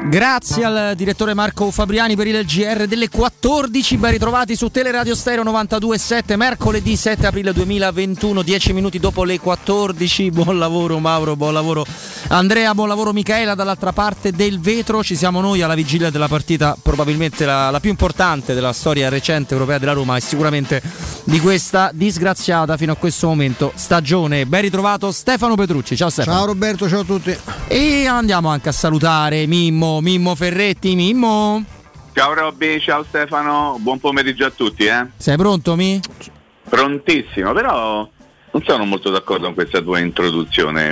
Grazie al direttore Marco Fabriani per il GR delle 14. Ben ritrovati su Teleradio Stereo 92.7, mercoledì 7 aprile 2021, 10 minuti dopo le 14. Buon lavoro Mauro, buon lavoro Andrea, buon lavoro Michaela dall'altra parte del vetro. Ci siamo noi alla vigilia della partita probabilmente la più importante della storia recente europea della Roma e sicuramente di questa disgraziata fino a questo momento stagione. Ben ritrovato Stefano Petrucci. Ciao Stefano. Ciao Roberto, ciao a tutti. E andiamo anche a salutare Mimmo Ferretti. Mimmo. Ciao Robby, ciao Stefano, buon pomeriggio a tutti. Sei pronto Prontissimo, però non sono molto d'accordo con questa tua introduzione.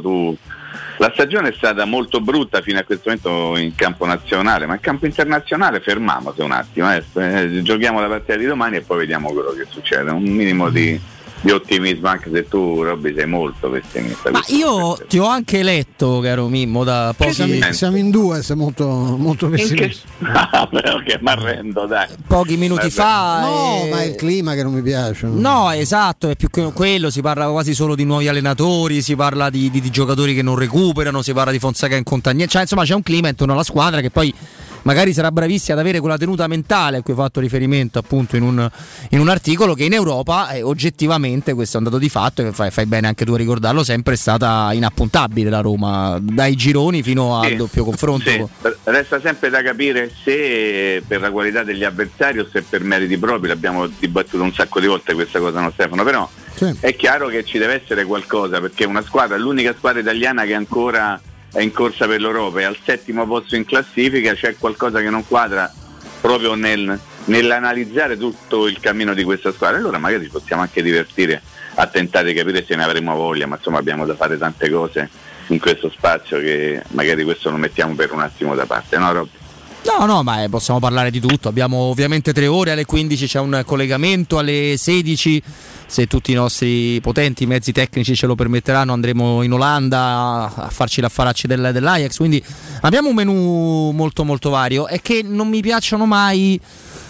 La stagione è stata molto brutta fino a questo momento in campo nazionale, ma in campo internazionale fermiamoci un attimo, giochiamo la partita di domani e poi vediamo quello che succede. Un minimo di ottimismo, anche se tu Robby sei molto pessimista. Ma io ti ho anche letto, caro Mimmo, da pochi siamo in due, sei molto, molto pessimista. Che mi arrendo, dai. Pochi minuti fa. No, ma è il clima che non mi piace. No, esatto, è più che quello, si parla quasi solo di nuovi allenatori, si parla di giocatori che non recuperano, si parla di Fonseca in compagnia, cioè insomma c'è un clima intorno alla squadra che poi magari sarà bravissima ad avere quella tenuta mentale a cui ho fatto riferimento appunto in un articolo, che in Europa oggettivamente, questo è un dato di fatto e fai bene anche tu a ricordarlo sempre, è stata inappuntabile la Roma dai gironi fino al doppio confronto. Sì. Resta sempre da capire se per la qualità degli avversari o se per meriti propri, l'abbiamo dibattuto un sacco di volte questa cosa, no Stefano? Però sì, è chiaro che ci deve essere qualcosa, perché una squadra, l'unica squadra italiana che ancora è in corsa per l'Europa e al 7° posto in classifica, c'è qualcosa che non quadra proprio nell'analizzare tutto il cammino di questa squadra. Allora magari ci possiamo anche divertire a tentare di capire se ne avremo voglia, ma insomma abbiamo da fare tante cose in questo spazio che magari questo lo mettiamo per un attimo da parte, no Rob? No, ma possiamo parlare di tutto. Abbiamo ovviamente 3 ore, alle 15 c'è un collegamento, alle 16 se tutti i nostri potenti mezzi tecnici ce lo permetteranno andremo in Olanda a farci l'affaracci dell'Ajax, quindi abbiamo un menù molto molto vario. È che non mi piacciono mai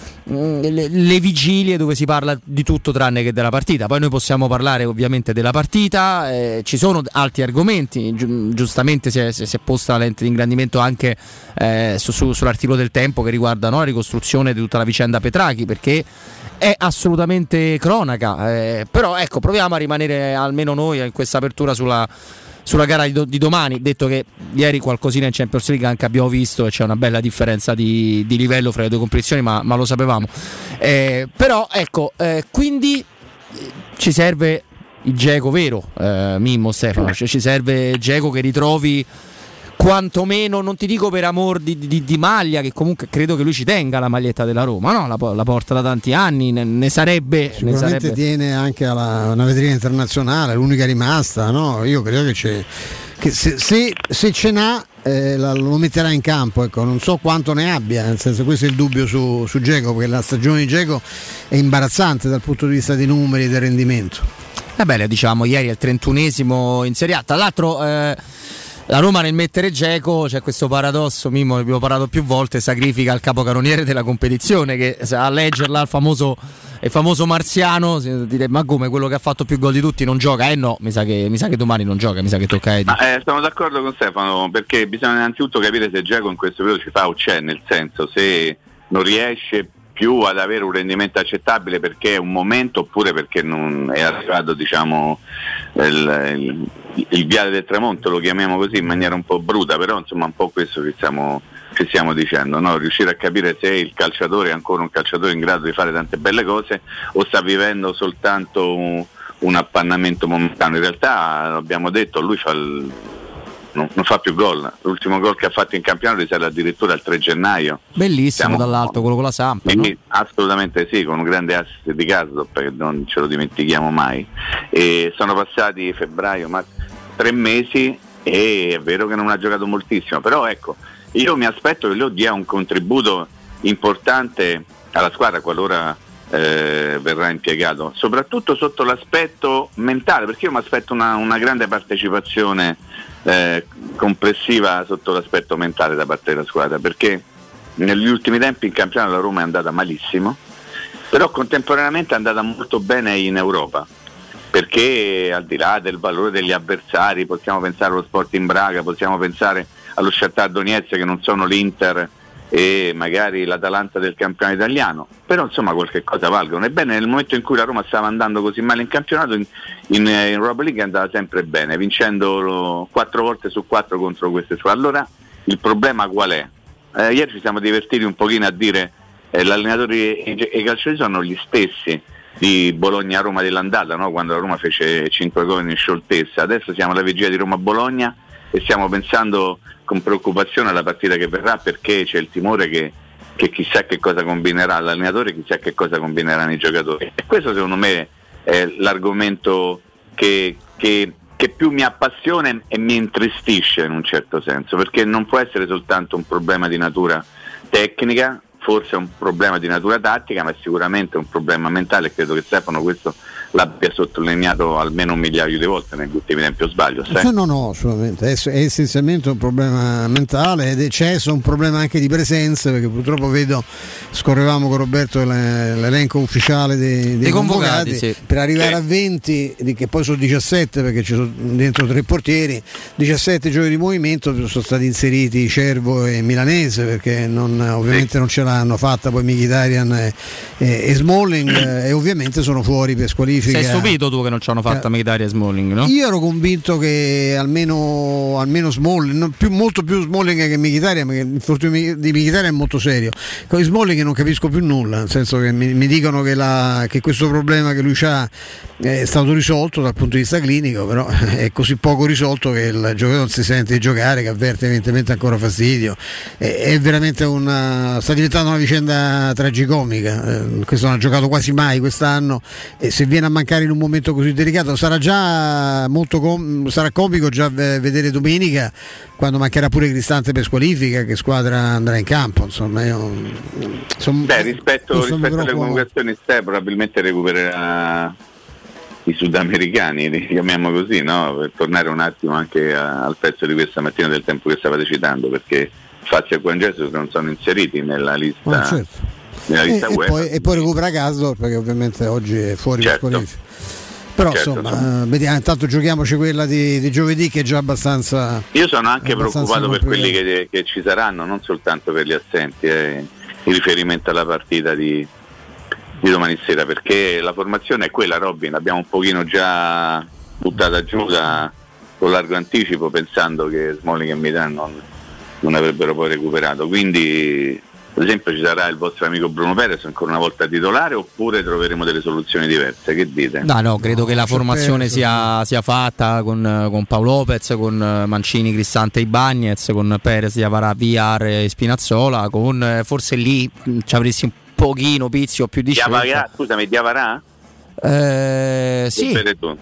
le vigilie dove si parla di tutto tranne che della partita. Poi noi possiamo parlare ovviamente della partita, ci sono altri argomenti, giustamente si è posta la lente di ingrandimento anche sull'articolo del Tempo che riguarda la ricostruzione di tutta la vicenda Petrachi, perché è assolutamente cronaca, però ecco, proviamo a rimanere almeno noi in questa apertura sulla gara di domani, detto che ieri qualcosina in Champions League anche abbiamo visto e c'è una bella differenza di livello fra le due competizioni, ma lo sapevamo, però ecco, quindi ci serve il Dzeko vero, Mimmo, Stefano, cioè ci serve Dzeko che ritrovi quantomeno, non ti dico per amor di maglia, che comunque credo che lui ci tenga la maglietta della Roma, no? La porta da tanti anni, ne sarebbe sicuramente tiene anche una vetrina internazionale, l'unica rimasta, no? Io credo che se ce n'ha lo metterà in campo, ecco. Non so quanto ne abbia, nel senso, questo è il dubbio su Dzeko, perché la stagione di Dzeko è imbarazzante dal punto di vista dei numeri e del rendimento. Bene, diciamo ieri è il 31esimo in Serie A, tra l'altro la Roma nel mettere Dzeko, c'è questo paradosso, Mimmo, ne abbiamo parlato più volte, sacrifica il capocannoniere della competizione, che a leggerla il famoso marziano dire ma come, quello che ha fatto più gol di tutti non gioca? No, mi sa che domani non gioca, mi sa che tocca a Edi. Sono d'accordo con Stefano, perché bisogna innanzitutto capire se Dzeko in questo periodo ci fa o c'è, nel senso, se non riesce più ad avere un rendimento accettabile perché è un momento, oppure perché non è arrivato, diciamo, il viale del tramonto, lo chiamiamo così in maniera un po' bruta, però insomma un po' questo che stiamo dicendo, no? Riuscire a capire se il calciatore è ancora un calciatore in grado di fare tante belle cose o sta vivendo soltanto un appannamento momentaneo. In realtà, abbiamo detto, lui non fa più gol. L'ultimo gol che ha fatto in campionato risale addirittura al 3 gennaio. Bellissimo dall'alto, quello con la Samp, no? Assolutamente sì, con un grande assist di Karsdorp, perché non ce lo dimentichiamo mai. E sono passati febbraio, ma 3 mesi, e è vero che non ha giocato moltissimo, però ecco, io mi aspetto che lui dia un contributo importante alla squadra qualora verrà impiegato, soprattutto sotto l'aspetto mentale, perché io mi aspetto una grande partecipazione complessiva sotto l'aspetto mentale da parte della squadra, perché negli ultimi tempi in campionato la Roma è andata malissimo, però contemporaneamente è andata molto bene in Europa, perché al di là del valore degli avversari possiamo pensare allo Sporting Braga, possiamo pensare allo Shakhtar Donetsk, che non sono l'Inter e magari l'Atalanta del campionato italiano, però insomma qualche cosa valgono. Ebbene, nel momento in cui la Roma stava andando così male in campionato, in Europa League andava sempre bene, vincendo 4 volte su 4 contro queste squadre. Allora il problema qual è? Ieri ci siamo divertiti un pochino a dire l'allenatore e i calciatori sono gli stessi di Bologna-Roma dell'andata, no? Quando la Roma fece 5 gol in scioltezza. Adesso siamo alla vigilia di Roma-Bologna e stiamo pensando con preoccupazione alla partita che verrà, perché c'è il timore che chissà che cosa combinerà l'allenatore, chissà che cosa combineranno i giocatori. E questo secondo me è l'argomento che più mi appassiona e mi intristisce in un certo senso, perché non può essere soltanto un problema di natura tecnica, forse è un problema di natura tattica, ma è sicuramente un problema mentale, e credo che Stefano questo l'abbia sottolineato almeno 1 migliaio di volte negli ultimi tempi, o sbaglio? No, assolutamente, è essenzialmente un problema mentale, ed c'è un problema anche di presenze, perché purtroppo vedo, scorrevamo con Roberto l'elenco ufficiale dei convocati, sì. Per arrivare a 20, che poi sono 17 perché ci sono dentro 3 portieri, 17 giochi di movimento, sono stati inseriti Cervo e Milanese, perché ovviamente non ce l'hanno fatta poi Mkhitaryan e Smalling, e ovviamente sono fuori per squalifica. Sei stupito tu che non ci hanno fatta Mkhitaryan e Smalling, no? Io ero convinto che almeno Smalling, molto più Smalling che Mkhitaryan, perché l'infortunio di Mkhitaryan è molto serio. Con Smalling non capisco più nulla, nel senso che mi dicono che questo problema che lui ha è stato risolto dal punto di vista clinico, però è così poco risolto che il giocatore non si sente di giocare, che avverte evidentemente ancora fastidio. È veramente sta diventando una vicenda tragicomica. Questo non ha giocato quasi mai quest'anno, e se viene a mancare in un momento così delicato sarà già sarà comico già vedere domenica, quando mancherà pure Cristante per squalifica, che squadra andrà in campo. Insomma, rispetto alle convocazioni, probabilmente recupererà i sudamericani, li chiamiamo così, no? Per tornare un attimo anche al pezzo di questa mattina del Tempo che stavate citando, perché Fazio e Guangese non sono inseriti nella lista, certo. Nella lista UEFA. E poi recupera Gasdor, perché ovviamente oggi è fuori per squalifica. Però insomma, vediamo, intanto giochiamoci quella di giovedì, che è già abbastanza. Io sono anche preoccupato per quelli che ci saranno, non soltanto per gli assenti, in riferimento alla partita di domani sera, perché la formazione è quella, Robin, l'abbiamo un pochino già buttata giù con largo anticipo, pensando che Smalling e Mkhitaryan non avrebbero poi recuperato. Quindi ad esempio ci sarà il vostro amico Bruno Perez ancora una volta titolare, oppure troveremo delle soluzioni diverse? Che dite? No, credo che la formazione sia fatta con Paolo Lopez, con Mancini, Cristante e Ibañez, con Perez, Diawara, Villar e Spinazzola, con forse lì ci avresti un pochino pizzico più di scelta. Scusami, Diawara? Sì.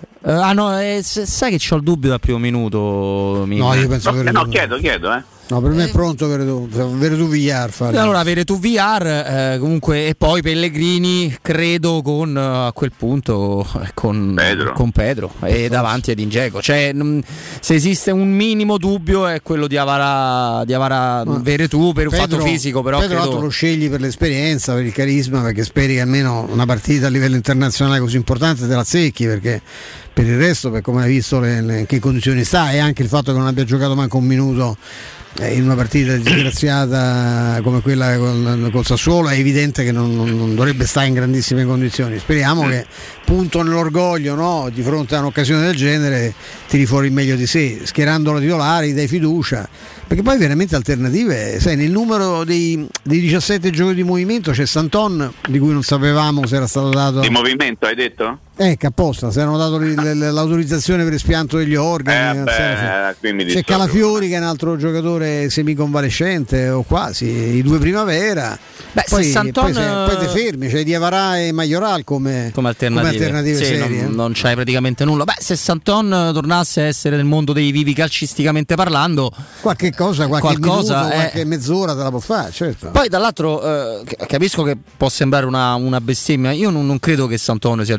Sai che c'ho il dubbio dal primo minuto. No, io penso chiedo. No, per me è pronto Veretù Villar. Allora Veretù Villar, comunque, e poi Pellegrini, credo a quel punto con Pedro e davanti ad Dzeko. Cioè, se esiste un minimo dubbio è quello di Diawara Veretù per un fatto fisico, però Pedro lo scegli per l'esperienza, per il carisma, perché speri che almeno una partita a livello internazionale così importante te la azzecchi, perché per il resto, per come hai visto in che condizioni sta, e anche il fatto che non abbia giocato manco un minuto in una partita disgraziata come quella col Sassuolo, è evidente che non dovrebbe stare in grandissime condizioni. Speriamo che, punto nell'orgoglio, no, di fronte a un'occasione del genere, tiri fuori il meglio di sé, schierandolo titolare, dai fiducia, perché poi veramente alternative, sai, nel numero dei 17 giochi di movimento c'è Santon, di cui non sapevamo se era stato dato di movimento, hai detto? Che apposta, se hanno dato l'autorizzazione per espianto degli organi. C'è Calafiori, che è un altro giocatore semiconvalescente o quasi, i 2 Primavera. Poi te fermi, c'è Diawara e Majoral come alternative serie. Non c'hai praticamente nulla. Se Santon tornasse a essere nel mondo dei vivi calcisticamente parlando, qualche minuto, qualche mezz'ora te la può fare, certo. Poi dall'altro capisco che può sembrare una bestemmia. Io non credo che Santon sia il giocatore più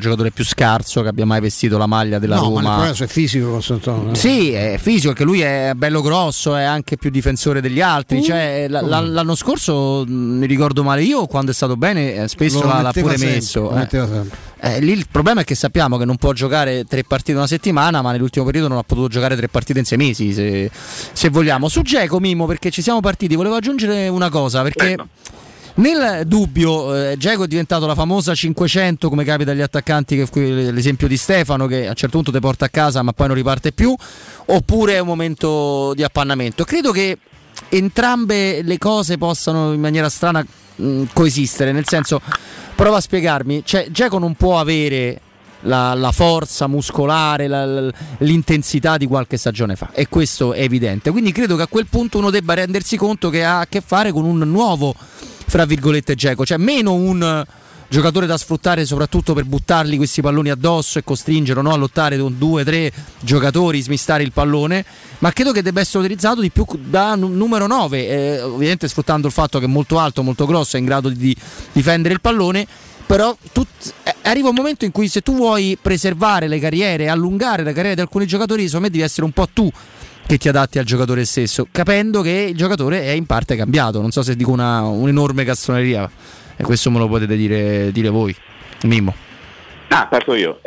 scarso che abbia mai vestito la maglia della Roma. Ma adesso è fisico Costanzo. Sì, è fisico, perché lui è bello grosso, è anche più difensore degli altri. Cioè, l'anno scorso, mi ricordo male io, quando è stato bene spesso l'ha pure messo. Lì il problema è che sappiamo che non può giocare 3 partite in una settimana, ma nell'ultimo periodo non ha potuto giocare 3 partite in 6 mesi, se vogliamo. Su Dzeko, Mimmo, perché ci siamo partiti, volevo aggiungere una cosa, perché nel dubbio Dzeko è diventato la famosa 500, come capita agli attaccanti, l'esempio di Stefano, che a un certo punto ti porta a casa ma poi non riparte più, oppure è un momento di appannamento. Credo che entrambe le cose possano in maniera strana coesistere, nel senso, prova a spiegarmi, cioè Dzeko non può avere la forza muscolare, l'intensità di qualche stagione fa, e questo è evidente, quindi credo che a quel punto uno debba rendersi conto che ha a che fare con un nuovo, fra virgolette, Dzeko, cioè meno un giocatore da sfruttare soprattutto per buttargli questi palloni addosso e costringerlo, no, a lottare con 2-3 giocatori, smistare il pallone, ma credo che debba essere utilizzato di più da numero 9, ovviamente sfruttando il fatto che è molto alto, molto grosso, è in grado di difendere il pallone. Però arriva un momento in cui, se tu vuoi preservare le carriere, allungare la carriera di alcuni giocatori, secondo me devi essere un po' tu che ti adatti al giocatore stesso, capendo che il giocatore è in parte cambiato. Non so se dico un'enorme castroneria, e questo me lo potete dire voi. Mimmo. Parto io.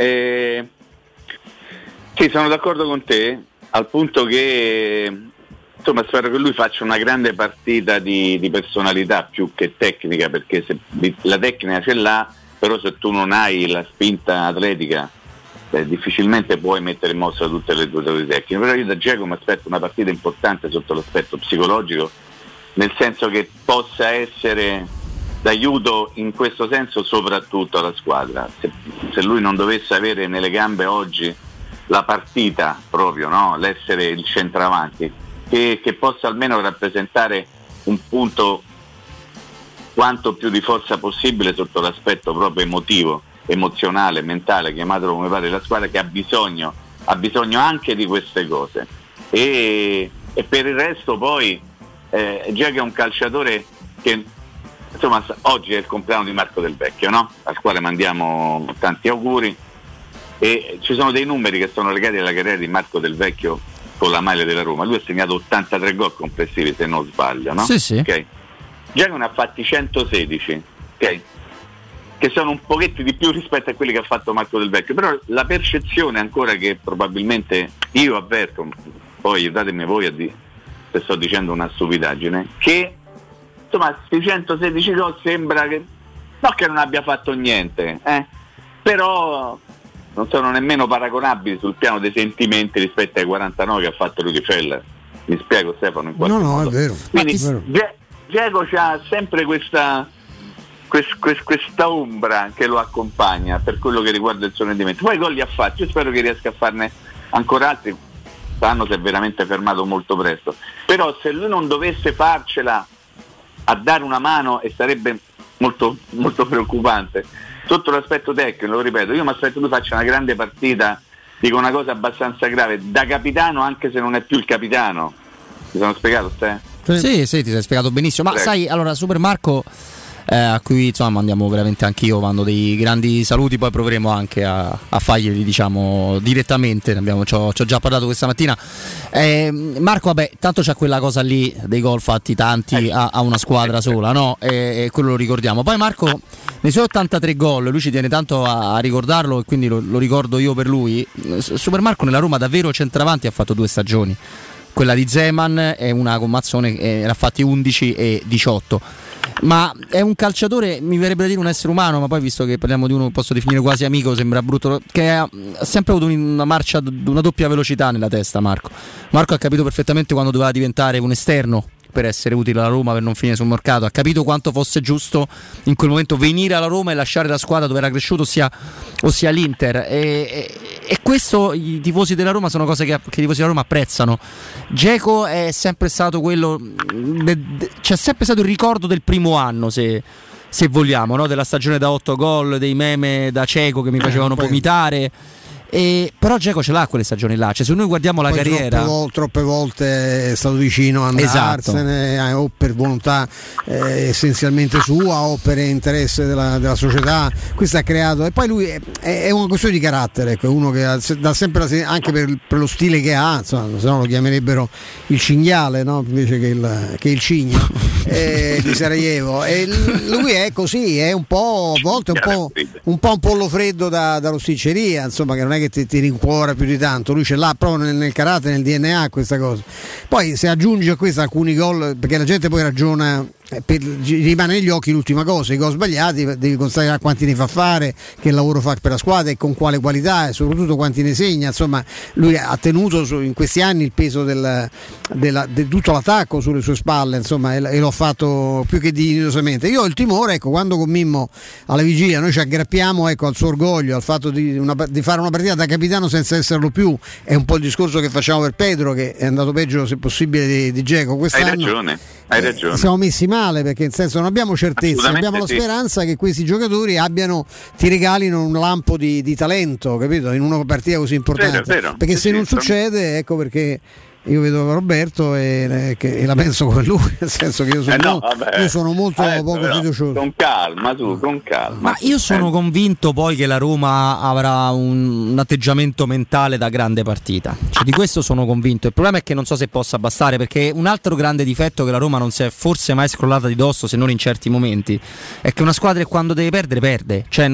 Sì, sono d'accordo con te, al punto che insomma spero che lui faccia una grande partita di personalità più che tecnica, perché se la tecnica ce l'ha, però se tu non hai la spinta atletica difficilmente puoi mettere in mostra tutte le tue doti tecniche. Però io da Dzeko mi aspetto una partita importante sotto l'aspetto psicologico, nel senso che possa essere d'aiuto in questo senso soprattutto alla squadra. Se lui non dovesse avere nelle gambe oggi la partita proprio, no? L'essere il centravanti, che possa almeno rappresentare un punto quanto più di forza possibile sotto l'aspetto proprio emotivo, emozionale, mentale, chiamatelo come pare, la squadra che ha bisogno anche di queste cose. E per il resto poi Dzeko è un calciatore che, insomma, oggi è il compleanno di Marco Del Vecchio, no? Al quale mandiamo tanti auguri, e ci sono dei numeri che sono legati alla carriera di Marco Del Vecchio con la maglia della Roma. Lui ha segnato 83 gol complessivi, se non sbaglio, no? Sì. Okay. Dzeko ne ha fatti 116, ok? Che sono un pochetto di più rispetto a quelli che ha fatto Marco Del Vecchio, però la percezione ancora, che probabilmente io avverto, poi aiutatemi voi se sto dicendo una stupidaggine, che insomma questi 116 gol sembra che non abbia fatto niente, però non sono nemmeno paragonabili sul piano dei sentimenti rispetto ai 49 che ha fatto Rudi Feller. Mi spiego, Stefano, in qualche modo. No, è vero. Quindi Dzeko c'ha sempre questa ombra che lo accompagna per quello che riguarda il suo rendimento. Poi gol li ha fatti, io spero che riesca a farne ancora altri. Quest'anno si è veramente fermato molto presto, però se lui non dovesse farcela a dare una mano, e sarebbe molto, molto preoccupante sotto l'aspetto tecnico, lo ripeto, io mi aspetto che lui faccia una grande partita, dico una cosa abbastanza grave, da capitano, anche se non è più il capitano. Mi sono spiegato, te? Sì, ti sei spiegato benissimo. Ma sai, allora, Super Marco, a cui insomma mandiamo veramente, anch'io mando dei grandi saluti, poi proveremo anche a farglieli, diciamo, direttamente. Ci ho già parlato questa mattina. Marco, vabbè, tanto c'ha quella cosa lì dei gol fatti tanti a una squadra sola, no? E quello lo ricordiamo. Poi Marco, nei suoi 83 gol, lui ci tiene tanto a ricordarlo, e quindi lo ricordo io per lui. Super Marco nella Roma davvero centravanti ha fatto 2 stagioni. Quella di Zeman è una con Mazzone, era fatti 11 e 18. Ma è un calciatore, mi verrebbe da dire un essere umano, ma poi, visto che parliamo di uno che posso definire quasi amico, sembra brutto, che ha sempre avuto una marcia, una doppia velocità nella testa. Marco ha capito perfettamente quando doveva diventare un esterno per essere utile alla Roma, per non finire sul mercato. Ha capito quanto fosse giusto in quel momento venire alla Roma e lasciare la squadra dove era cresciuto, ossia l'Inter, e questo i tifosi della Roma sono cose che i tifosi della Roma apprezzano. Dzeko è sempre stato quello, c'è sempre stato il ricordo del primo anno, se vogliamo, no? Della stagione da 8 gol, dei meme da cieco che mi facevano vomitare. Però Dzeko ce l'ha quelle stagioni là, cioè se noi guardiamo la carriera troppe volte è stato vicino a andarsene, esatto, o per volontà essenzialmente sua o per interesse della società. Questo ha creato, e poi lui è una questione di carattere, ecco, uno che dà sempre anche per lo stile che ha, insomma, se no lo chiamerebbero il cinghiale, no? Invece che il cigno di Sarajevo, e lui è così, è un po' a volte un pollo freddo da rosticceria, insomma, che non è che ti rincuora più di tanto. Lui ce l'ha proprio nel carattere, nel DNA questa cosa. Poi se aggiungi a questo alcuni gol, perché la gente poi ragiona, rimane negli occhi l'ultima cosa, i gol sbagliati, devi constatare quanti ne fa fare, che lavoro fa per la squadra e con quale qualità, e soprattutto quanti ne segna. Insomma, lui ha tenuto in questi anni il peso di tutto l'attacco sulle sue spalle, insomma, e l'ho fatto più che dignitosamente. Io ho il timore, ecco, quando con Mimmo alla vigilia noi ci aggrappiamo, ecco, al suo orgoglio, al fatto di fare una partita da capitano senza esserlo più, è un po' il discorso che facciamo per Pedro, che è andato peggio se possibile di Dzeko quest'anno. Hai ragione. Siamo messi male, perché nel senso non abbiamo certezza, abbiamo la speranza che questi giocatori ti regalino un lampo di talento, capito? In una partita così importante. Vero. Perché se non succede, ecco perché io vedo Roberto e la penso come lui, nel senso che io sono molto poco fiducioso. Con calma. Ma io sono convinto poi che la Roma avrà un atteggiamento mentale da grande partita, cioè, di questo sono convinto. Il problema è che non so se possa bastare, perché un altro grande difetto che la Roma non si è forse mai scrollata di dosso, se non in certi momenti, è che una squadra quando deve perdere perde, cioè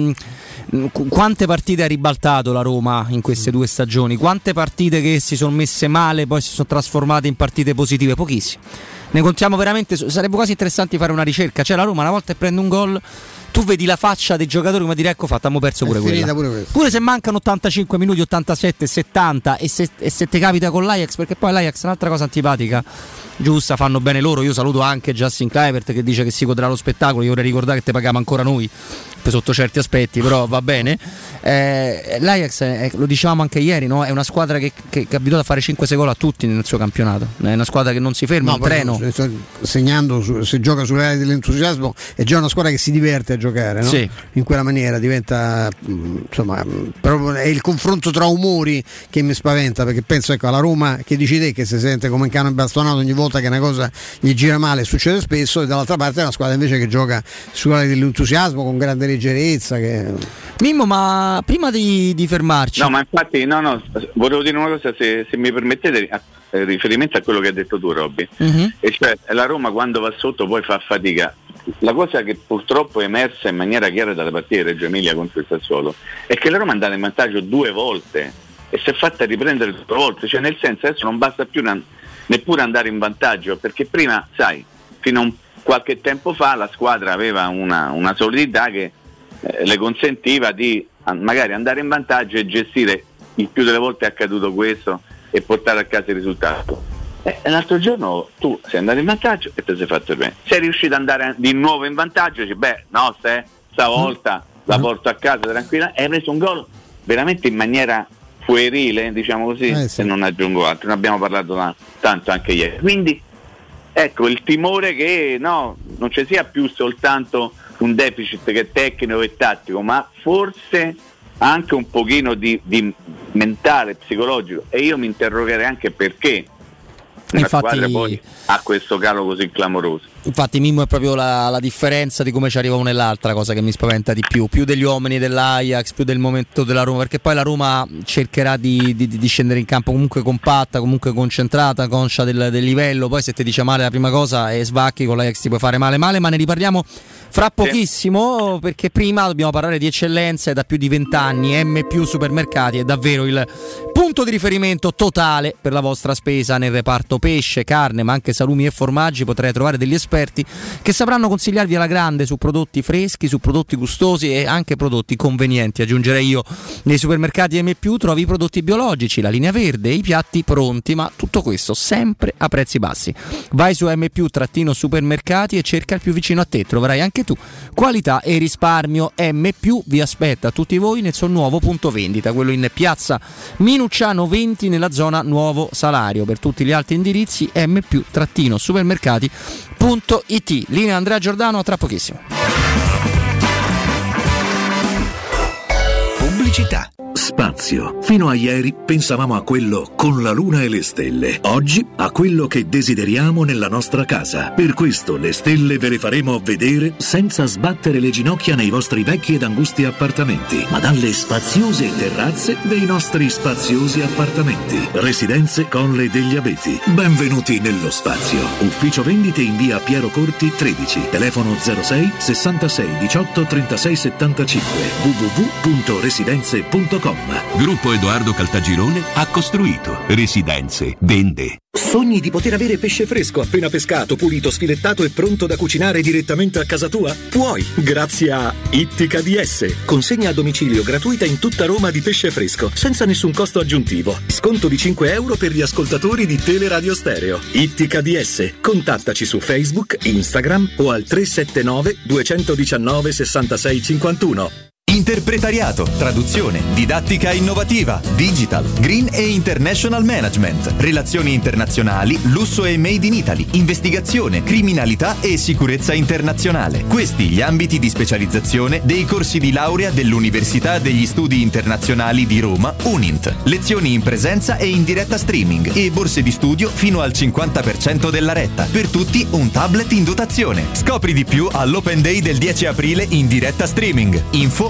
quante partite ha ribaltato la Roma in queste 2 stagioni, quante partite che si sono messe male poi si sono trasformate in partite positive? Pochissime. Ne contiamo veramente, sarebbe quasi interessante fare una ricerca. Cioè la Roma una volta che prende un gol, tu vedi la faccia dei giocatori come dire ecco fatto, abbiamo perso pure quella. Pure se mancano 85 minuti, 87, 70 e se ti capita con l'Ajax, perché poi l'Ajax è un'altra cosa antipatica, giusta, fanno bene loro. Io saluto anche Justin Kluivert che dice che si godrà lo spettacolo. Io vorrei ricordare che te paghiamo ancora noi sotto certi aspetti, però va bene. L'Ajax, lo dicevamo anche ieri, no? È una squadra che è abituata a fare 5-6 gol a tutti nel suo campionato, è una squadra che non si ferma, un treno. Segnando, se gioca sulle dell'entusiasmo, è già una squadra che si diverte a giocare, no? Sì. In quella maniera diventa, insomma, proprio è il confronto tra umori che mi spaventa, perché penso, ecco, alla Roma che dici te, che si sente come un cane bastonato ogni volta che una cosa gli gira male, succede spesso, e dall'altra parte è una squadra invece che gioca sulle dell'entusiasmo con grande leggerezza. Mimmo, ma prima di fermarci, no, ma infatti volevo dire una cosa, se mi permettete, riferimento a quello che hai detto tu, Robby, e cioè la Roma quando va sotto poi fa fatica. La cosa che purtroppo è emersa in maniera chiara dalla partita di Reggio Emilia contro il Sassuolo è che la Roma è andata in vantaggio 2 volte e si è fatta riprendere 2 volte, cioè nel senso adesso non basta più neppure andare in vantaggio, perché prima, sai, fino a qualche tempo fa la squadra aveva una solidità che le consentiva di magari andare in vantaggio e gestire, il più delle volte è accaduto questo, e portare a casa il risultato. L'altro giorno tu sei andato in vantaggio e ti sei fatto bene, sei riuscito ad andare di nuovo in vantaggio e dici stavolta la porto a casa tranquilla, e hai preso un gol veramente in maniera puerile, diciamo così, sì. E non aggiungo altro, ne abbiamo parlato tanto anche ieri. Quindi ecco il timore che non ci sia più soltanto un deficit che è tecnico e tattico, ma forse anche un pochino di mentale, psicologico, e io mi interrogherei anche perché una squadra poi ha questo calo così clamoroso. Infatti Mimmo è proprio la differenza di come ci arriva una e l'altra cosa che mi spaventa di più degli uomini dell'Ajax, più del momento della Roma, perché poi la Roma cercherà di scendere in campo comunque compatta, comunque concentrata, conscia del livello. Poi se ti dice male la prima cosa e svacchi con l'Ajax ti puoi fare male, ma ne riparliamo fra pochissimo, perché prima dobbiamo parlare di eccellenza. Da più di 20 anni M+ Supermercati è davvero il punto di riferimento totale per la vostra spesa nel reparto pesce, carne, ma anche salumi e formaggi. Potrai trovare degli esperti che sapranno consigliarvi alla grande su prodotti freschi, su prodotti gustosi e anche prodotti convenienti. Aggiungerei io, nei supermercati M+ trovi i prodotti biologici, la linea verde e i piatti pronti, ma tutto questo sempre a prezzi bassi. Vai su M+-supermercati e cerca il più vicino a te, troverai anche tu qualità e risparmio. M+ vi aspetta tutti voi nel suo nuovo punto vendita, quello in piazza Minucciano 20 nella zona Nuovo Salario. Per tutti gli altri indirizzi M+-supermercati.it. Linea Andrea Giordano, tra pochissimo. Pubblicità. Spazio. Fino a ieri pensavamo a quello con la luna e le stelle. Oggi a quello che desideriamo nella nostra casa. Per questo le stelle ve le faremo vedere senza sbattere le ginocchia nei vostri vecchi ed angusti appartamenti, ma dalle spaziose terrazze dei nostri spaziosi appartamenti. Residenze Colle degli Abeti. Benvenuti nello spazio. Ufficio vendite in via Piero Corti 13. Telefono 06 66 18 36 75. www.residenze.com. Gruppo Edoardo Caltagirone ha costruito, Residenze vende. Sogni di poter avere pesce fresco appena pescato, pulito, sfilettato e pronto da cucinare direttamente a casa tua? Puoi, grazie a Ittica DS. Consegna a domicilio gratuita in tutta Roma di pesce fresco, senza nessun costo aggiuntivo. Sconto di €5 per gli ascoltatori di Teleradio Stereo. Ittica DS. Contattaci su Facebook, Instagram o al 379 219 66 51. Interpretariato, traduzione, didattica innovativa, digital, green e international management, relazioni internazionali, lusso e made in Italy, investigazione, criminalità e sicurezza internazionale. Questi gli ambiti di specializzazione dei corsi di laurea dell'Università degli Studi Internazionali di Roma, UNINT. Lezioni in presenza e in diretta streaming e borse di studio fino al 50% della retta. Per tutti un tablet in dotazione. Scopri di più all'Open Day del 10 aprile in diretta streaming. Info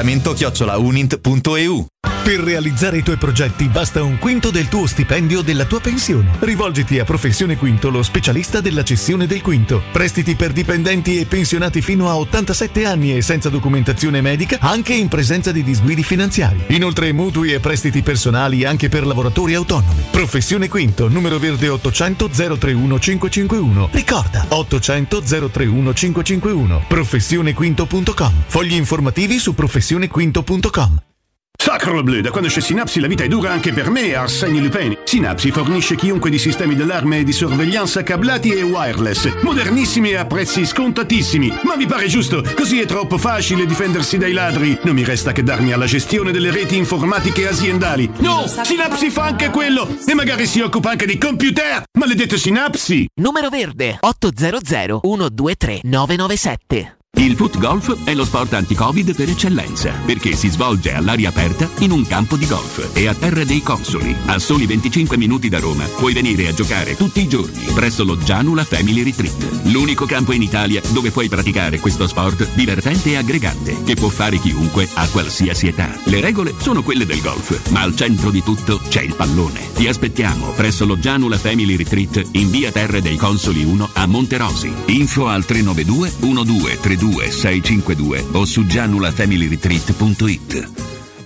orientamento@unint.eu. Per realizzare i tuoi progetti basta un quinto del tuo stipendio o della tua pensione. Rivolgiti a Professione Quinto, lo specialista della cessione del quinto. Prestiti per dipendenti e pensionati fino a 87 anni e senza documentazione medica, anche in presenza di disguidi finanziari. Inoltre mutui e prestiti personali anche per lavoratori autonomi. Professione Quinto, numero verde 800 031 551. Ricorda, 800 031 551. Professionequinto.com. Fogli informativi su professionequinto.com. Sacre bleu, da quando c'è Synapsi la vita è dura anche per me, Arsène Lupin. Synapsi fornisce chiunque di sistemi d'allarme e di sorveglianza cablati e wireless, modernissimi e a prezzi scontatissimi. Ma vi pare giusto? Così è troppo facile difendersi dai ladri. Non mi resta che darmi alla gestione delle reti informatiche aziendali. No, Synapsi fa anche quello e magari si occupa anche di computer. Maledetto Synapsi! Numero verde 800 123 997. Il foot golf è lo sport anti-Covid per eccellenza, perché si svolge all'aria aperta in un campo di golf e a Terra dei Consoli. A soli 25 minuti da Roma puoi venire a giocare tutti i giorni presso lo Gianula Family Retreat, l'unico campo in Italia dove puoi praticare questo sport divertente e aggregante che può fare chiunque a qualsiasi età. Le regole sono quelle del golf, ma al centro di tutto c'è il pallone. Ti aspettiamo presso lo Gianula Family Retreat in via Terra dei Consoli 1 a Monterosi. Info al 392 1232 652 o su gianulafamilyretreat.it.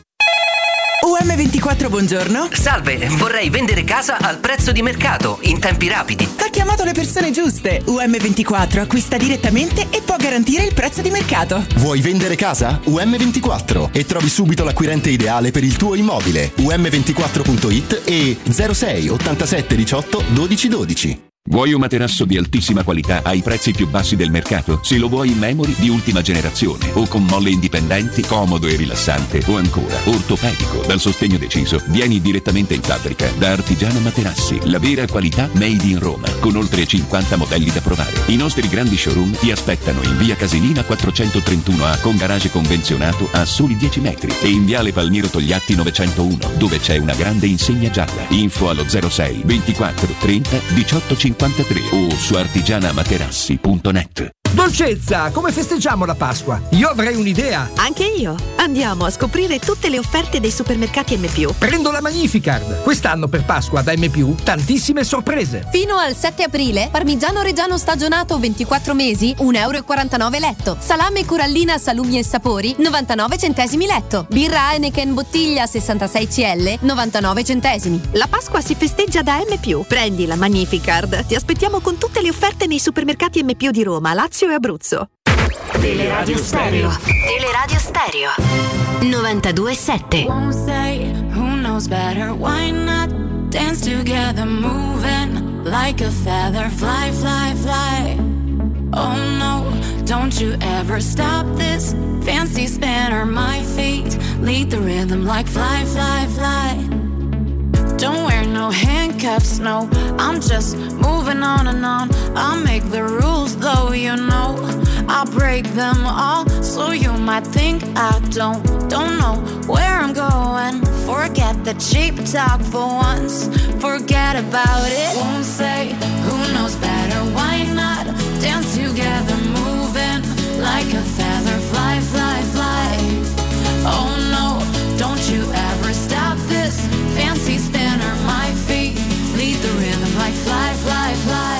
UM24, buongiorno. Salve, vorrei vendere casa al prezzo di mercato, in tempi rapidi. Ha chiamato le persone giuste. UM24 acquista direttamente e può garantire il prezzo di mercato. Vuoi vendere casa? UM24 e trovi subito l'acquirente ideale per il tuo immobile. um24.it e 06 87 18 12 12. Vuoi un materasso di altissima qualità ai prezzi più bassi del mercato? Se lo vuoi in memory di ultima generazione o con molle indipendenti, comodo e rilassante o ancora ortopedico dal sostegno deciso, vieni direttamente in fabbrica da Artigiano Materassi, la vera qualità made in Roma, con oltre 50 modelli da provare. I nostri grandi showroom ti aspettano in via Casilina 431A con garage convenzionato a soli 10 metri e in viale Palmiro Togliatti 901 dove c'è una grande insegna gialla. Info allo 06 24 30 18 53 o su artigianamaterassi.net. Dolcezza, come festeggiamo la Pasqua? Io avrei un'idea. Anche io. Andiamo a scoprire tutte le offerte dei supermercati M+. Prendo la Magnificard. Quest'anno per Pasqua da M+, tantissime sorprese. Fino al 7 aprile, parmigiano reggiano stagionato 24 mesi, €1,49 letto. Salame Corallina salumi e sapori, 99 centesimi letto. Birra Heineken bottiglia 66 CL, 99 centesimi. La Pasqua si festeggia da M+. Prendi la Magnificard. Ti aspettiamo con tutte le offerte nei supermercati M+ di Roma, Lazio e Abruzzo. Teleradio Stereo. Teleradio Stereo 92.7. Won't say who knows better, why not dance together, moving like a feather, fly, fly, fly. Oh no, don't you ever stop this fancy spinner, my feet lead the rhythm like fly, fly, fly. Don't wear no handcuffs, no, I'm just moving on and on. I'll make the rules though, you know I I'll break them all, so you might think I don't know where I'm going. Forget the cheap talk for once, forget about it. Won't say who knows better, why not dance together, moving like a feather, fly, fly, fly. Oh no, don't you ever stop this fancy spinner, my feet lead the rhythm like fly, fly, fly.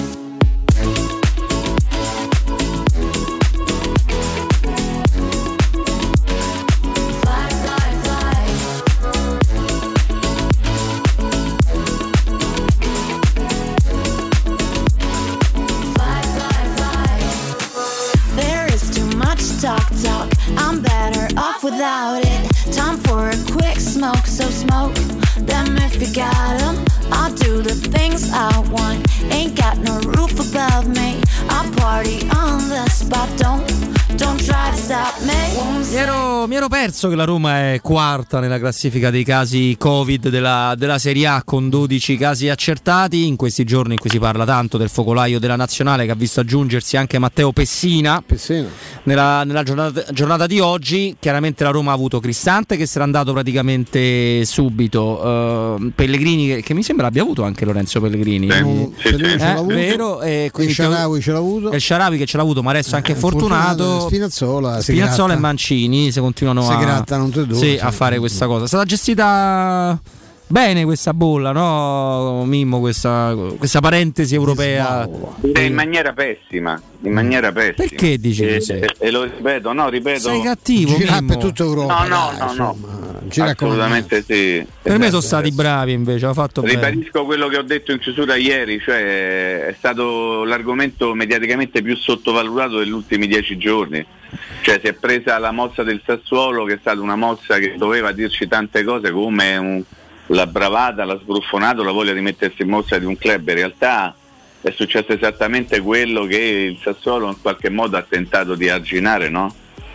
Talk, I'm better off without it. Time for a quick smoke, so smoke them if you got them. I'll do the things I want, ain't got no roof above me. I'll party on the spot, don't try to stop me. Mi ero perso che la Roma è quarta nella classifica dei casi Covid della Serie A, con 12 casi accertati. In questi giorni in cui si parla tanto del focolaio della nazionale, che ha visto aggiungersi anche Matteo Pessina. Nella giornata di oggi, chiaramente la Roma ha avuto Cristante, che se n'è andato praticamente subito, Pellegrini, che mi sembra abbia avuto anche Lorenzo Pellegrini, vero? E quindi il Shaarawy ce l'ha avuto, il Shaarawy che ce l'ha avuto, ma adesso anche fortunato. Spinazzola e Mancini se continuano a fare questa cosa. È stata gestita bene questa bolla, no Mimmo, questa parentesi europea? In maniera pessima. Perché dici così? E lo ripeto. Sei cattivo, gira per tutta Europa. No. Assolutamente sì. Per me sono stati bravi invece, ha fatto Ribadisco bene. quello che ho detto in chiusura ieri, cioè è stato l'argomento mediaticamente più sottovalutato degli ultimi 10 giorni. Cioè si è presa la mossa del Sassuolo, che è stata una mossa che doveva dirci tante cose, come la bravata, la sbruffonato, la voglia di mettersi in mostra di un club. In realtà è successo esattamente quello che il Sassuolo in qualche modo ha tentato di arginare, no?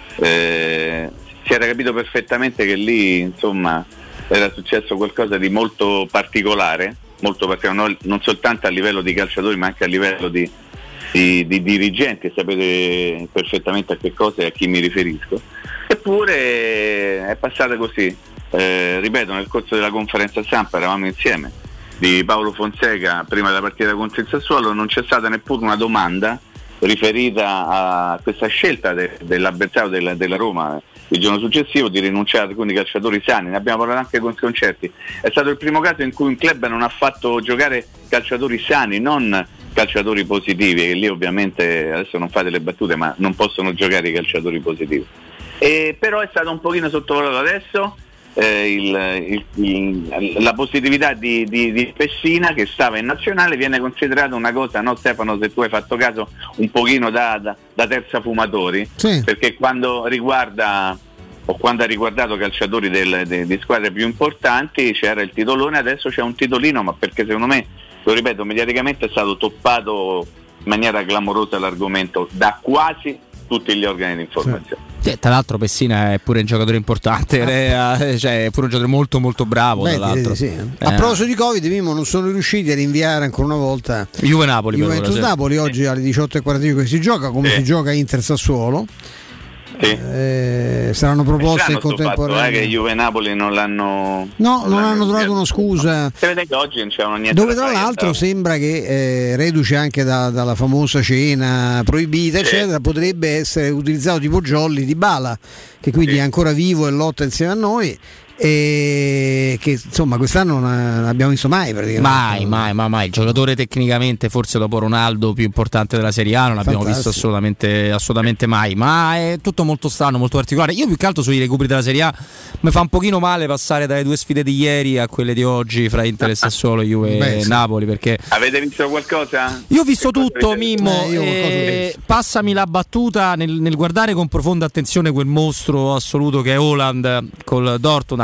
Si era capito perfettamente che lì, insomma, era successo qualcosa di molto particolare, non soltanto a livello di calciatori, ma anche a livello di dirigenti, sapete perfettamente a che cosa e a chi mi riferisco. Eppure è passata così. Ripeto, nel corso della conferenza stampa eravamo insieme di Paolo Fonseca prima della partita contro il Sassuolo, non c'è stata neppure una domanda riferita a questa scelta dell'avversario della Roma il giorno successivo di rinunciare ad alcuni calciatori sani. Ne abbiamo parlato anche con Concerti. È stato il primo caso in cui un club non ha fatto giocare calciatori sani, non calciatori positivi, che lì ovviamente adesso non fate le battute, ma non possono giocare i calciatori positivi. Però è stato un pochino sottovalutato adesso la positività di Pessina, che stava in nazionale, viene considerata una cosa, no Stefano, se tu hai fatto caso, un pochino da terza fumatori, sì. Perché quando ha riguardato calciatori di squadre più importanti c'era il titolone, adesso c'è un titolino, ma perché secondo me, lo ripeto, mediaticamente è stato toppato in maniera clamorosa l'argomento da quasi tutti gli organi di informazione. Sì, tra l'altro Pessina è pure un giocatore importante, cioè è pure un giocatore molto molto bravo. Tra l'altro. Sì. A proposito di Covid, Mimmo, non sono riusciti a rinviare ancora una volta Juventus Napoli oggi alle 18:45 si gioca, come si gioca Inter Sassuolo. Sì. Saranno proposte in contemporanea. Che Juve Napoli non l'hanno trovato una scusa. Si vede che oggi non c'erano niente. Dove tra l'altro sembra che reduce anche dalla famosa cena proibita, eccetera, potrebbe essere utilizzato tipo Jolly di Bala, che quindi è ancora vivo e lotta insieme a noi. E che insomma quest'anno non abbiamo visto mai praticamente. Mai. Il giocatore tecnicamente forse dopo Ronaldo più importante della Serie A non l'abbiamo visto assolutamente mai, ma è tutto molto strano, molto particolare. Io più che altro sui recuperi della Serie A mi fa un pochino male passare dalle due sfide di ieri a quelle di oggi fra Inter e Sassuolo, Juve e Napoli, perché avete visto qualcosa? Io ho visto tutto, Mimmo, passami la battuta nel guardare con profonda attenzione quel mostro assoluto che è Haaland col Dortmund,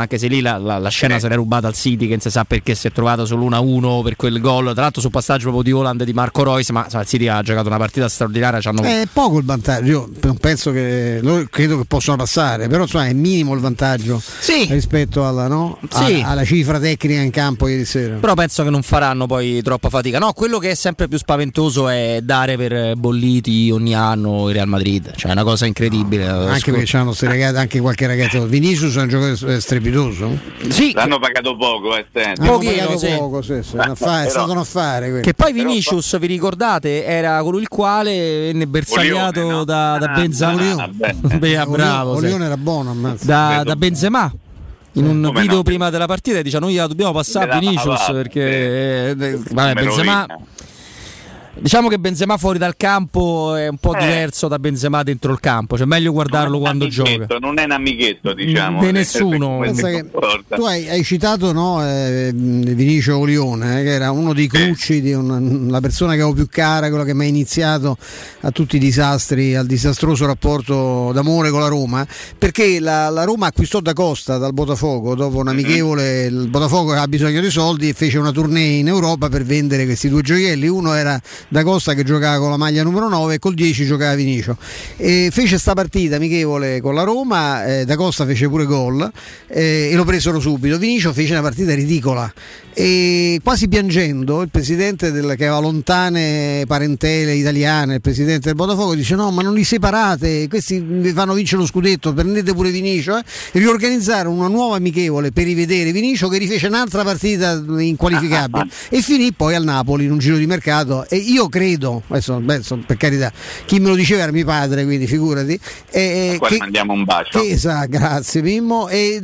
anche se lì la scena se l'è rubata al City, che non si sa perché si è trovato sull'1-1 per quel gol, tra l'altro sul passaggio proprio di Haaland e di Marco Reus, ma il City ha giocato una partita straordinaria. È poco il vantaggio, io non penso che, credo che possano passare, però è minimo il vantaggio rispetto alla cifra tecnica in campo ieri sera. Però penso che non faranno poi troppa fatica. No, quello che è sempre più spaventoso è dare per bolliti ogni anno il Real Madrid, cioè è una cosa incredibile. Anche perché c'hanno queste ragazze, anche qualche ragazzo. Vinicius è un giocatore strepitoso. Sì, l'hanno pagato poco, poco, è stato un affare quello. Che poi Vinicius, vi ricordate, era colui il quale venne bersagliato da Benzema. Bravo, Olione era buono, da Benzema. In un video prima della partita dice noi dobbiamo passare a Vinicius perché Benzema, diciamo che Benzema fuori dal campo è un po' diverso da Benzema dentro il campo, cioè meglio guardarlo quando gioca. Non è un amichetto, diciamo. Di nessuno. Tu hai citato Vinicio Olione, che era uno dei crucci di la persona che avevo più cara, quella che mi ha iniziato a tutti i disastri, al disastroso rapporto d'amore con la Roma, perché la Roma acquistò Da Costa dal Botafogo dopo un amichevole. Il Botafogo aveva bisogno di soldi e fece una tournée in Europa per vendere questi due gioielli. Uno era Da Costa, che giocava con la maglia numero 9, e col 10 giocava Vinicio, e fece sta partita amichevole con la Roma. Da Costa fece pure gol e lo presero subito. Vinicio fece una partita ridicola e quasi piangendo il presidente che aveva lontane parentele italiane, il presidente del Botafogo, dice no, ma non li separate, questi vi fanno vincere lo scudetto, prendete pure Vinicio. Riorganizzarono una nuova amichevole per rivedere Vinicio, che rifece un'altra partita inqualificabile e finì poi al Napoli in un giro di mercato. E io credo, adesso, per carità, chi me lo diceva era mio padre, quindi figurati, mandiamo un bacio. Grazie Mimmo. Che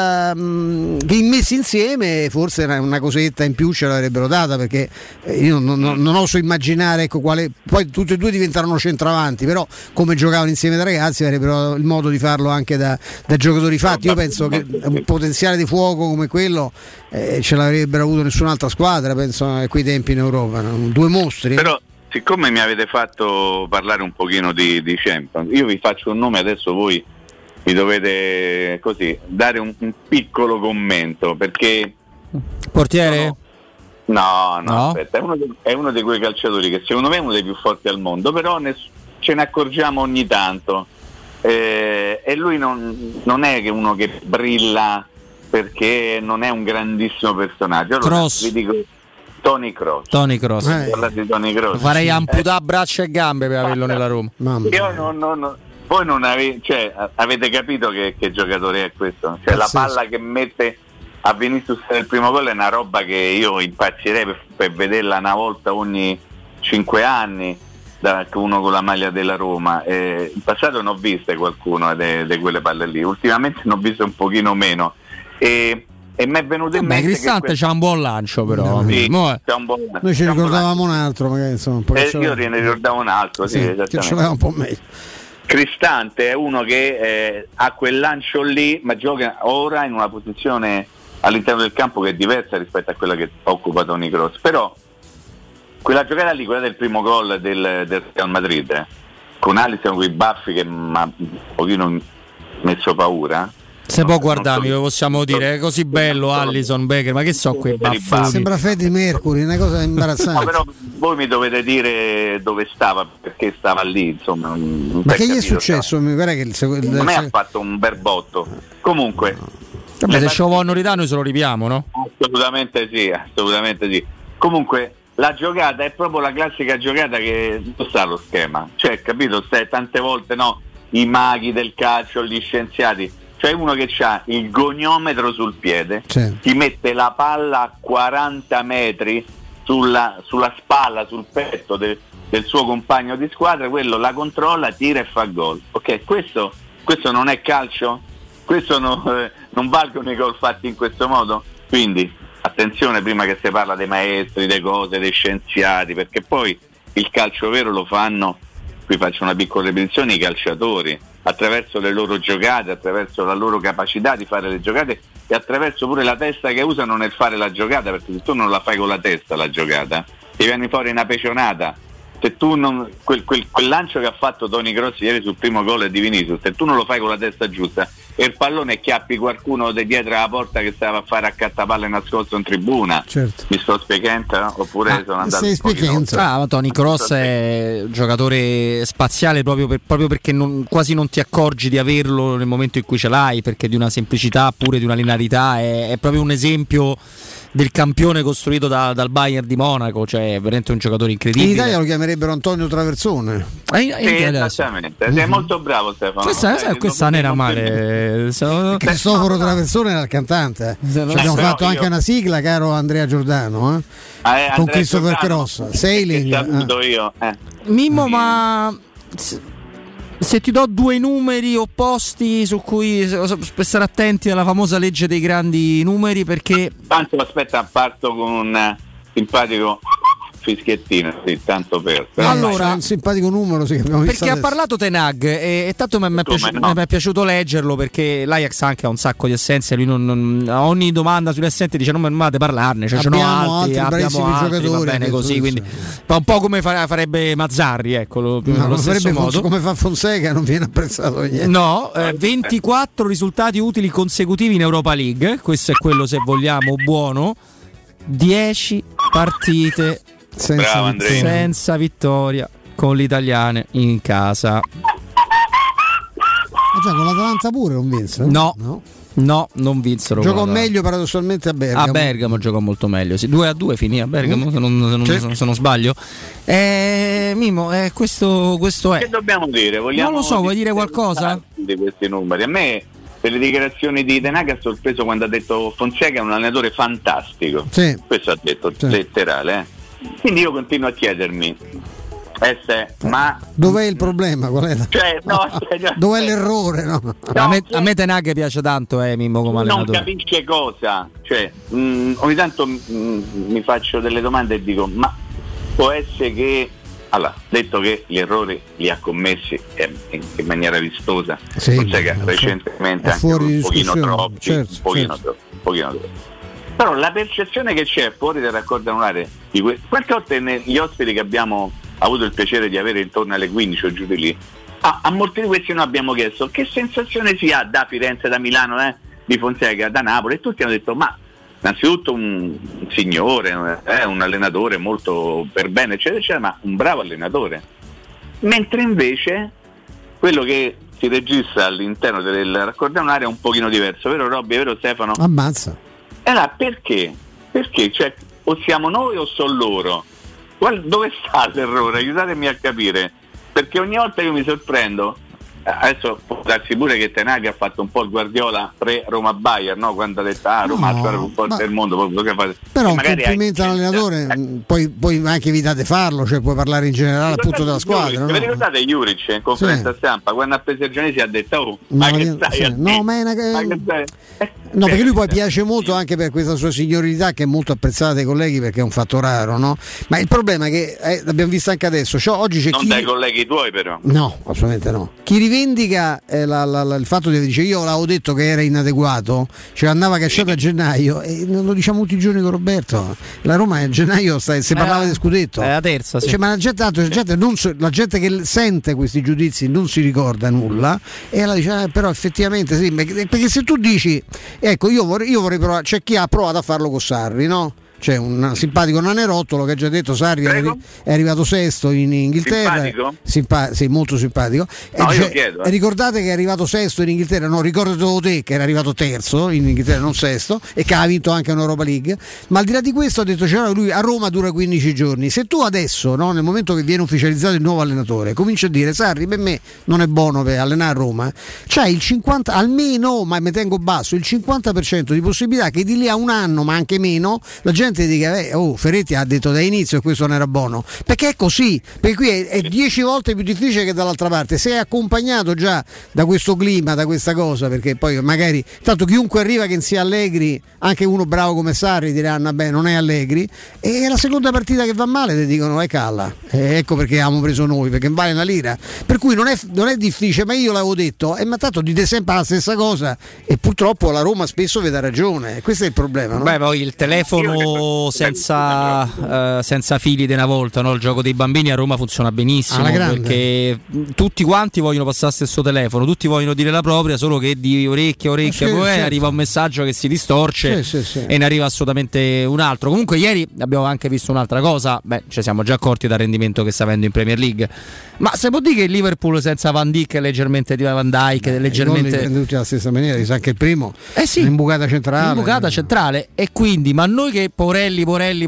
messi insieme forse era una cosetta in più ce l'avrebbero data, perché io non oso immaginare quale, poi tutti e due diventarono centravanti, però come giocavano insieme da ragazzi avrebbero il modo di farlo anche da giocatori fatti. Io penso che un potenziale di fuoco come quello ce l'avrebbero avuto nessun'altra squadra, penso, a quei tempi in Europa, due mostri. Però siccome mi avete fatto parlare un pochino di Champions, io vi faccio un nome, adesso voi mi dovete così dare un piccolo commento, perché portiere? No, aspetta, è uno di quei calciatori che secondo me è uno dei più forti al mondo, però ce ne accorgiamo ogni tanto, e lui non è che uno che brilla perché non è un grandissimo personaggio. Allora, vi dico Toni Kroos. Di Toni Kroos. Farei amputare braccia e gambe per averlo nella Roma. Io voi non avete capito che giocatore è questo? Cioè la palla che mette a Vinicius nel primo gol è una roba che io impazzirei per vederla una volta ogni 5 anni, da uno con la maglia della Roma. In passato ne ho viste qualcuno di quelle palle lì, ultimamente ne ho viste un pochino meno, e mi è venuto in mente Cristante c'ha un buon lancio, però c'ha un buon lancio. Noi ci ricordavamo un altro, magari, insomma, io ne ricordavo un altro, che ce l'aveva un po' meglio. Cristante è uno che ha quel lancio lì, ma gioca ora in una posizione all'interno del campo che è diversa rispetto a quella che occupa Toni Kroos. Però quella giocata lì, quella del primo gol del Real Madrid, con Alisson con i baffi che mi ha un pochino messo paura. Se può guardarmi, lo possiamo dire, è così bello Alisson Becker, ma che so quei baffi? Sembra Freddie Mercury, una cosa imbarazzante. No, però voi mi dovete dire dove stava, perché stava lì, insomma. Ma che gli è successo? Mi pare che a me ha fatto un bel botto. Comunque, se ce lo vogliono ridare noi se lo ripiamo, no? Assolutamente sì. Comunque la giocata è proprio la classica giocata che non sta lo schema, cioè, capito? Tante volte i maghi del calcio, gli scienziati, cioè uno che ha il goniometro sul piede, ti mette la palla a 40 metri sulla spalla, sul petto del suo compagno di squadra, quello la controlla, tira e fa gol. Ok, questo non è calcio? Questo non valgono i gol fatti in questo modo? Quindi attenzione prima che si parla dei maestri, delle cose, dei scienziati, perché poi il calcio vero lo fanno, qui faccio una piccola ripetizione, i calciatori, attraverso le loro giocate, attraverso la loro capacità di fare le giocate e attraverso pure la testa che usano nel fare la giocata, perché se tu non la fai con la testa la giocata ti viene fuori una pecionata. Se tu non quel lancio che ha fatto Toni Kroos ieri sul primo gol di Vinicius, se tu non lo fai con la testa giusta il pallone chiappi qualcuno di dietro la porta che stava a fare accattapalle nascosto in tribuna. Certo. Mi sto spiegando? Oppure sono andato sei spiegando? Toni Kroos è un giocatore spaziale proprio perché quasi non ti accorgi di averlo nel momento in cui ce l'hai, perché di una semplicità, pure di una linearità, è proprio un esempio del campione costruito dal Bayern di Monaco, cioè è veramente un giocatore incredibile. In Italia lo chiamerebbe Antonio Traversone. Esattamente, sei molto bravo Stefano. Questa non era male. Cristoforo Traversone era il cantante. Ci abbiamo fatto anche una sigla, caro Andrea Giordano, con Christopher Cross. Sailing. Io. Mimmo, ma se ti do due numeri opposti su cui per stare attenti alla famosa legge dei grandi numeri, perché tanto aspetta, parto con un simpatico fischiettino, sì, tanto per allora un simpatico numero, sì, perché ha parlato Ten Hag e tanto mi è piaciuto leggerlo, perché l'Ajax anche ha un sacco di assenze, lui non a ogni domanda sugli assenti dice non mi andate a parlarne, cioè abbiamo altri giocatori, va bene così, quindi un po' come farebbe Mazzarri, ecco, lo stesso modo come fa Fonseca, non viene apprezzato niente. No, 24 risultati utili consecutivi in Europa League, questo è quello, se vogliamo, buono. 10 partite senza vittoria con le italiane in casa. Già con l'Atalanta pure non vinsero? No, non vinsero. Giocò meglio paradossalmente a Bergamo. A Bergamo giocò molto meglio, sì. 2-2 finì a Bergamo, se non sbaglio. Mimo, questo è. Che dobbiamo dire? Non lo so, vuoi dire qualcosa? Di questi numeri. A me per le dichiarazioni di Ten Hag ha sorpreso quando ha detto Fonseca è un allenatore fantastico. Sì. Questo ha detto, letterale. Quindi io continuo a chiedermi, ma dov'è il problema? Qual è dov'è l'errore? No? A me Ten Hag piace tanto, Mimmo, come allenatore. Non capisce cosa, cioè ogni tanto mi faccio delle domande e dico, ma può essere che, allora, detto che gli errori li ha commessi in maniera vistosa, Fonseca recentemente anche un pochino troppi, un pochino troppi. Però la percezione che c'è fuori dal raccordo anulare di quante volte gli ospiti che abbiamo avuto il piacere di avere intorno alle 15 o giù di lì, a molti di questi noi abbiamo chiesto che sensazione si ha da Firenze, da Milano, di Fonseca, da Napoli, e tutti hanno detto ma innanzitutto un signore, un allenatore molto per bene, eccetera, eccetera, ma un bravo allenatore. Mentre invece quello che si registra all'interno del raccordo anulare è un pochino diverso, vero Robby, vero Stefano? Ammazza. E allora perché? Perché? Cioè, o siamo noi o sono loro? Dove sta l'errore? Aiutatemi a capire, perché ogni volta io mi sorprendo. Adesso può darsi pure che Ten Hag ha fatto un po' il Guardiola pre-Roma Bayern, no? Quando ha detto Roma è il forte del mondo, però un complimento all'allenatore, poi anche evitate farlo, cioè puoi parlare in generale appunto della squadra. Vi ricordate Juric in conferenza stampa quando ha preso il Gianesi ha detto no, perché lui poi piace molto anche per questa sua signorilità che è molto apprezzata dai colleghi, perché è un fatto raro, no? Ma il problema è che l'abbiamo visto anche adesso, oggi c'è non dai colleghi tuoi però. No, assolutamente no. Chi rivendica il fatto di dice io l'avevo detto che era inadeguato, cioè andava cacciato a gennaio, e lo diciamo tutti i giorni con Roberto, la Roma a gennaio si parlava di scudetto, è la terza, sì. Cioè, ma la gente che sente questi giudizi non si ricorda nulla, e ella dice però effettivamente sì, perché se tu dici ecco io vorrei provare, c'è chi ha provato a farlo con Sarri, no? C'è un simpatico nanerottolo che ha già detto Sarri è arrivato sesto in Inghilterra. Simpatico? Sì, molto simpatico. No, io chiedo, Ricordate che è arrivato sesto in Inghilterra, no, ricordatelo te che era arrivato terzo in Inghilterra, non sesto, e che ha vinto anche un'Europa League. Ma al di là di questo ha detto lui a Roma dura 15 giorni. Se tu adesso, no, nel momento che viene ufficializzato il nuovo allenatore, cominci a dire Sarri per me non è buono per allenare a Roma, c'hai il 50, almeno, ma mi tengo basso, il 50% di possibilità che di lì a un anno, ma anche meno, la gente dica Ferretti ha detto da inizio che questo non era buono, perché è così, perché qui è 10 volte più difficile che dall'altra parte. Se è accompagnato già da questo clima, da questa cosa, perché poi magari tanto chiunque arriva che non sia Allegri, anche uno bravo come Sarri diranno vabbè non è Allegri, e la seconda partita che va male ti dicono calla, ecco perché abbiamo preso noi, perché vale una lira, per cui non è difficile, ma io l'avevo detto, ma tanto dite sempre la stessa cosa, e purtroppo la Roma spesso vi dà ragione, questo è il problema, no? Beh, poi il telefono gioco senza fili di una volta, no? Il gioco dei bambini a Roma funziona benissimo perché tutti quanti vogliono passare stesso telefono, tutti vogliono dire la propria, solo che di orecchia a orecchia poi arriva un messaggio che si distorce e ne arriva assolutamente un altro. Comunque ieri abbiamo anche visto un'altra cosa, ci siamo già accorti dal rendimento che sta avendo in Premier League, ma se può dire che il Liverpool senza Van Dijk è leggermente di Van Dijk, leggermente prende tutti alla stessa maniera, sa che il primo l'imbucata centrale, e quindi ma noi che poveretti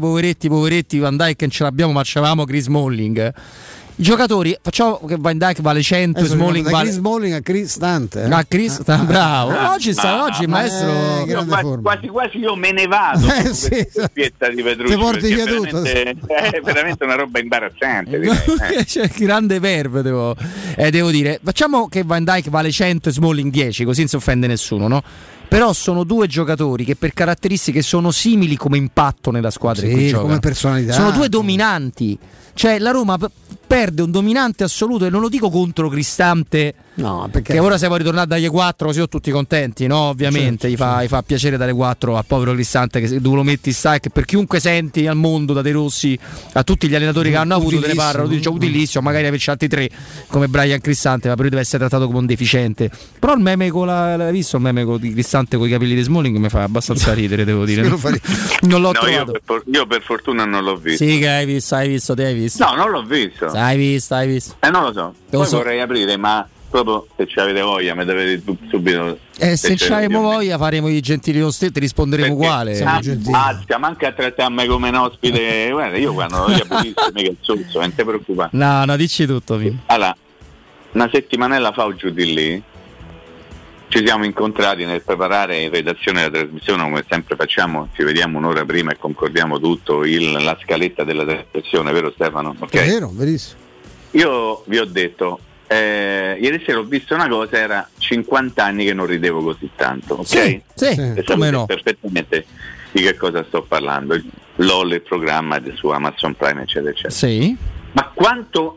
Van Dijk non ce l'abbiamo, ma c'avevamo Chris Smalling. I giocatori, facciamo che Van Dijk vale 100 e Smalling vale Chris Smalling a Chris Stante. Bravo. Oggi il maestro quasi io me ne vado di Petrucci, porti via tutto. È veramente una roba imbarazzante, direi. C'è grande verve, devo dire. Facciamo che Van Dijk vale 100 e Smalling 10, così non si offende nessuno, no? Però sono due giocatori che per caratteristiche sono simili come impatto nella squadra in cui giocano, come personalità. Sono due dominanti. Cioè la Roma perde un dominante assoluto, e non lo dico contro Cristante, perché ora siamo ritornati dagli 4, così sono tutti contenti, no? Ovviamente gli fa piacere dare 4 al povero Cristante, che tu lo metti stack, per chiunque senti al mondo, da De Rossi a tutti gli allenatori che hanno avuto, te ne parlano, dice utilissimo, magari averci altri 3 come Brian Cristante, ma per lui deve essere trattato come un deficiente. Però il meme l'hai visto, il meme di Cristante con i capelli di Smalling mi fa abbastanza ridere, devo dire. Non l'ho trovato. Io per fortuna non l'ho visto. Sì, che hai visto, te hai visto. No, non l'ho visto. Hai visto. Non lo so. Poi vorrei aprire, ma proprio se ci avete voglia mi dovete subito. Se ci avremo voglia faremo i gentili ostretti, risponderemo uguale. Ma anche a trattarmi come un ospite. Guarda, io quando voglio pulissimo mica il sozzo, non ti preoccupare. No, dici tutto, Pim. Allora, una settimanella fa o giù di lì ci siamo incontrati nel preparare in redazione la trasmissione, come sempre facciamo, ci vediamo un'ora prima e concordiamo tutto, la scaletta della trasmissione, vero Stefano? Okay. È vero, verissimo. Io vi ho detto, ieri sera ho visto una cosa, era 50 anni che non ridevo così tanto, ok? Sì, come no? Perfettamente di che cosa sto parlando, LOL, il programma su Amazon Prime, eccetera, eccetera. Sì. Ma quanto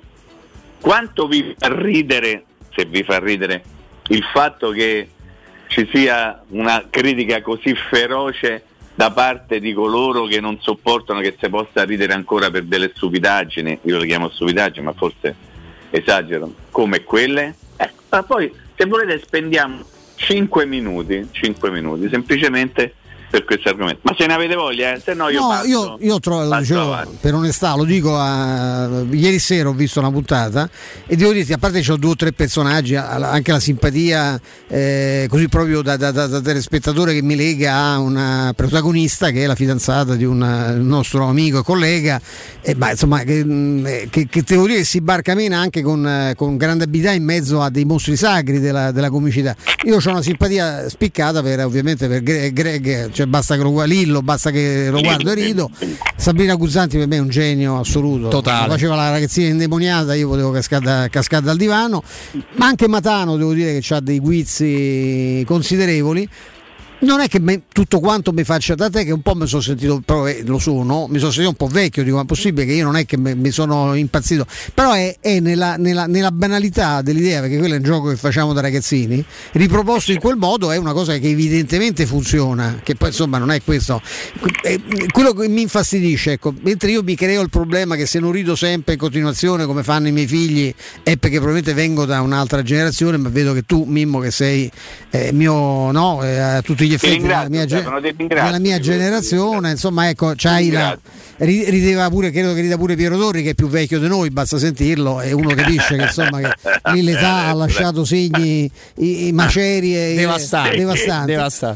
vi fa ridere, se vi fa ridere, il fatto che ci sia una critica così feroce da parte di coloro che non sopportano che si possa ridere ancora per delle stupidaggini, io le chiamo stupidaggini ma forse esagero, come quelle, ma poi se volete spendiamo 5 minuti semplicemente per questo argomento, ma se ne avete voglia, se no io per onestà lo dico, ieri sera ho visto una puntata e devo dirti, a parte che c'ho 2 o 3 personaggi, anche la simpatia così proprio da telespettatore che mi lega a una protagonista che è la fidanzata di un nostro amico e collega, ma insomma che devo dire che si barcamena anche con grande abilità in mezzo a dei mostri sacri della comicità. Io ho una simpatia spiccata ovviamente per Greg, cioè basta che basta che lo guardo e rido. Sabrina Guzzanti per me è un genio assoluto, totale. Faceva la ragazzina indemoniata, io potevo cascare dal divano, ma anche Matano devo dire che ha dei guizzi considerevoli. Non è che tutto quanto mi faccia da te, che un po' mi sono sentito, mi sono sentito un po' vecchio, dico, ma è possibile che io non è che mi sono impazzito, però è nella banalità dell'idea, perché quello è un gioco che facciamo da ragazzini, riproposto in quel modo è una cosa che evidentemente funziona, che poi insomma non è questo. Quello che mi infastidisce, ecco, mentre io mi creo il problema che se non rido sempre in continuazione come fanno i miei figli è perché probabilmente vengo da un'altra generazione, ma vedo che tu, Mimmo, che sei mio, no, a tutti gli effetti della mia generazione, insomma, ecco, rideva pure, credo che rida pure Piero Torri, che è più vecchio di noi, basta sentirlo, e uno capisce che insomma che lì l'età ha lasciato segni macerie devastanti.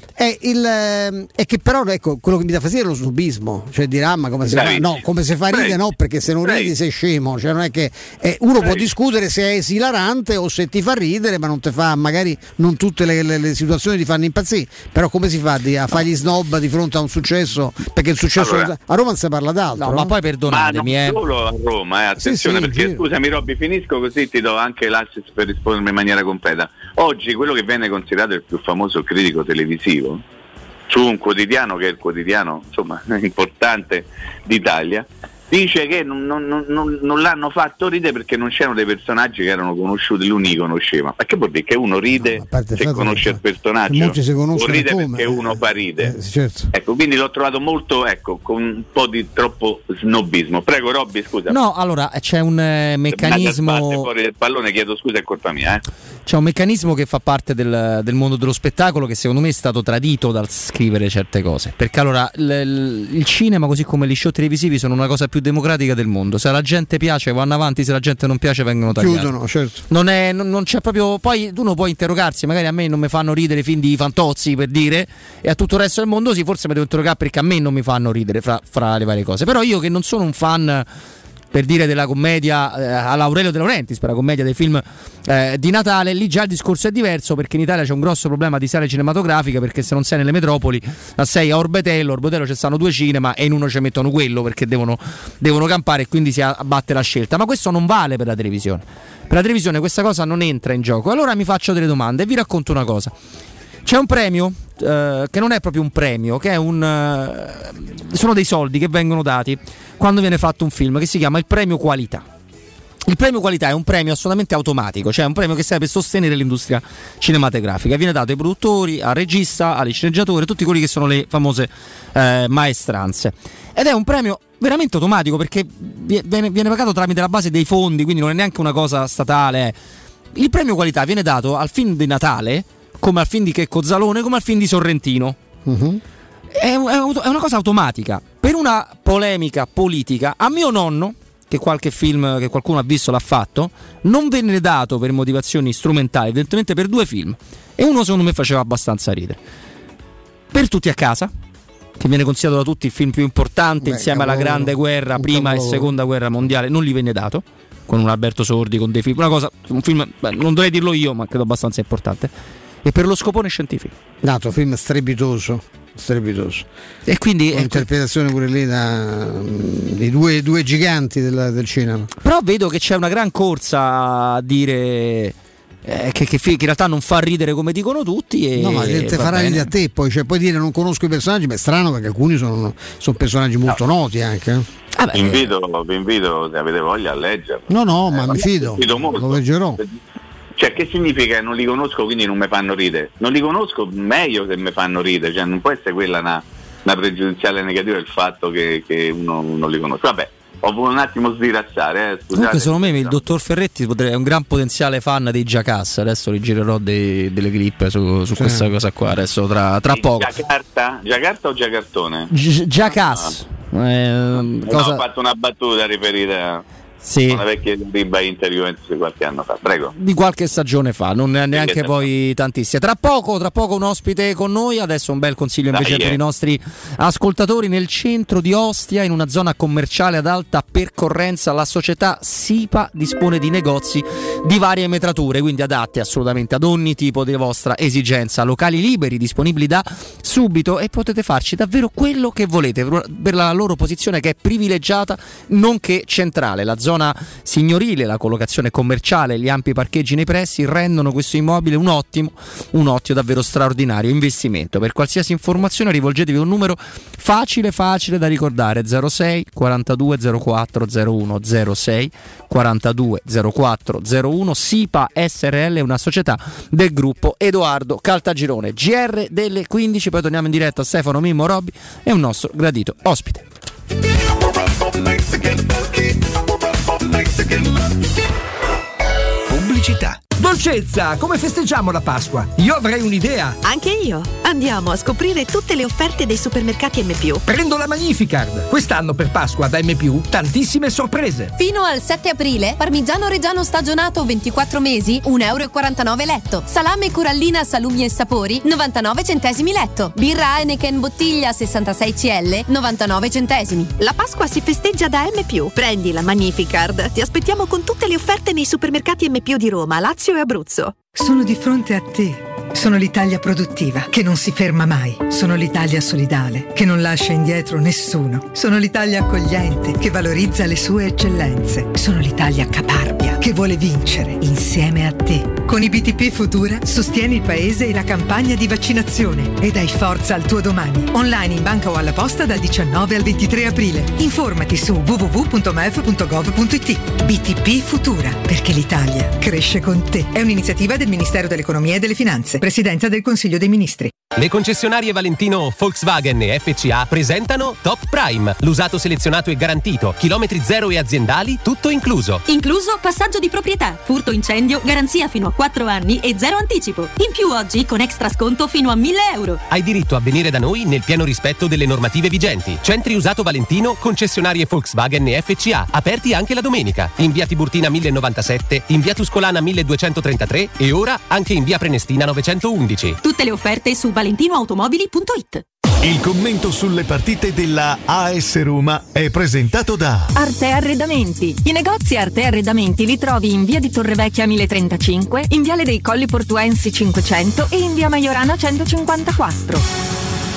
È che però, ecco, quello che mi dà fastidio è lo snobismo, cioè dire ma come si fa? No, come si fa a ridere? No, perché se non ridi sei scemo, cioè non è che uno può discutere se è esilarante o se ti fa ridere, ma non ti fa, magari non tutte le situazioni ti fanno impazzire, però come si fa a fare gli snob di fronte a un successo? Perché il successo a Roma non si parla d'altro. No, ma poi perdonatemi, ma non solo a Roma, attenzione, perché scusami Robby, finisco così ti do anche l'assist per rispondermi in maniera completa. Oggi quello che viene considerato il più famoso critico televisivo su un quotidiano che è il quotidiano insomma importante d'Italia dice che non l'hanno fatto ridere perché non c'erano dei personaggi che erano conosciuti, lui li conosceva. Ma che vuol dire? Che uno ride se conosce il personaggio o ride perché uno fa ride? Certo. Ecco, quindi l'ho trovato molto, con un po' di troppo snobismo. Prego Robby, scusa. No, allora c'è un meccanismo fuori del pallone, chiedo scusa, è colpa mia. C'è un meccanismo che fa parte del mondo dello spettacolo che secondo me è stato tradito dal scrivere certe cose, perché allora il cinema, così come gli show televisivi, sono una cosa più democratica del mondo. Se la gente piace vanno avanti, se la gente non piace vengono tagliati. Chiudono, certo. Non c'è proprio. Poi uno può interrogarsi, magari a me non mi fanno ridere i film di Fantozzi, per dire, e a tutto il resto del mondo sì, forse mi devo interrogare perché a me non mi fanno ridere fra le varie cose. Però io, che non sono un fan, per dire, della commedia all'Aurelio De Laurentiis, per la commedia dei film di Natale, lì già il discorso è diverso, perché in Italia c'è un grosso problema di sale cinematografica, perché se non sei nelle metropoli, ma sei a Orbetello ci stanno 2 cinema e in uno ci mettono quello perché devono campare, e quindi si abbatte la scelta. Ma questo non vale per la televisione. Per la televisione questa cosa non entra in gioco. Allora mi faccio delle domande e vi racconto una cosa. C'è un premio che non è proprio un premio, che è sono dei soldi che vengono dati quando viene fatto un film, che si chiama il premio qualità. Il premio qualità è un premio assolutamente automatico, cioè un premio che serve per sostenere l'industria cinematografica. Viene dato ai produttori, al regista, alle sceneggiatori, tutti quelli che sono le famose maestranze. Ed è un premio veramente automatico, perché viene pagato tramite la base dei fondi, quindi non è neanche una cosa statale. Il premio qualità viene dato al film di Natale, come al film di Checco Zalone, come al film di Sorrentino. È una cosa automatica. Per una polemica politica, a mio nonno, che qualche film che qualcuno ha visto l'ha fatto, non venne dato per motivazioni strumentali, evidentemente per 2 film, e uno secondo me faceva abbastanza ridere. Per Tutti a casa, che viene considerato da tutti il film più importante insieme alla Grande Guerra, prima e seconda guerra mondiale, non gli venne dato, con un Alberto Sordi, con dei film, un film, non dovrei dirlo io, ma credo abbastanza importante. E per Lo scopone scientifico, dato film strepitoso, e quindi un'interpretazione pure lì di due giganti del cinema. Però vedo che c'è una gran corsa a dire che in realtà non fa ridere come dicono tutti, no, ma te farà ridere a te, poi puoi dire non conosco i personaggi, ma è strano perché alcuni sono personaggi molto noti anche. Vi invito, se avete voglia, a leggerlo. No, ma mi fido molto. Lo leggerò. Cioè, che significa? Non li conosco, quindi non mi fanno ridere. Non li conosco, meglio che mi fanno ridere. Cioè, non può essere quella una pregiudiziale negativa il fatto che uno non li conosca. Vabbè, ho voluto un attimo svirazzare. Scusate. Comunque, secondo me il dottor Ferretti è un gran potenziale fan dei Jackass. Adesso li girerò delle clip su questa cosa qua. Adesso tra poco. Giacarta o Giacartone? Jackass. Ho fatto una battuta riferita. Sì. Una vecchia riba Inter Juventus di qualche anno fa, prego. Di qualche stagione fa, non neanche poi tantissime. Tra poco un ospite con noi. Adesso un bel consiglio invece per i nostri ascoltatori. Nel centro di Ostia, in una zona commerciale ad alta percorrenza, la società SIPA dispone di negozi di varie metrature, quindi adatti assolutamente ad ogni tipo di vostra esigenza. Locali liberi, disponibili da subito, e potete farci davvero quello che volete per la loro posizione, che è privilegiata nonché centrale. La zona signorile, la collocazione commerciale, gli ampi parcheggi nei pressi rendono questo immobile un ottimo davvero straordinario investimento. Per qualsiasi informazione rivolgetevi a un numero facile da ricordare: 06 42 04 01 06 42 04 01. SIPA SRL è una società del gruppo Edoardo Caltagirone. GR delle 15, poi torniamo in diretta a Stefano, Mimmo, Robby e un nostro gradito ospite. Pubblicità. Dolcezza, come festeggiamo la Pasqua? Io avrei un'idea. Anche io. Andiamo a scoprire tutte le offerte dei supermercati M+. Prendo la Magnificard. Quest'anno per Pasqua da M+, tantissime sorprese. Fino al 7 aprile, parmigiano reggiano stagionato 24 mesi, 1,49 € letto. Salame Corallina salumi e sapori, 99 centesimi letto. Birra Heineken bottiglia 66 CL, 99 centesimi. La Pasqua si festeggia da M+. Prendi la Magnificard. Ti aspettiamo con tutte le offerte nei supermercati M+ di Roma, Lazio e Abruzzo. Sono di fronte a te, Sono l'Italia produttiva, che non si ferma mai. Sono l'Italia solidale, che non lascia indietro nessuno. Sono l'Italia accogliente, che valorizza le sue eccellenze. Sono l'Italia caparbia, che vuole vincere insieme a te. Con i BTP Futura sostieni il paese e la campagna di vaccinazione e dai forza al tuo domani. Online, in banca o alla posta dal 19 al 23 aprile. Informati su www.mef.gov.it. BTP Futura, perché l'Italia cresce con te. È un'iniziativa del Ministero dell'Economia e delle Finanze. Presidenza del Consiglio dei Ministri. Le concessionarie Valentino, Volkswagen e FCA presentano Top Prime, l'usato selezionato e garantito, chilometri zero e aziendali, tutto incluso. Incluso passaggio di proprietà, furto incendio, garanzia fino a 4 anni e zero anticipo. In più oggi con extra sconto fino a 1.000 euro. Hai diritto a venire da noi nel pieno rispetto delle normative vigenti. Centri usato Valentino, concessionarie Volkswagen e FCA, aperti anche la domenica. In via Tiburtina 1097, in via Tuscolana 1233 e ora anche in via Prenestina 911. Tutte le offerte su valentinoautomobili.it. Il commento sulle partite della AS Roma è presentato da Arte Arredamenti. I negozi Arte Arredamenti li trovi in via di Torrevecchia 1035, in viale dei Colli Portuensi 500 e in via Maiorana 154.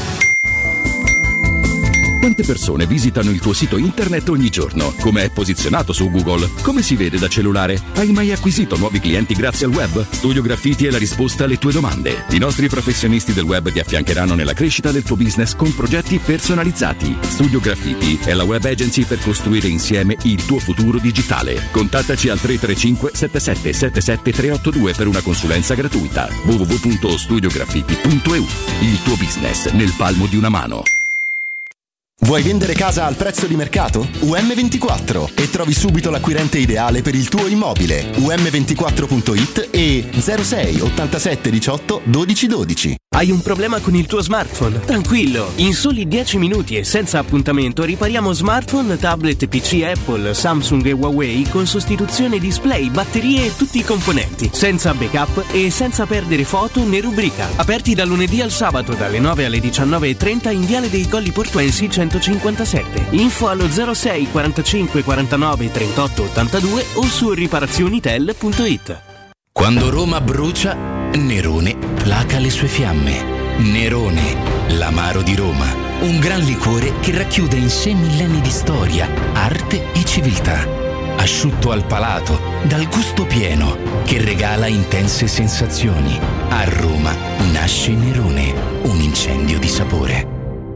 Quante persone visitano il tuo sito internet ogni giorno? Come è posizionato su Google? Come si vede da cellulare? Hai mai acquisito nuovi clienti grazie al web? Studio Graffiti è la risposta alle tue domande. I nostri professionisti del web ti affiancheranno nella crescita del tuo business con progetti personalizzati. Studio Graffiti è la web agency per costruire insieme il tuo futuro digitale. Contattaci al 335 77 77 382 per una consulenza gratuita. www.studiograffiti.eu. Il tuo business nel palmo di una mano. Vuoi vendere casa al prezzo di mercato? UM24 e trovi subito l'acquirente ideale per il tuo immobile. UM24.it e 06 87 18 12 12. Hai un problema con il tuo smartphone? Tranquillo, in soli 10 minuti e senza appuntamento ripariamo smartphone, tablet, PC Apple, Samsung e Huawei con sostituzione display, batterie e tutti i componenti, senza backup e senza perdere foto né rubrica. Aperti dal lunedì al sabato dalle 9 alle 19:30 in viale dei Colli Portuensi 157. Info allo 06 45 49 38 82 o su riparazionitel.it. Quando Roma brucia, Nerone placa le sue fiamme. Nerone, l'amaro di Roma. Un gran liquore che racchiude in sé millenni di storia, arte e civiltà. Asciutto al palato, dal gusto pieno, che regala intense sensazioni. A Roma nasce Nerone, un incendio di sapore.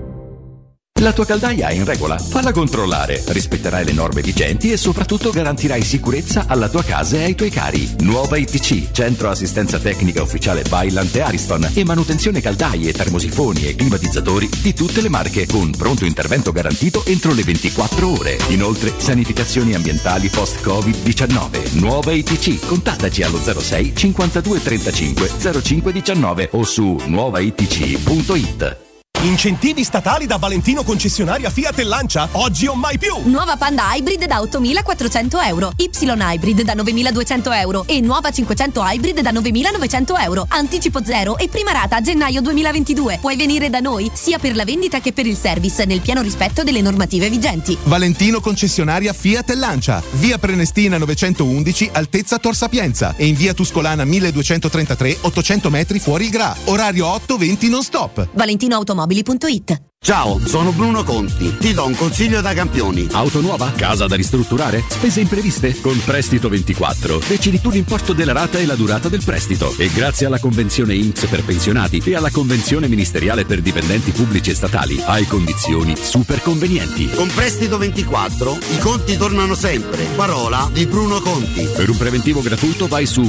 La tua caldaia è in regola? Falla controllare. Rispetterai le norme vigenti e soprattutto garantirai sicurezza alla tua casa e ai tuoi cari. Nuova ITC, centro assistenza tecnica ufficiale Vaillant e Ariston e manutenzione caldaie, termosifoni e climatizzatori di tutte le marche con pronto intervento garantito entro le 24 ore. Inoltre, sanificazioni ambientali post-Covid-19. Nuova ITC, contattaci allo 06 52 35 05 19 o su nuovaitc.it. Incentivi statali da Valentino concessionaria Fiat e Lancia, oggi o mai più! Nuova Panda Hybrid da 8.400 euro, Y Hybrid da 9.200 euro e nuova 500 Hybrid da 9.900 euro. Anticipo zero e prima rata a gennaio 2022. Puoi venire da noi sia per la vendita che per il service nel pieno rispetto delle normative vigenti. Valentino concessionaria Fiat e Lancia, via Prenestina 911, altezza Tor Sapienza e in via Tuscolana 1233, 800 metri fuori il Gra. Orario 8-20 non stop. ValentinoAutomobili.it. Ciao, sono Bruno Conti. Ti do un consiglio da campioni. Auto nuova? Casa da ristrutturare? Spese impreviste? Con Prestito 24 decidi tu l'importo della rata e la durata del prestito. E grazie alla convenzione INPS per pensionati e alla convenzione ministeriale per dipendenti pubblici e statali hai condizioni super convenienti. Con Prestito 24 i conti tornano sempre. Parola di Bruno Conti. Per un preventivo gratuito vai su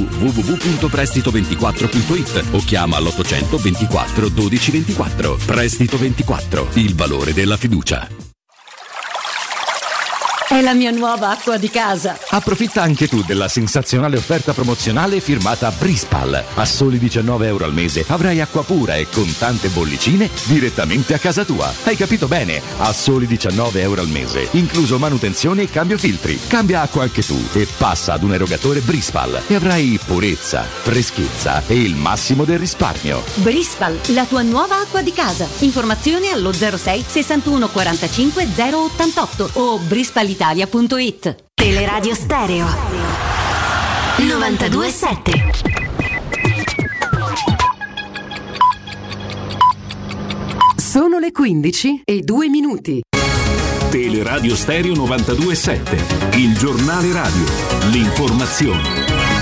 www.prestito24.it o chiama all'800 24 12 24. Prestito 24. Il valore della fiducia. È la mia nuova acqua di casa. Approfitta anche tu della sensazionale offerta promozionale firmata Brispal. A soli 19 euro al mese avrai acqua pura e con tante bollicine direttamente a casa tua. Hai capito bene? A soli 19 euro al mese, incluso manutenzione e cambio filtri. Cambia acqua anche tu e passa ad un erogatore Brispal e avrai purezza, freschezza e il massimo del risparmio. Brispal, la tua nuova acqua di casa. Informazioni allo 06 61 45 088 o brispalitalia.it. Teleradio Stereo 92.7. Sono le 15:02. Teleradio Stereo 92.7, il giornale radio, l'informazione.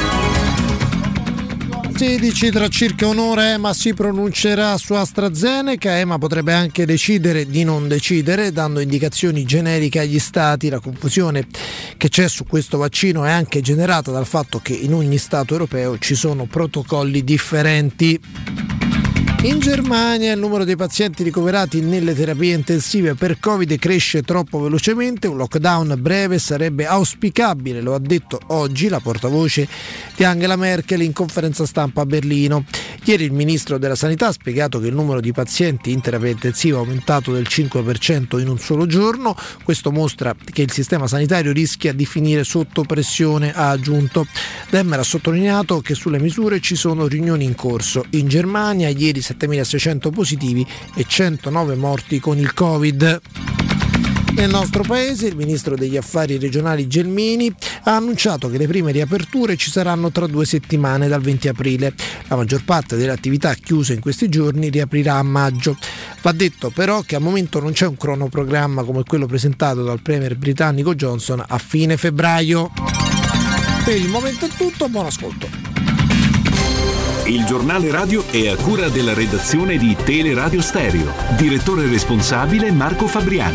16 tra circa un'ora EMA si pronuncerà su AstraZeneca. EMA potrebbe anche decidere di non decidere, dando indicazioni generiche agli stati. La confusione che c'è su questo vaccino è anche generata dal fatto che in ogni stato europeo ci sono protocolli differenti. In Germania il numero dei pazienti ricoverati nelle terapie intensive per Covid cresce troppo velocemente. Un lockdown breve sarebbe auspicabile, lo ha detto oggi la portavoce di Angela Merkel in conferenza stampa a Berlino. Ieri il ministro della Sanità ha spiegato che il numero di pazienti in terapia intensiva è aumentato del 5% in un solo giorno. Questo mostra che il sistema sanitario rischia di finire sotto pressione, ha aggiunto. Demmer ha sottolineato che sulle misure ci sono riunioni in corso. In Germania ieri 7.600 positivi e 109 morti con il Covid. Nel nostro paese il ministro degli affari regionali Gelmini ha annunciato che le prime riaperture ci saranno tra 2 settimane, dal 20 aprile. La maggior parte delle attività chiuse in questi giorni riaprirà a maggio. Va detto però che al momento non c'è un cronoprogramma come quello presentato dal premier britannico Johnson a fine febbraio. Per il momento è tutto, buon ascolto. Il giornale radio è a cura della redazione di Teleradio Stereo. Direttore responsabile Marco Fabriani.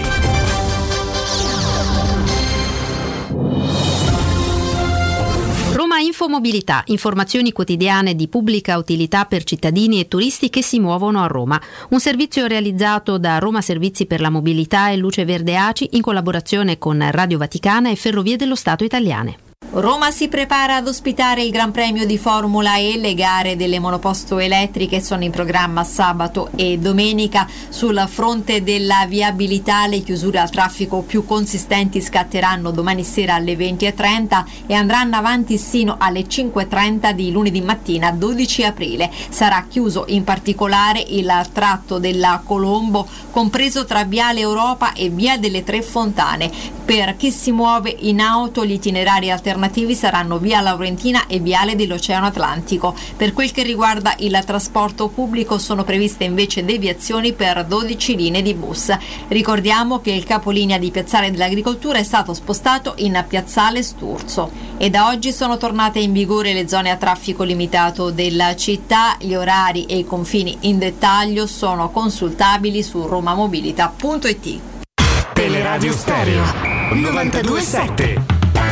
Roma Infomobilità, informazioni quotidiane di pubblica utilità per cittadini e turisti che si muovono a Roma. Un servizio realizzato da Roma Servizi per la Mobilità e Luce Verde ACI in collaborazione con Radio Vaticana e Ferrovie dello Stato italiane. Roma si prepara ad ospitare il Gran Premio di Formula E. Le gare delle monoposto elettriche sono in programma sabato e domenica. Sul fronte della viabilità le chiusure al traffico più consistenti scatteranno domani sera alle 20:30 e andranno avanti sino alle 5:30 di lunedì mattina 12 aprile. Sarà chiuso in particolare il tratto della Colombo, compreso tra Viale Europa e Via delle Tre Fontane. Per chi si muove in auto gli itinerari alternativi saranno Via Laurentina e Viale dell'Oceano Atlantico. Per quel che riguarda il trasporto pubblico sono previste invece deviazioni per 12 linee di bus. Ricordiamo che il capolinea di Piazzale dell'Agricoltura è stato spostato in Piazzale Sturzo e da oggi sono tornate in vigore le zone a traffico limitato della città. Gli orari e i confini in dettaglio sono consultabili su romamobilita.it. Teleradio Stereo 92.7.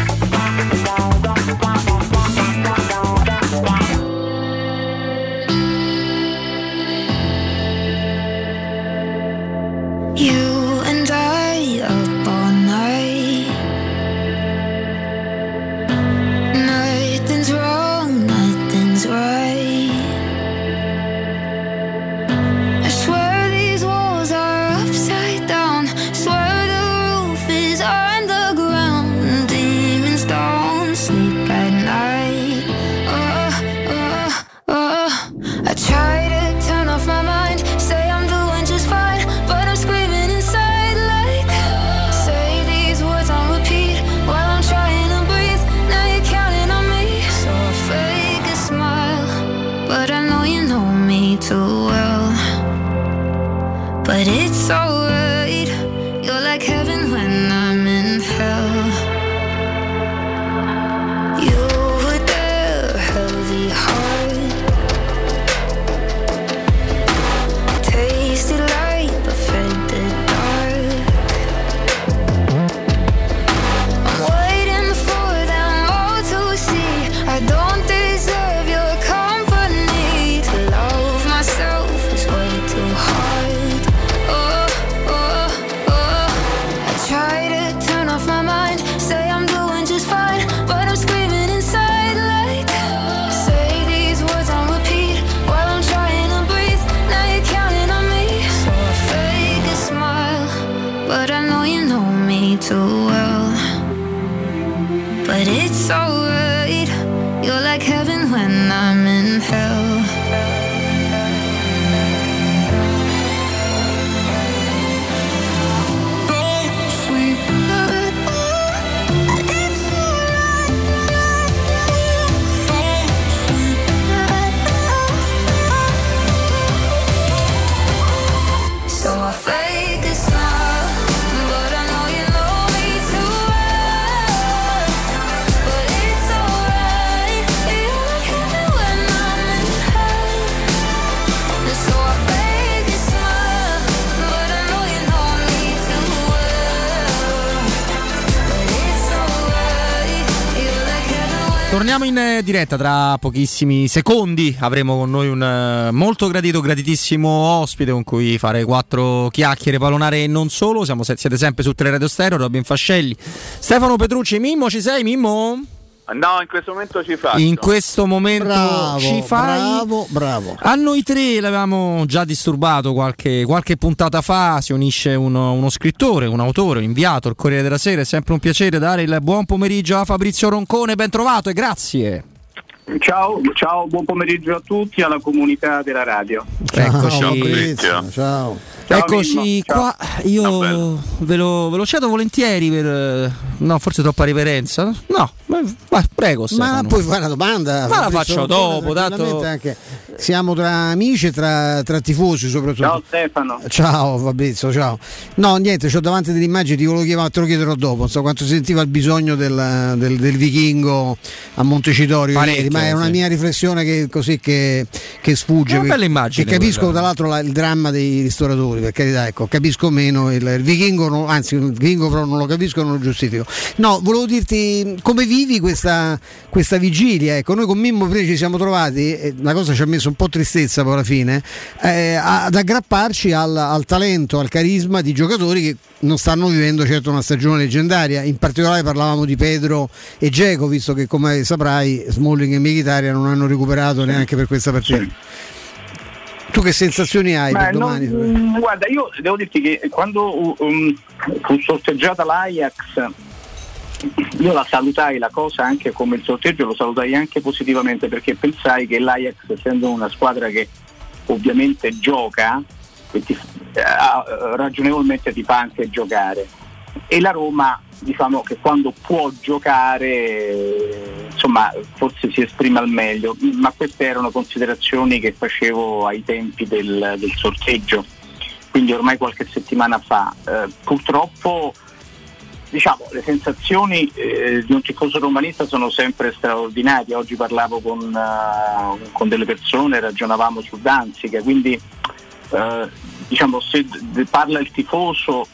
You and I up all night. Nothing's wrong, nothing's right. I swear these walls are upside down. Swear the roof is underground. Torniamo in diretta tra pochissimi secondi. Avremo con noi un molto graditissimo ospite con cui fare 4 chiacchiere, pallonare e non solo. Siete sempre su Teleradio Stereo. Robin Fascelli, Stefano Petrucci. Mimmo, ci sei, Mimmo? No, in questo momento ci faccio. In questo momento ci fai. Bravo. A noi tre l'avevamo già disturbato qualche puntata fa. Si unisce uno scrittore, un autore, un inviato, il Corriere della Sera. È sempre un piacere dare il buon pomeriggio a Fabrizio Roncone. Ben trovato e grazie. Ciao, buon pomeriggio a tutti, alla comunità della radio. Eccoci. Ciao. Eccoci qua, io ve lo cedo volentieri no, forse troppa riverenza. No, ma prego Stefano. Ma puoi fare una domanda? Ma la faccio dopo, tanto anche. Siamo tra amici e tra tifosi soprattutto. Ciao Stefano. Ciao Fabrizio, ciao. No, niente, c'ho davanti delle immagini, te lo chiederò dopo. Non so quanto si sentiva il bisogno del vichingo a Montecitorio ieri, ma è una mia riflessione che sfugge. È una bella immagine. Che capisco tra l'altro il dramma dei ristoratori, per carità, ecco, capisco meno il vichingo, anzi il vichingo però non lo capisco e non lo giustifico. No, volevo dirti come vivi questa vigilia, ecco. Noi con Mimmo prima ci siamo trovati, la cosa ci ha messo un po' tristezza poi alla fine, ad aggrapparci al talento, al carisma di giocatori che non stanno vivendo certo una stagione leggendaria. In particolare parlavamo di Pedro e Dzeko, visto che come saprai Smalling e Mkhitaryan non hanno recuperato neanche per questa partita. Sì. Tu che sensazioni hai per domani? Guarda, io devo dirti che quando fu sorteggiata l'Ajax, io la salutai la cosa, anche come il sorteggio lo salutai anche positivamente, perché pensai che l'Ajax, essendo una squadra che ovviamente gioca, ragionevolmente ti fa anche giocare, e la Roma, diciamo che quando può giocare insomma forse si esprime al meglio, ma queste erano considerazioni che facevo ai tempi del sorteggio, quindi ormai qualche settimana fa. Purtroppo, diciamo, le sensazioni di un tifoso romanista sono sempre straordinarie. Oggi parlavo con delle persone, ragionavamo su Danzica, quindi diciamo, se parla il tifoso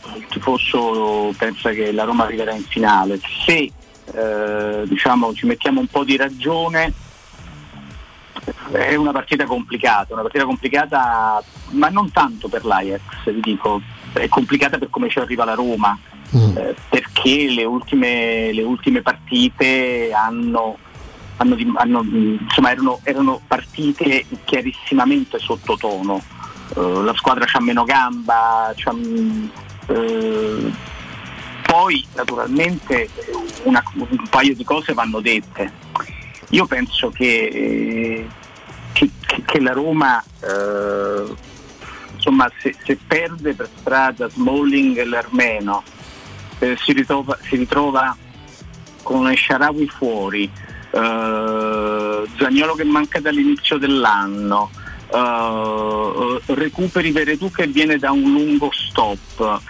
pensa che la Roma arriverà in finale. Se diciamo ci mettiamo un po' di ragione, è una partita complicata, ma non tanto per l'Ajax, vi dico, è complicata per come ci arriva la Roma, perché le ultime partite insomma erano partite chiarissimamente sottotono. La squadra c'ha meno gamba, poi naturalmente un paio di cose vanno dette. Io penso che la Roma insomma se perde per strada Smalling e l'Armeno, si ritrova con Esharawi fuori, Zaniolo che manca dall'inizio dell'anno, recuperi Veretù che viene da un lungo stop.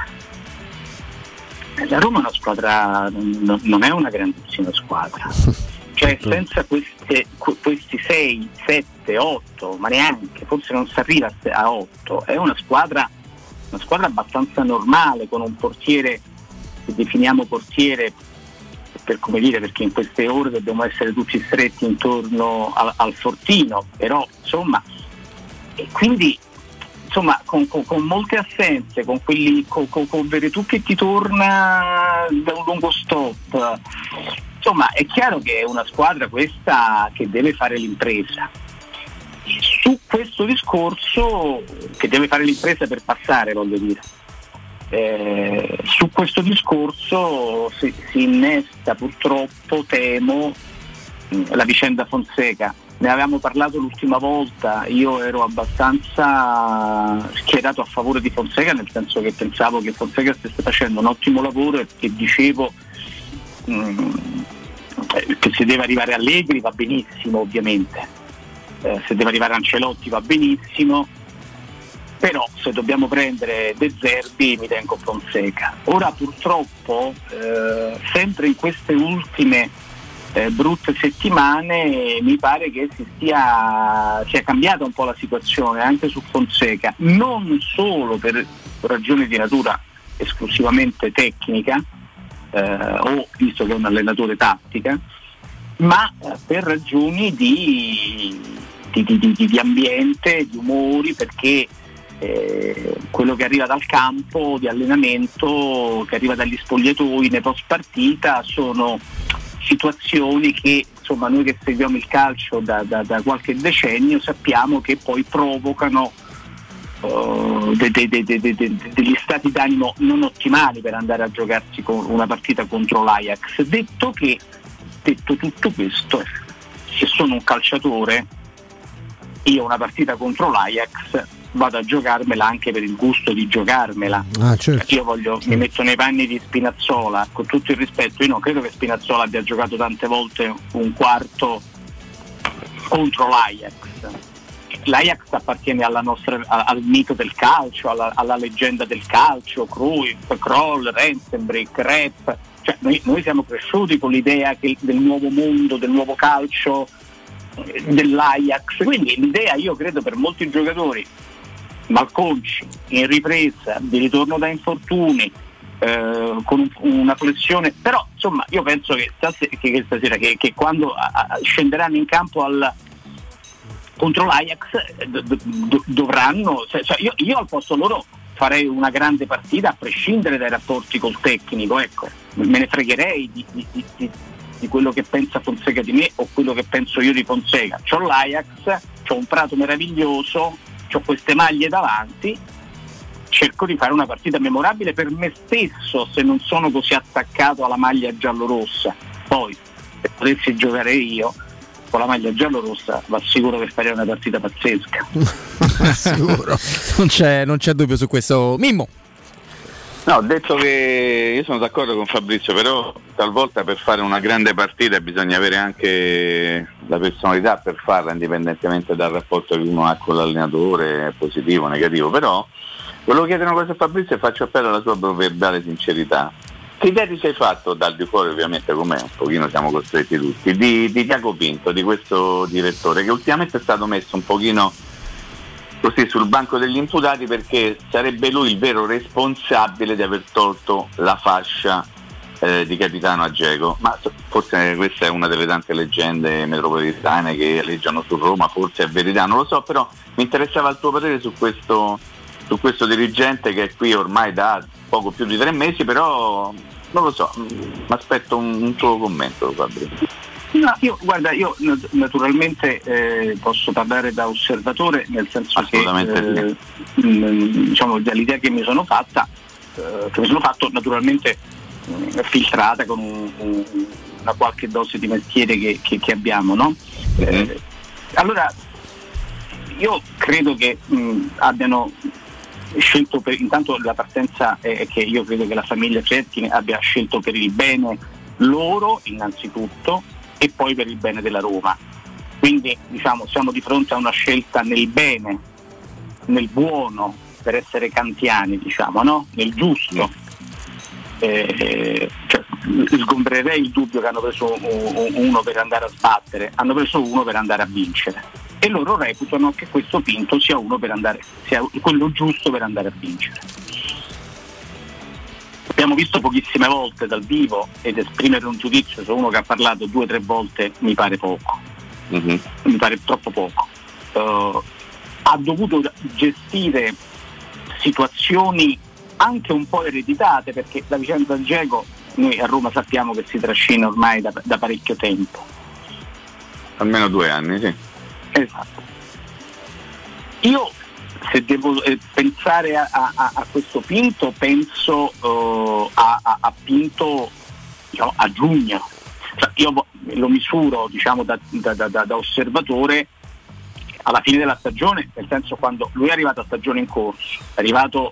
La Roma è una squadra, non è una grandissima squadra, cioè senza questi 6, 7, 8, ma neanche, forse non si arriva a 8, è una squadra abbastanza normale, con un portiere che definiamo portiere per come dire, perché in queste ore dobbiamo essere tutti stretti intorno al fortino, però insomma, e quindi insomma con molte assenze, con Veretù che ti torna da un lungo stop, insomma è chiaro che è una squadra questa che deve fare l'impresa. Su questo discorso, che deve fare l'impresa per passare, voglio dire, su questo discorso si innesta purtroppo, temo, la vicenda Fonseca. Ne avevamo parlato l'ultima volta, io ero abbastanza schierato a favore di Fonseca, nel senso che pensavo che Fonseca stesse facendo un ottimo lavoro e che dicevo che se deve arrivare Allegri va benissimo, ovviamente, se deve arrivare Ancelotti va benissimo, però se dobbiamo prendere De Zerbi mi tengo Fonseca. Ora purtroppo sempre in queste ultime brutte settimane mi pare che sia cambiata un po' la situazione anche su Fonseca, non solo per ragioni di natura esclusivamente tecnica o visto che è un allenatore tattica, ma per ragioni di ambiente, di umori, perché quello che arriva dal campo di allenamento, che arriva dagli spogliatoi nei post partita, sono situazioni che insomma noi che seguiamo il calcio da qualche decennio sappiamo che poi provocano degli stati d'animo non ottimali per andare a giocarsi con una partita contro l'Ajax. Detto tutto questo, se sono un calciatore, io una partita contro l'Ajax vado a giocarmela anche per il gusto di giocarmela. Certo. Io mi metto nei panni di Spinazzola, con tutto il rispetto, io non credo che Spinazzola abbia giocato tante volte un quarto contro l'Ajax. L'Ajax appartiene al mito del calcio, alla leggenda del calcio, Cruyff, Kroll, Rensenbrink, Repp. Cioè, noi siamo cresciuti con l'idea del nuovo mondo, del nuovo calcio dell'Ajax, quindi l'idea, io credo, per molti giocatori, malconci, in ripresa, di ritorno da infortuni, con una flessione, però insomma io penso che stasera che quando scenderanno in campo contro l'Ajax dovranno, io al posto loro farei una grande partita a prescindere dai rapporti col tecnico, ecco, me ne fregherei di quello che pensa Fonseca di me o quello che penso io di Fonseca. C'ho l'Ajax, c'ho un prato meraviglioso, c'ho queste maglie davanti, cerco di fare una partita memorabile per me stesso, se non sono così attaccato alla maglia giallorossa. Poi se potessi giocare io con la maglia giallorossa va sicuro che farei una partita pazzesca. Sicuro. non c'è dubbio su questo. Mimmo. No, ho detto che io sono d'accordo con Fabrizio, però talvolta per fare una grande partita bisogna avere anche la personalità per farla, indipendentemente dal rapporto che uno ha con l'allenatore, positivo o negativo. Però volevo chiedere una cosa a Fabrizio e faccio appello alla sua proverbiale sincerità. Che idea ti sei fatto, dal di fuori ovviamente, come un pochino siamo costretti tutti, di Tiago Pinto, di questo direttore che ultimamente è stato messo un pochino così sul banco degli imputati, perché sarebbe lui il vero responsabile di aver tolto la fascia di capitano a Dzeko, ma forse questa è una delle tante leggende metropolitane che aleggiano su Roma, forse è verità, non lo so, però mi interessava il tuo parere su questo dirigente che è qui ormai da poco più di 3 mesi, però non lo so, mi aspetto un tuo commento, Fabrizio. No, io naturalmente posso parlare da osservatore, nel senso che diciamo dall'idea che mi sono fatto naturalmente filtrata con una qualche dose di mestiere che abbiamo, no? Allora io credo che abbiano scelto intanto la partenza è che io credo che la famiglia Cettine abbia scelto per il bene loro innanzitutto e poi per il bene della Roma, quindi diciamo siamo di fronte a una scelta nel bene, nel buono, per essere kantiani, diciamo, no? Nel giusto. Sgombrerei il dubbio che hanno preso uno per andare a sbattere, hanno preso uno per andare a vincere e loro reputano che questo Pinto sia quello giusto per andare a vincere. Abbiamo visto pochissime volte dal vivo ed esprimere un giudizio su uno che ha parlato 2 o 3 volte mi pare poco, mi pare troppo poco. Ha dovuto gestire situazioni anche un po' ereditate, perché la vicenda Dzeko noi a Roma sappiamo che si trascina ormai da parecchio tempo, almeno 2 anni, sì. Esatto. Io se devo pensare a questo Pinto, penso a Pinto, diciamo, a giugno. Cioè, io lo misuro, diciamo, da osservatore alla fine della stagione, nel senso quando lui è arrivato a stagione in corso, è arrivato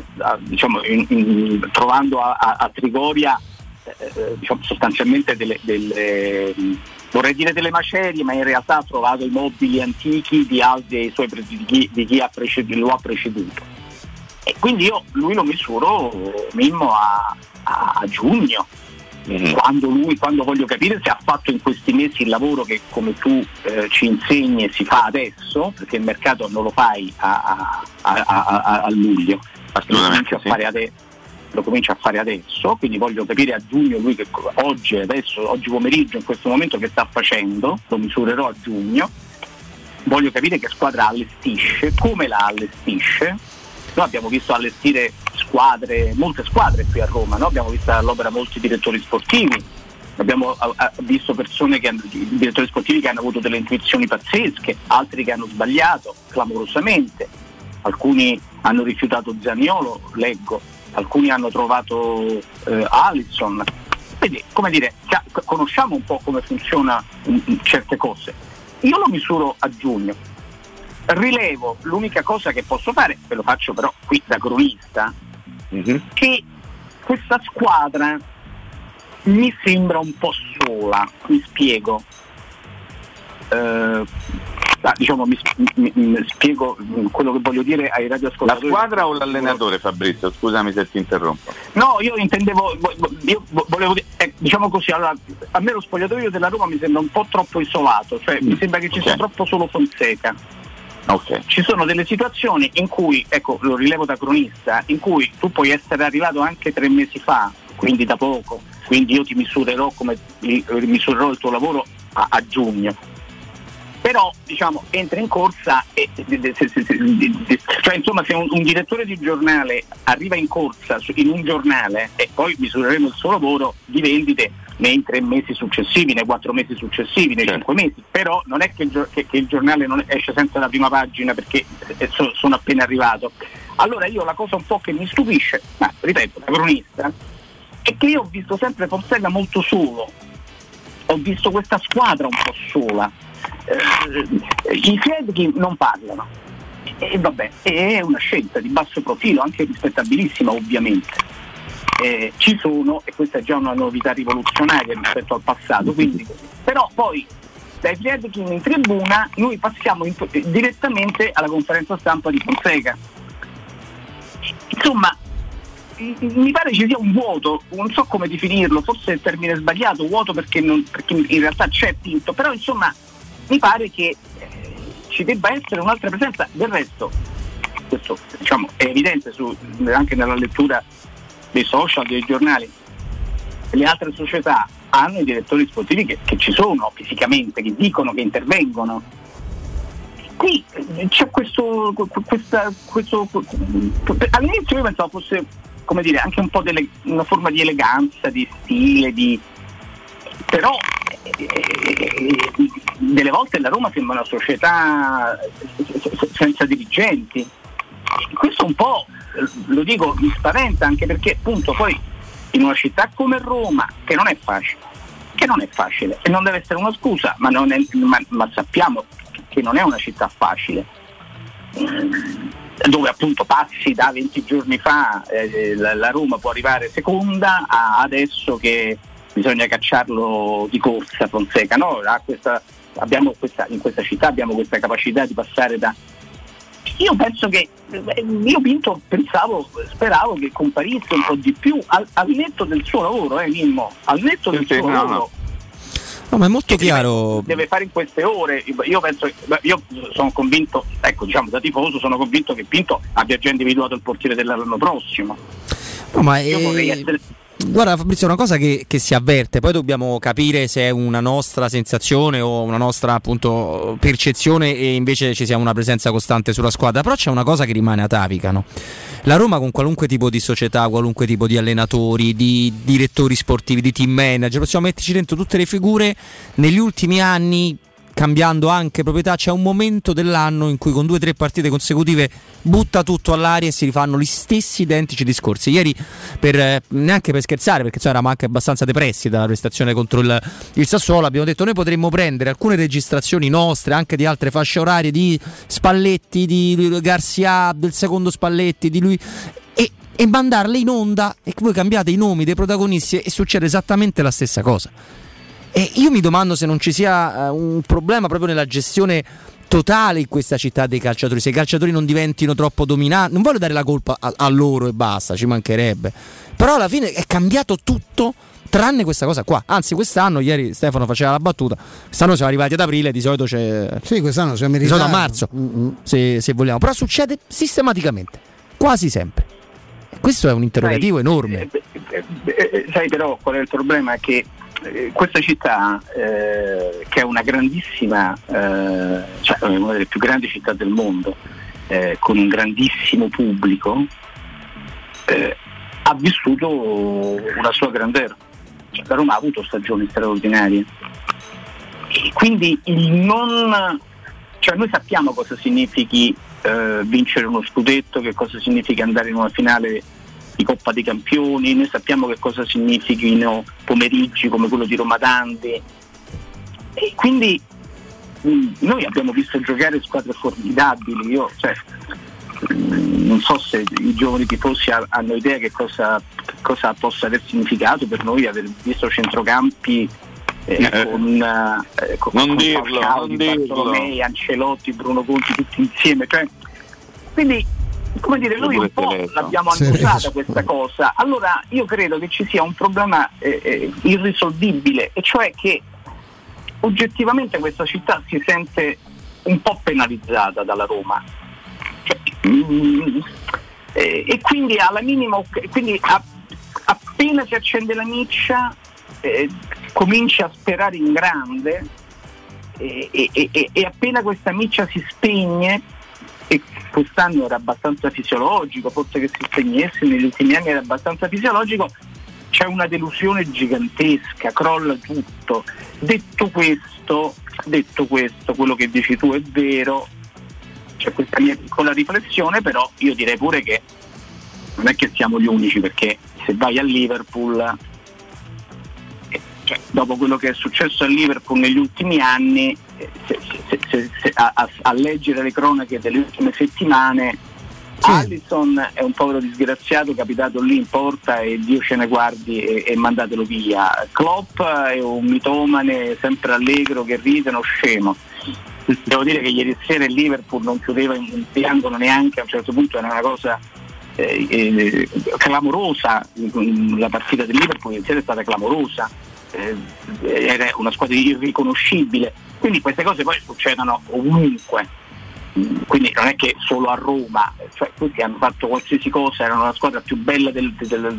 trovando a Trigoria diciamo, sostanzialmente vorrei dire delle macerie, ma in realtà ha trovato i mobili antichi di chi lo ha preceduto. E quindi io lui lo misuro, Mimmo, a giugno, quando voglio capire se ha fatto in questi mesi il lavoro che, come tu ci insegni, e si fa adesso, perché il mercato non lo fai a luglio, assolutamente, lo lo comincia a fare adesso, quindi voglio capire a giugno lui che oggi pomeriggio, in questo momento, che sta facendo, lo misurerò a giugno, voglio capire che squadra allestisce, come la allestisce. Noi abbiamo visto allestire molte squadre qui a Roma, no? Abbiamo visto all'opera molti direttori sportivi, abbiamo visto direttori sportivi che hanno avuto delle intuizioni pazzesche, altri che hanno sbagliato clamorosamente, alcuni hanno rifiutato Zaniolo, leggo, alcuni hanno trovato Alisson. Quindi, come dire, conosciamo un po' come funziona certe cose. Io lo misuro a giugno. Rilevo, l'unica cosa che posso fare, ve lo faccio però qui da cronista, che questa squadra mi sembra un po' sola, mi spiego. Mi spiego quello che voglio dire ai radioascoltatori. La squadra o l'allenatore, Fabrizio? Scusami se ti interrompo. No, io volevo dire, diciamo così, allora, a me lo spogliatoio della Roma mi sembra un po' troppo isolato, cioè mi sembra che ci sia troppo solo Fonseca. Okay. Ci sono delle situazioni in cui, ecco, lo rilevo da cronista, in cui tu puoi essere arrivato anche 3 mesi fa, quindi da poco, quindi io ti misurerò come misurerò il tuo lavoro a giugno. Però diciamo entra in corsa cioè insomma, se un direttore di giornale arriva in corsa in un giornale e poi misureremo il suo lavoro di vendite nei 3 mesi successivi, nei 4 mesi successivi, nei 5 mesi, però non è che il giornale non esce senza la prima pagina perché sono appena arrivato. Allora io la cosa un po' che mi stupisce, ma ripeto, da cronista, è che io ho visto sempre Fonseca molto solo, ho visto questa squadra un po' sola. I Friedkin non parlano e vabbè, è una scelta di basso profilo, anche rispettabilissima ovviamente. Ci sono, e questa è già una novità rivoluzionaria rispetto al passato, quindi, però poi dai Friedkin in tribuna noi passiamo direttamente alla conferenza stampa di Fonseca. Insomma, mi pare ci sia un vuoto, non so come definirlo, forse è il termine sbagliato, vuoto perché in realtà c'è Pinto, però insomma mi pare che ci debba essere un'altra presenza. Del resto, questo diciamo è evidente anche nella lettura dei social, dei giornali. Le altre società hanno i direttori sportivi che ci sono fisicamente, che dicono, che intervengono. Qui c'è questo all'inizio io pensavo fosse, come dire, anche un po' una forma di eleganza, di stile, però delle volte la Roma sembra una società senza dirigenti. Questo un po', lo dico, mi spaventa, anche perché appunto poi in una città come Roma, che non è facile e non deve essere una scusa, ma sappiamo che non è una città facile, dove appunto passi da 20 giorni fa la Roma può arrivare seconda a adesso che bisogna cacciarlo di corsa Fonseca, no? In questa città abbiamo questa capacità di passare da... Io penso che Pinto speravo che comparisse un po' di più al netto del suo lavoro, Mimmo, al netto del suo lavoro. No, ma è molto chiaro. Deve fare in queste ore. Io sono convinto, ecco, diciamo da tifoso, sono convinto che Pinto abbia già individuato il portiere dell'anno prossimo. No, ma io vorrei essere... Guarda Fabrizio, è una cosa che si avverte, poi dobbiamo capire se è una nostra sensazione o una nostra appunto percezione e invece ci sia una presenza costante sulla squadra, però c'è una cosa che rimane atavica, no? La Roma con qualunque tipo di società, qualunque tipo di allenatori, di direttori sportivi, di team manager, possiamo metterci dentro tutte le figure, negli ultimi anni, cambiando anche proprietà, c'è un momento dell'anno in cui con 2 o 3 partite consecutive butta tutto all'aria e si rifanno gli stessi identici discorsi. Ieri, neanche per scherzare, perché eravamo anche abbastanza depressi dalla prestazione contro il Sassuolo, abbiamo detto noi potremmo prendere alcune registrazioni nostre, anche di altre fasce orarie, di Spalletti, di Garcia, del secondo Spalletti, di lui, e mandarle in onda, e voi cambiate i nomi dei protagonisti e succede esattamente la stessa cosa. E io mi domando se non ci sia un problema proprio nella gestione totale in questa città dei calciatori, se i calciatori non diventino troppo dominanti. Non voglio dare la colpa a loro e basta, ci mancherebbe, però alla fine è cambiato tutto tranne questa cosa qua. Anzi, quest'anno, ieri Stefano faceva la battuta, quest'anno siamo arrivati ad aprile, di solito c'è... Sì, quest'anno siamo in ritardo. Di solito a marzo, se vogliamo, però succede sistematicamente, quasi sempre. Questo è un interrogativo enorme. Sai però qual è il problema? Che questa città, che è una grandissima, cioè una delle più grandi città del mondo, con un grandissimo pubblico, ha vissuto una sua grandezza. Cioè, la Roma ha avuto stagioni straordinarie. E quindi cioè noi sappiamo cosa significhi vincere uno scudetto, che cosa significa andare in una finale di Coppa dei Campioni, noi sappiamo che cosa significhino pomeriggi come quello di Roma Dandi, e quindi noi abbiamo visto giocare squadre formidabili. Io non so se i giovani tifosi hanno idea che cosa possa aver significato per noi aver visto centrocampi con Bartolomei, Ancelotti, Bruno Conti tutti insieme, cioè, quindi come dire, noi un po' l'abbiamo annusata questa cosa. Allora io credo che ci sia un problema irrisolvibile, e cioè che oggettivamente questa città si sente un po' penalizzata dalla Roma, e quindi alla minima, quindi appena si accende la miccia comincia a sperare in grande, e appena questa miccia si spegne, e quest'anno era abbastanza fisiologico, forse che si spegnesse, negli ultimi anni era abbastanza fisiologico, c'è una delusione gigantesca, crolla tutto. Detto questo, quello che dici tu è vero, c'è questa mia piccola riflessione, però io direi pure che non è che siamo gli unici, perché se vai a Liverpool, cioè, dopo quello che è successo a Liverpool negli ultimi anni, a leggere le cronache delle ultime settimane, sì. Alisson è un povero disgraziato capitato lì in porta e Dio ce ne guardi e mandatelo via. Klopp è un mitomane sempre allegro che ride, uno scemo. Devo dire che ieri sera il Liverpool non chiudeva in triangolo neanche, a un certo punto era una cosa clamorosa. La partita del Liverpool ieri sera è stata clamorosa, era una squadra irriconoscibile, quindi queste cose poi succedono ovunque, quindi non è che solo a Roma, cioè tutti hanno fatto qualsiasi cosa, erano la squadra più bella del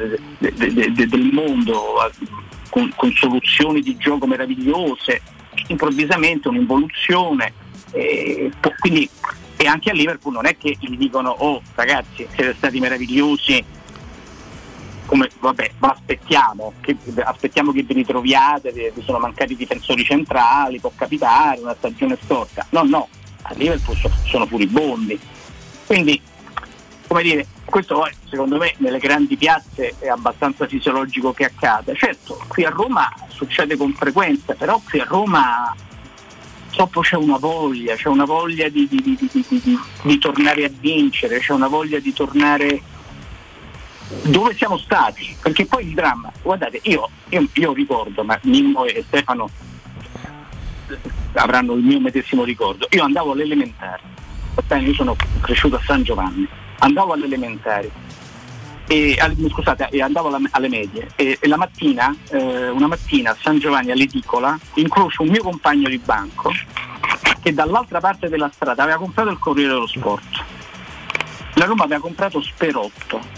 mondo, con soluzioni di gioco meravigliose, improvvisamente un'involuzione, quindi, e anche a Liverpool non è che gli dicono oh ragazzi siete stati meravigliosi, come vabbè, ma aspettiamo che vi ritroviate, vi sono mancati difensori centrali, può capitare, una stagione storta. No, a Liverpool sono furibondi. Quindi, come dire, questo secondo me nelle grandi piazze è abbastanza fisiologico che accada. Certo, qui a Roma succede con frequenza, però qui a Roma troppo c'è una voglia di tornare a vincere, c'è una voglia di tornare dove siamo stati, perché poi il dramma, guardate, io ricordo, ma Mimmo e Stefano avranno il mio medesimo ricordo, io andavo all'elementare, io sono cresciuto a San Giovanni, andavo all'elementare e andavo alle medie, e la mattina, una mattina a San Giovanni all'edicola incrocio un mio compagno di banco che dall'altra parte della strada aveva comprato il Corriere dello Sport. La Roma aveva comprato Sperotto,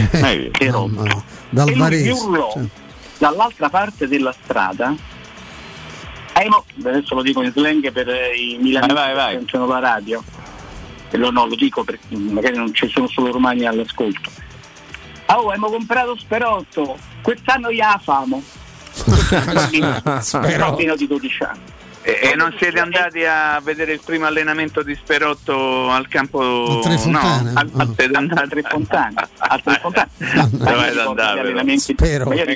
dal e lui mi urlò dall'altra parte della strada, adesso lo dico in slang per i milanisti che sentono la radio, lo dico perché magari non ci sono solo romani all'ascolto. Abbiamo comprato Sperotto, quest'anno gli famo. Bambino di 12 anni. E non siete andati a vedere il primo allenamento di Sperotto al campo? Tre Fontane. A Tre Fontane. Io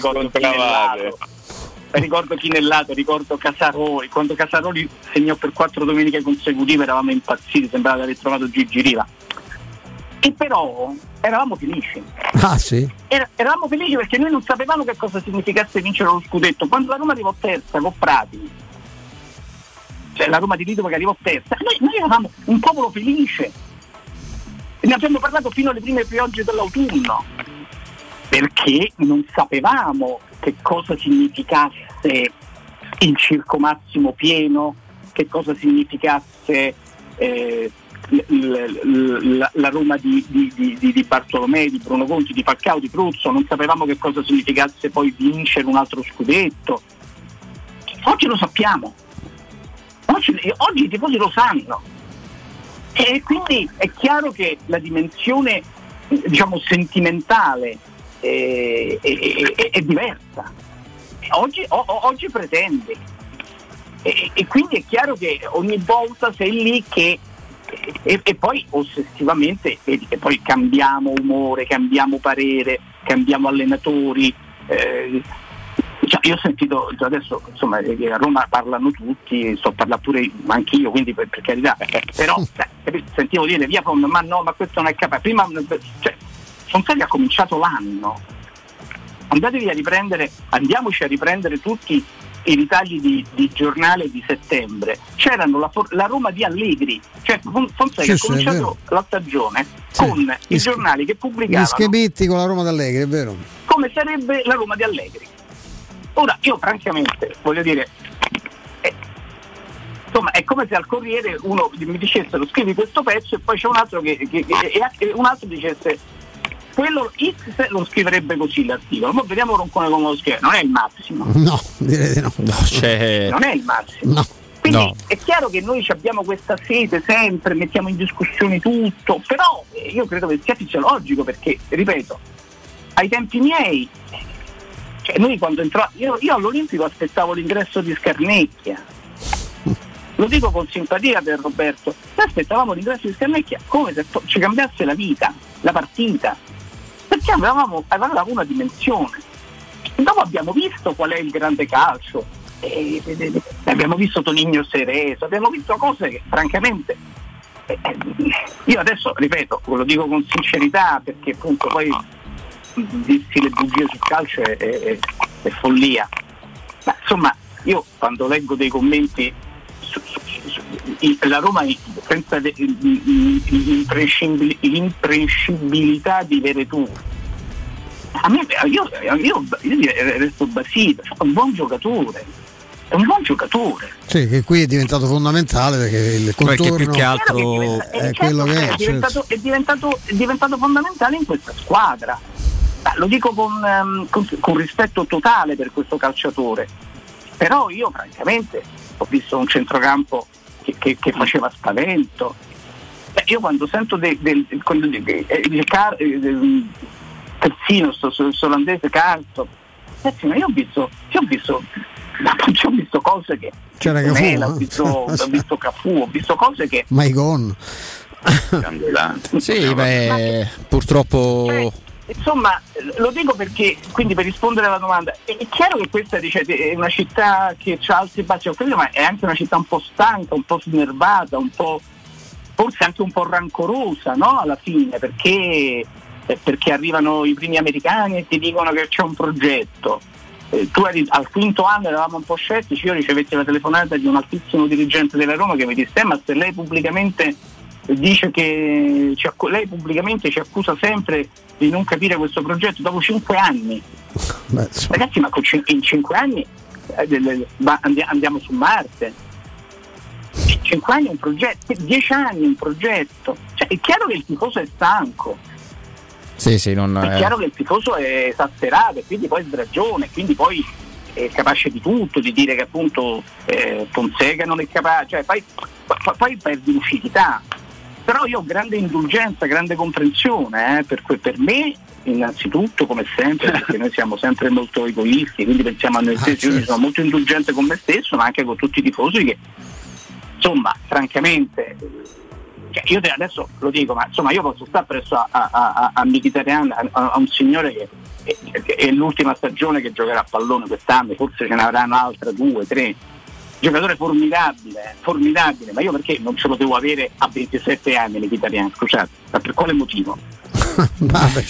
ricordo Chinellato, ricordo Casaroli. Quando Casaroli segnò per 4 domeniche consecutive eravamo impazziti, sembrava di aver trovato Gigi Riva. E però eravamo felici. Sì? Eravamo felici perché noi non sapevamo che cosa significasse vincere lo scudetto. Quando la Roma arrivò terza con Prati, cioè la Roma di Tito che arrivò terza, noi eravamo un popolo felice, e ne abbiamo parlato fino alle prime piogge dell'autunno, perché non sapevamo che cosa significasse il Circo Massimo pieno, che cosa significasse la Roma di Bartolomei, di Bruno Conti, di Falcao, di Pruzzo, non sapevamo che cosa significasse poi vincere un altro scudetto. Oggi lo sappiamo, oggi i tifosi lo sanno, e quindi è chiaro che la dimensione, diciamo, sentimentale è diversa. Oggi pretendi, e quindi è chiaro che ogni volta sei lì che e poi ossessivamente vedi che poi cambiamo umore, cambiamo parere, cambiamo allenatori. Io ho sentito adesso, insomma, a Roma parlano tutti, sto a parlare pure anch'io, quindi per carità, però sentivo dire via Fon, ma no, ma questo non è capace. Prima, cioè, Fonseca ha cominciato l'anno, andiamoci a riprendere tutti i ritagli di giornale di settembre. C'erano la Roma di Allegri, cioè Fonseca ha cominciato la stagione con i giornali che pubblicavano gli schebetti con la Roma di Allegri, è vero, come sarebbe la Roma di Allegri. Ora io francamente voglio dire, insomma, è come se al Corriere uno mi dicessero scrivi questo pezzo e poi c'è un altro che un altro dicesse quello X lo scriverebbe così l'articolo. Ma vediamo Roncone come lo scrive, non è il massimo. No, direi di no. Non è il massimo. No. Quindi è chiaro che noi abbiamo questa sete sempre, mettiamo in discussione tutto, però io credo che sia fisiologico, perché, ripeto, ai tempi miei, cioè noi quando io all'Olimpico aspettavo l'ingresso di Scarnecchia, lo dico con simpatia per Roberto, noi aspettavamo l'ingresso di Scarnecchia come se ci cambiasse la vita, la partita, perché avevamo una dimensione. Dopo abbiamo visto qual è il grande calcio, abbiamo visto Tonigno Cerezo, abbiamo visto cose che francamente io adesso ripeto, lo dico con sincerità, perché appunto poi dirsi le bugie sul calcio è follia, ma insomma io quando leggo dei commenti la Roma senza l'imprescindibilità di Veretù, a me io resto basito, è un buon giocatore. Sì, che qui è diventato fondamentale, perché il contorno più che altro è quello che è diventato fondamentale in questa squadra. Lo dico con rispetto totale per questo calciatore, però io francamente ho visto un centrocampo che faceva spavento. Io quando sento persino sto olandese Carto, io ho visto cose che c'era ho visto Cafù, ho visto cose che Maicon. Sì, purtroppo. Insomma, lo dico perché, quindi per rispondere alla domanda, è chiaro che questa è una città che ha alti e bassi, ma è anche una città un po' stanca, un po' snervata, un po' forse anche un po' rancorosa, no? Alla fine, perché arrivano i primi americani e ti dicono che c'è un progetto. Tu eri al quinto anno, eravamo un po' scettici, io ricevetti la telefonata di un altissimo dirigente della Roma che mi disse: ma se lei pubblicamente dice che lei pubblicamente ci accusa sempre di non capire questo progetto dopo 5 anni. Ragazzi, ma in 5 anni andiamo su Marte. 5 anni un progetto, 10 anni un progetto. Cioè, è chiaro che il tifoso è stanco. Sì, è chiaro che il tifoso è esasperato e quindi poi sbragione, quindi poi è capace di tutto, di dire che appunto Fonseca non è capace, cioè, poi perdi lucidità. Però io ho grande indulgenza, grande comprensione per me innanzitutto, come sempre, perché noi siamo sempre molto egoisti, quindi pensiamo a noi stessi. Io sono molto indulgente con me stesso, ma anche con tutti i tifosi che, insomma, francamente, cioè io adesso lo dico, ma insomma io posso stare presso a Mkhitaryan, a un signore che è l'ultima stagione che giocherà a pallone quest'anno, forse ce ne avranno altre 2, 3. Giocatore formidabile, ma io perché non ce lo devo avere a 27 anni Mkhitaryan, scusate, ma per quale motivo? Vabbè,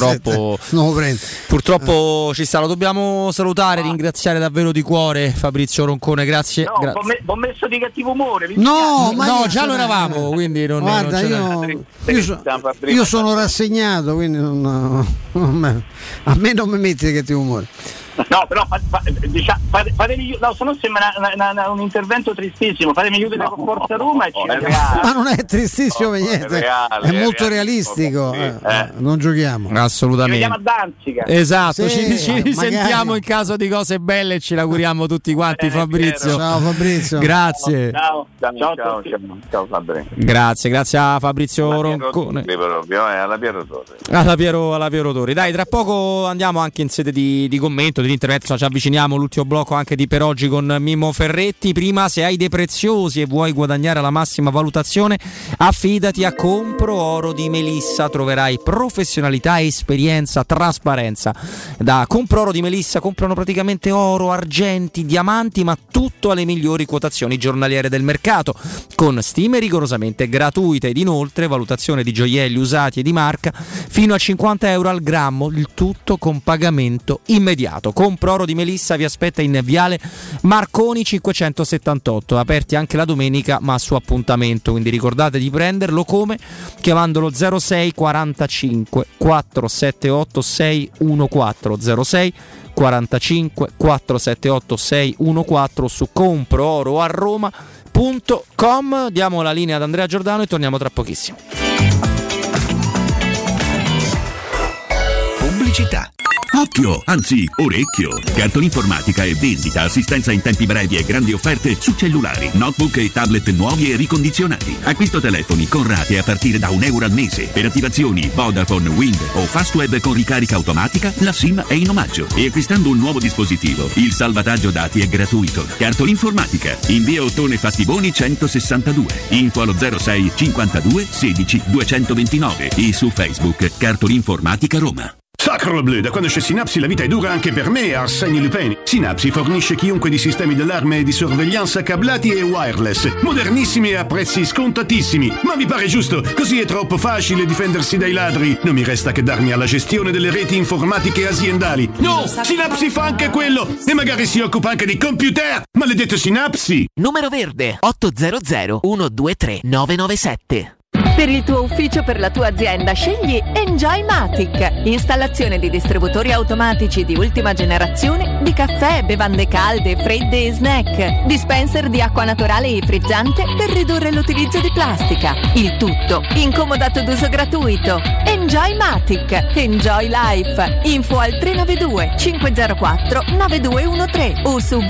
purtroppo ci sta, lo dobbiamo salutare, ringraziare davvero di cuore Fabrizio Roncone, grazie. Ho messo di cattivo umore. No, già lo eravamo, quindi non. Guarda, io sono rassegnato, quindi a me non mi metti di cattivo umore. No, però fatemi, no, se no sembra un intervento tristissimo. Fatemi chiudere con Forza Roma e ci vediamo. Ma non è tristissimo per niente, è molto realistico. Non giochiamo. Assolutamente. Ci vediamo a Danzica. Esatto, Sì, ci sentiamo in caso di cose belle e ce l'auguriamo tutti quanti, Fabrizio. Ciao Fabrizio. Grazie. Ciao Fabrizio. Grazie a Fabrizio Roncone. Alla Piero Torre. Alla Piero Torri. Dai, tra poco andiamo anche in sede di commento, di intervento, ci avviciniamo all'ultimo blocco anche di Per Oggi con Mimmo Ferretti. Prima, se hai dei preziosi e vuoi guadagnare la massima valutazione, affidati a Compro Oro di Melissa, troverai professionalità, esperienza, trasparenza. Da Compro Oro di Melissa comprano praticamente oro, argenti, diamanti, ma tutto alle migliori quotazioni giornaliere del mercato, con stime rigorosamente gratuite ed inoltre valutazione di gioielli usati e di marca fino a 50 euro al grammo, il tutto con pagamento immediato. Compro Oro di Melissa vi aspetta in viale Marconi 578, aperti anche la domenica ma su appuntamento, quindi ricordate di prenderlo come? Chiamandolo 06 45 478 614 06 45 478 614 su comprooroaroma.com. Diamo la linea ad Andrea Giordano e torniamo tra pochissimo. Pubblicità. Occhio, anzi orecchio. Cartolinformatica e vendita, assistenza in tempi brevi e grandi offerte su cellulari, notebook e tablet nuovi e ricondizionati. Acquisto telefoni con rate a partire da €1 al mese. Per attivazioni Vodafone, Wind o Fastweb con ricarica automatica, la SIM è in omaggio. E acquistando un nuovo dispositivo, il salvataggio dati è gratuito. Cartolinformatica, in via Ottone Fattiboni 162. Info allo 06 52 16 229 e su Facebook Cartolinformatica Roma. Sacre bleu, da quando c'è Synapsi la vita è dura anche per me, Arsenio Lupin. Synapsi fornisce chiunque di sistemi d'allarme e di sorveglianza cablati e wireless, modernissimi e a prezzi scontatissimi. Ma vi pare giusto? Così è troppo facile difendersi dai ladri. Non mi resta che darmi alla gestione delle reti informatiche aziendali. No, Synapsi fa anche quello e magari si occupa anche di computer. Maledetto Synapsi! Numero verde 800 123 997. Per il tuo ufficio, per la tua azienda, scegli Enjoymatic. Installazione di distributori automatici di ultima generazione di caffè, bevande calde, fredde e snack. Dispenser di acqua naturale e frizzante per ridurre l'utilizzo di plastica. Il tutto incomodato d'uso gratuito. Enjoymatic. Enjoy Life. Info al 392 504 9213 o su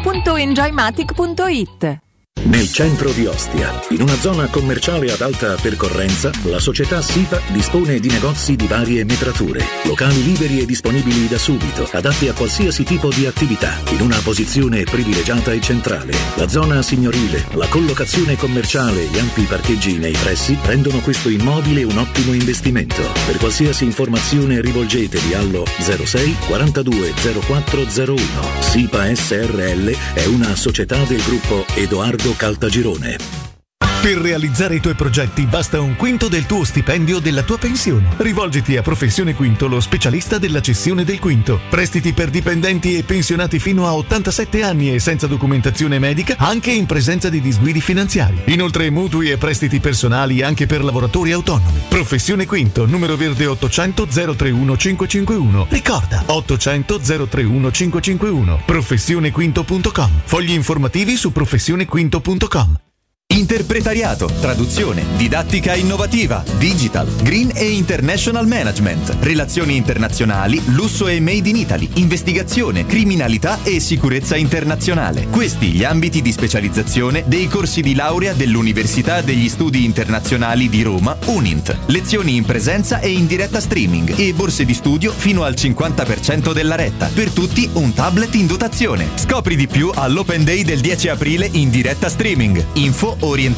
www.enjoymatic.it. Nel centro di Ostia, in una zona commerciale ad alta percorrenza, la società SIPA dispone di negozi di varie metrature, locali liberi e disponibili da subito, adatti a qualsiasi tipo di attività, in una posizione privilegiata e centrale. La zona signorile, la collocazione commerciale e gli ampi parcheggi nei pressi rendono questo immobile un ottimo investimento. Per qualsiasi informazione rivolgetevi allo 06 42 0401. SIPA SRL è una società del gruppo Edoardo Caltagirone. Per realizzare i tuoi progetti basta un quinto del tuo stipendio della tua pensione. Rivolgiti a Professione Quinto, lo specialista della cessione del quinto. Prestiti per dipendenti e pensionati fino a 87 anni e senza documentazione medica, anche in presenza di disguidi finanziari. Inoltre mutui e prestiti personali anche per lavoratori autonomi. Professione Quinto, numero verde 800 031 551. Ricorda, 800 031 551. Professionequinto.com. Fogli informativi su professionequinto.com. Interpretariato, traduzione, didattica innovativa, digital, green e international management, relazioni internazionali, lusso e made in Italy, investigazione, criminalità e sicurezza internazionale. Questi gli ambiti di specializzazione dei corsi di laurea dell'Università degli Studi Internazionali di Roma, UNINT. Lezioni in presenza e in diretta streaming e borse di studio fino al 50% della retta. Per tutti un tablet in dotazione. Scopri di più all'Open Day del 10 aprile in diretta streaming. Info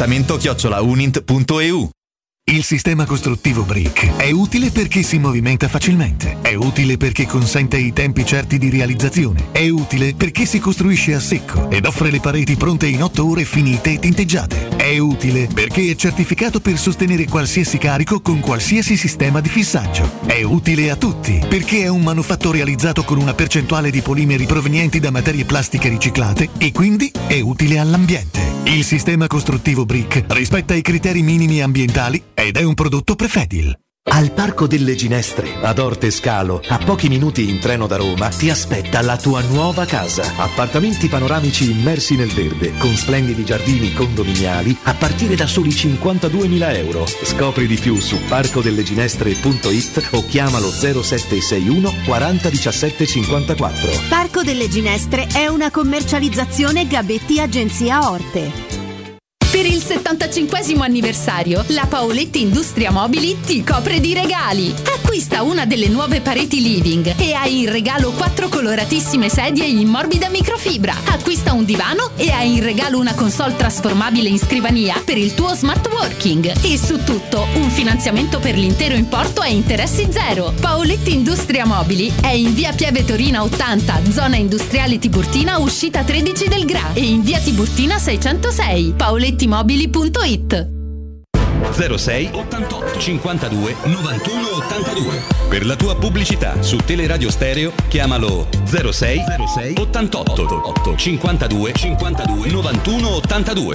orientamento@unint.eu. Il sistema costruttivo Brick è utile perché si movimenta facilmente, è utile perché consente i tempi certi di realizzazione, è utile perché si costruisce a secco ed offre le pareti pronte in 8 ore finite e tinteggiate, è utile perché è certificato per sostenere qualsiasi carico con qualsiasi sistema di fissaggio, è utile a tutti perché è un manufatto realizzato con una percentuale di polimeri provenienti da materie plastiche riciclate e quindi è utile all'ambiente. Il sistema costruttivo Brick rispetta i criteri minimi ambientali ed è un prodotto Prefedil. Al Parco delle Ginestre, ad Orte Scalo, a pochi minuti in treno da Roma, ti aspetta la tua nuova casa. Appartamenti panoramici immersi nel verde, con splendidi giardini condominiali, a partire da soli 52.000 euro. Scopri di più su parcodelleginestre.it o chiamalo 0761 40 17 54. Parco delle Ginestre è una commercializzazione Gabetti Agenzia Orte. Per il 75° anniversario, la Paoletti Industria Mobili ti copre di regali. Acquista una delle nuove pareti living e hai in regalo 4 coloratissime sedie in morbida microfibra. Acquista un divano e hai in regalo una console trasformabile in scrivania per il tuo smart working. E su tutto un finanziamento per l'intero importo a interessi zero. Paoletti Industria Mobili è in via Pieve Torina 80, zona industriale Tiburtina, uscita 13 del Gra, e in via Tiburtina 606. paolettimobili.it 06 88 52 91 82. Per la tua pubblicità su Teleradio Stereo chiamalo 06 88 52 91 82.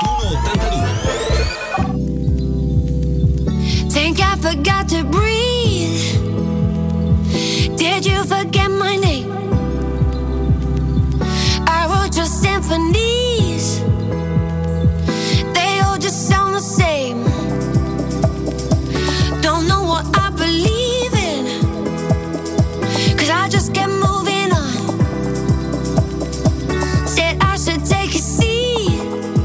Think I forgot to breathe. Did you forget my name? I wrote your symphonies. They all just sound the same. Don't know what I believe in, 'cause I just kept moving on. Said I should take a seat.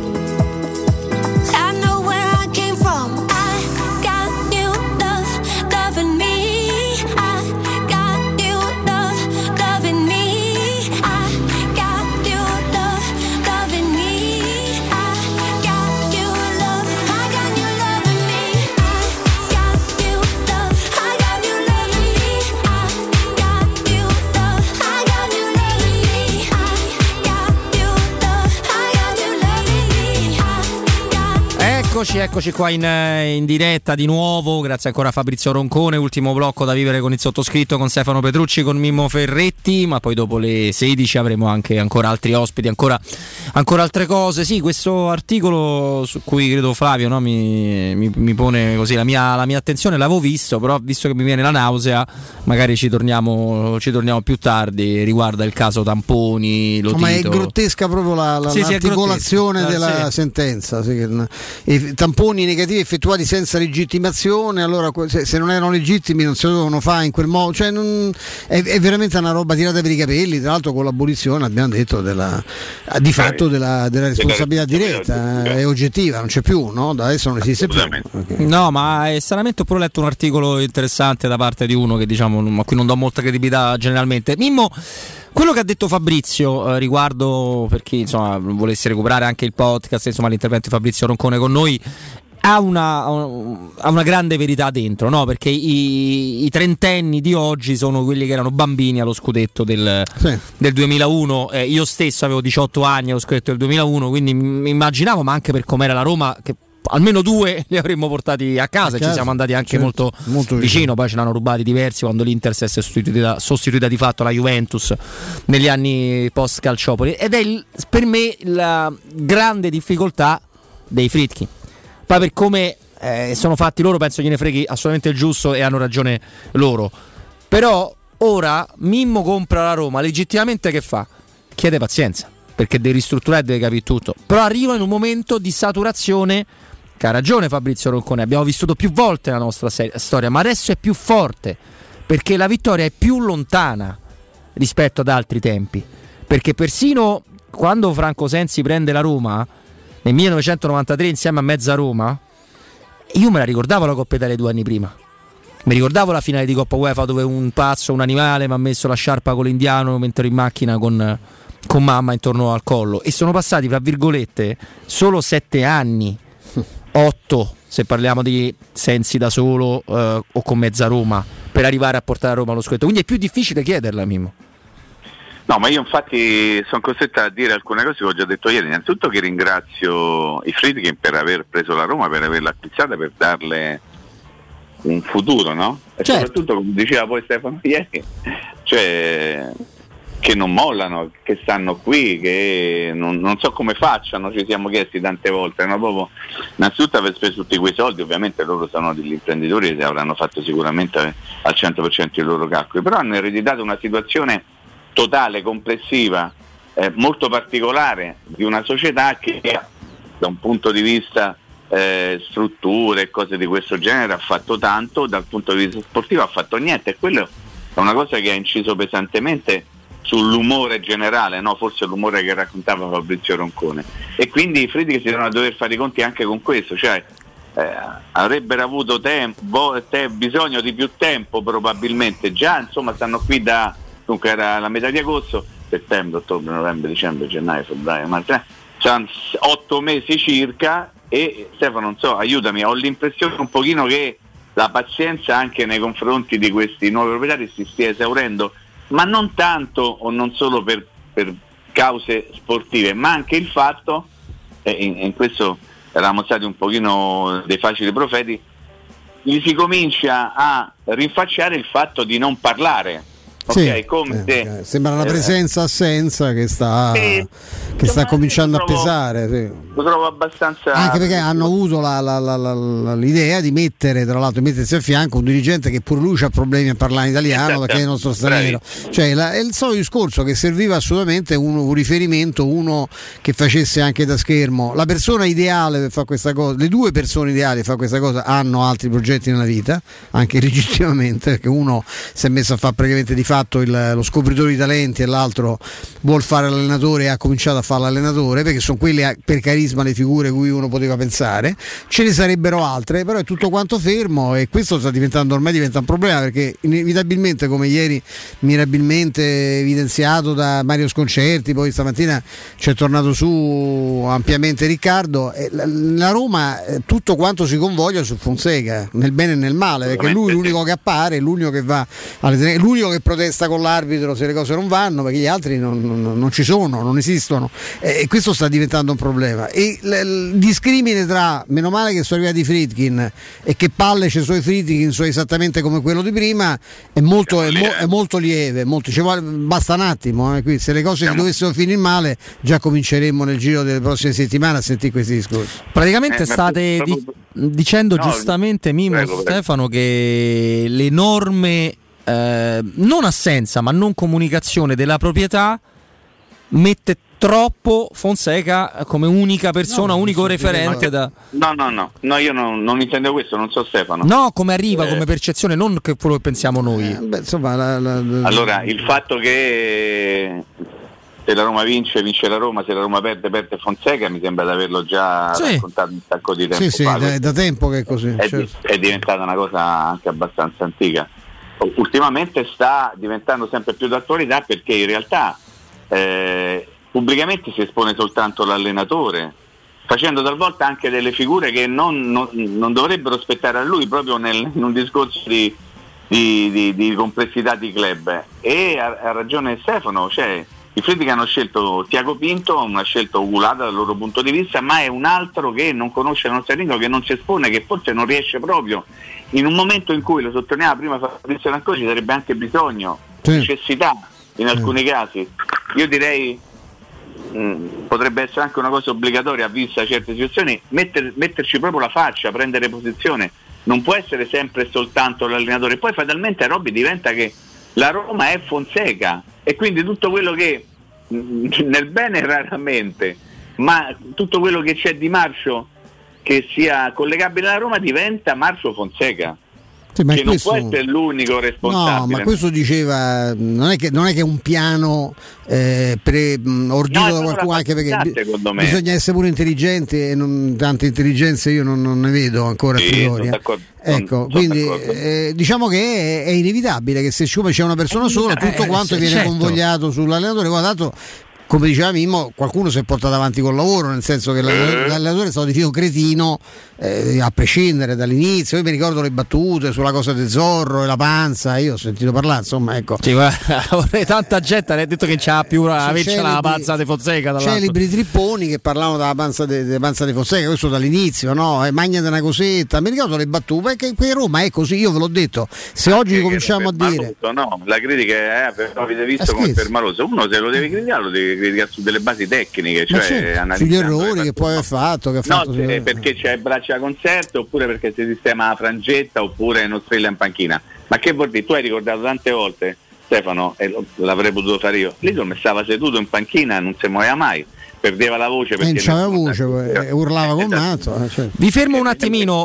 I know where I came from. I got new love, loving me. I got new love, loving me. I got new love, loving me. I got new love, I got new loving me. I got new love, I got new loving me. I got new love, I got new loving me. I got new love, I got new loving me. Eccoci qua in diretta di nuovo, grazie ancora a Fabrizio Roncone, ultimo blocco da vivere con il sottoscritto, con Stefano Petrucci, con Mimmo Ferretti, ma poi dopo le 16 avremo anche ancora altri ospiti, ancora altre cose. Sì, questo articolo su cui credo Flavio, no, mi pone così la mia attenzione, l'avevo visto, però visto che mi viene la nausea magari ci torniamo più tardi. Riguarda il caso Tamponi, Lotito. Ma è grottesca proprio l'articolazione della sentenza, sì, i tamponi negativi effettuati senza legittimazione, allora se non erano legittimi non si dovevano fare in quel modo, cioè è veramente una roba tirata per i capelli, tra l'altro con l'abolizione, abbiamo detto, della responsabilità diretta, è oggettiva, non c'è più, no? Da adesso non esiste più. Okay. No, ma stranamente ho pure letto un articolo interessante da parte di uno che, diciamo, a cui non do molta credibilità generalmente. Mimmo, quello che ha detto Fabrizio riguardo, per chi insomma volesse recuperare anche il podcast, insomma l'intervento di Fabrizio Roncone con noi, ha una grande verità dentro, no? Perché i trentenni di oggi sono quelli che erano bambini allo scudetto del 2001. Io stesso avevo 18 anni allo scudetto del 2001, quindi mi immaginavo, ma anche per com'era la Roma, che almeno 2 li avremmo portati a casa, e ci siamo andati anche molto vicino. Poi ce l'hanno rubati diversi quando l'Inter si è sostituita di fatto la Juventus negli anni post Calciopoli, ed è per me la grande difficoltà dei Friedkin. Poi per come sono fatti loro penso gliene freghi assolutamente il giusto, e hanno ragione loro. Però ora Mimmo compra la Roma, legittimamente che fa? Chiede pazienza, perché deve ristrutturare e deve capire tutto, però arriva in un momento di saturazione che ha ragione Fabrizio Roncone, abbiamo vissuto più volte nella nostra storia, ma adesso è più forte perché la vittoria è più lontana rispetto ad altri tempi, perché persino quando Franco Sensi prende la Roma nel 1993 insieme a mezza Roma, io me la ricordavo la Coppa Italia 2 anni prima, mi ricordavo la finale di Coppa UEFA dove un pazzo, un animale mi ha messo la sciarpa con l'indiano mentre ero in macchina con mamma intorno al collo, e sono passati fra virgolette solo 7 anni, 8 se parliamo di Sensi da solo o con mezza Roma, per arrivare a portare a Roma allo scudetto, quindi è più difficile chiederla, Mimmo. No, ma io infatti sono costretto a dire alcune cose che ho già detto ieri. Innanzitutto che ringrazio i Friedkin per aver preso la Roma, per averla acquistata, per darle un futuro, no? E soprattutto, come diceva poi Stefano ieri, cioè che non mollano, che stanno qui, che non so come facciano, ci siamo chiesti tante volte, no? Proprio, innanzitutto aver speso tutti quei soldi, ovviamente loro sono degli imprenditori che avranno fatto sicuramente al 100% i loro calcoli, però hanno ereditato una situazione totale, complessiva, molto particolare di una società che da un punto di vista strutture e cose di questo genere ha fatto tanto, dal punto di vista sportivo ha fatto niente, e quello è una cosa che ha inciso pesantemente sull'umore generale, no? Forse l'umore che raccontava Fabrizio Roncone, e quindi i Friedrich si devono dover fare i conti anche con questo, cioè avrebbero avuto bisogno di più tempo probabilmente, già insomma stanno qui dunque era la metà di agosto, settembre, ottobre, novembre, dicembre, gennaio, febbraio, marzo, sono 8 mesi circa, e Stefano, non so, aiutami, ho l'impressione un pochino che la pazienza anche nei confronti di questi nuovi proprietari si stia esaurendo, ma non tanto o non solo per cause sportive, ma anche il fatto, in questo eravamo stati un pochino dei facili profeti, gli si comincia a rinfacciare il fatto di non parlare. Okay, come sembra una presenza-assenza che sta cominciando a pesare. Sì. Lo trovo abbastanza. Anche perché hanno avuto l'idea di mettersi a fianco un dirigente che pur lui ha problemi a parlare italiano, perché è il nostro straniero. Cioè è il solito discorso che serviva assolutamente un riferimento, uno che facesse anche da schermo. La persona ideale per fare questa cosa, le due persone ideali per fare questa cosa hanno altri progetti nella vita, anche legittimamente, perché uno si è messo a fare praticamente di fatto lo scopritore di talenti e l'altro vuol fare l'allenatore e ha cominciato a fare l'allenatore, perché sono quelle per carisma le figure cui uno poteva pensare. Ce ne sarebbero altre, però è tutto quanto fermo, e questo ormai diventa un problema, perché inevitabilmente, come ieri mirabilmente evidenziato da Mario Sconcerti, poi stamattina ci è tornato su ampiamente Riccardo, la Roma tutto quanto si convoglia su Fonseca, nel bene e nel male, perché lui è l'unico che appare, l'unico che va l'unico che protesta con l'arbitro se le cose non vanno, perché gli altri non ci sono, non esistono, e questo sta diventando un problema. E il discrimine tra meno male che sono arrivati i Friedkin e che palle c'è sui Friedkin sono esattamente come quello di prima, è molto lieve, basta un attimo, qui se le cose dovessero finire male già cominceremmo nel giro delle prossime settimane a sentire questi discorsi. Praticamente state dicendo giustamente, Mimo, prego. Stefano, che l'enorme non assenza ma non comunicazione della proprietà mette troppo Fonseca come unica persona, unico referente No, io non intendo questo, non so Stefano. No, come arriva come percezione, non che quello che pensiamo noi. Allora, il fatto che se la Roma vince la Roma, se la Roma perde Fonseca, mi sembra di averlo già raccontato un sacco di tempo fa. Sì, da tempo che è così. È diventata una cosa anche abbastanza antica. Ultimamente sta diventando sempre più d'attualità, perché in realtà pubblicamente si espone soltanto l'allenatore, facendo talvolta anche delle figure che non dovrebbero spettare a lui, proprio in un discorso di complessità di club. E ha ragione Stefano, cioè i Friedrich hanno scelto Tiago Pinto, una scelta oculata dal loro punto di vista, ma è un altro che non conosce la nostra lingua, che non si espone, che forse non riesce proprio in un momento in cui, lo sottolineava prima Fabrizio Ranconi, ci sarebbe anche bisogno, necessità in alcuni casi. Io direi potrebbe essere anche una cosa obbligatoria, vista certe situazioni, metterci proprio la faccia, prendere posizione. Non può essere sempre soltanto l'allenatore, poi fatalmente Robby diventa che la Roma è Fonseca, e quindi tutto quello che nel bene raramente, ma tutto quello che c'è di marcio che sia collegabile alla Roma diventa Marcio Fonseca. Sì, che non può essere l'unico responsabile. No, ma questo diceva, non è che è un piano ordito da qualcuno, anche perché bisogna essere pure intelligenti, e tante intelligenze io non ne vedo ancora a priori. Ecco, quindi diciamo che è inevitabile che se c'è una persona sola tutto quanto viene convogliato sull'allenatore. Guarda, come diceva Mimmo, qualcuno si è portato avanti col lavoro, nel senso che l'allenatore è stato definito cretino a prescindere dall'inizio. Io mi ricordo le battute sulla cosa del Zorro e la panza, io ho sentito parlare, insomma, ecco. Sì, vorrei tanta gente ha detto che c'ha più la panza di Fonseca. C'è libri Tripponi che parlavano della panza di Fonseca, questo dall'inizio, no? Magnate una cosetta, mi ricordo le battute, perché qui a Roma è così, io ve l'ho detto, se oggi cominciamo a dire no, la critica è però avete visto come per Maloso, uno se lo deve criticare lo deve criticare su delle basi tecniche, cioè sugli errori che poi ha fatto, perché c'è braccia da concerto, oppure perché si sistema la frangetta, oppure non strilla in panchina. Ma che vuol dire? Tu hai ricordato tante volte, Stefano, e l'avrei potuto fare io, Lidl stava seduto in panchina, non si muoveva mai, perdeva la voce perché non c'aveva voce, urlava con matto. Vi fermo un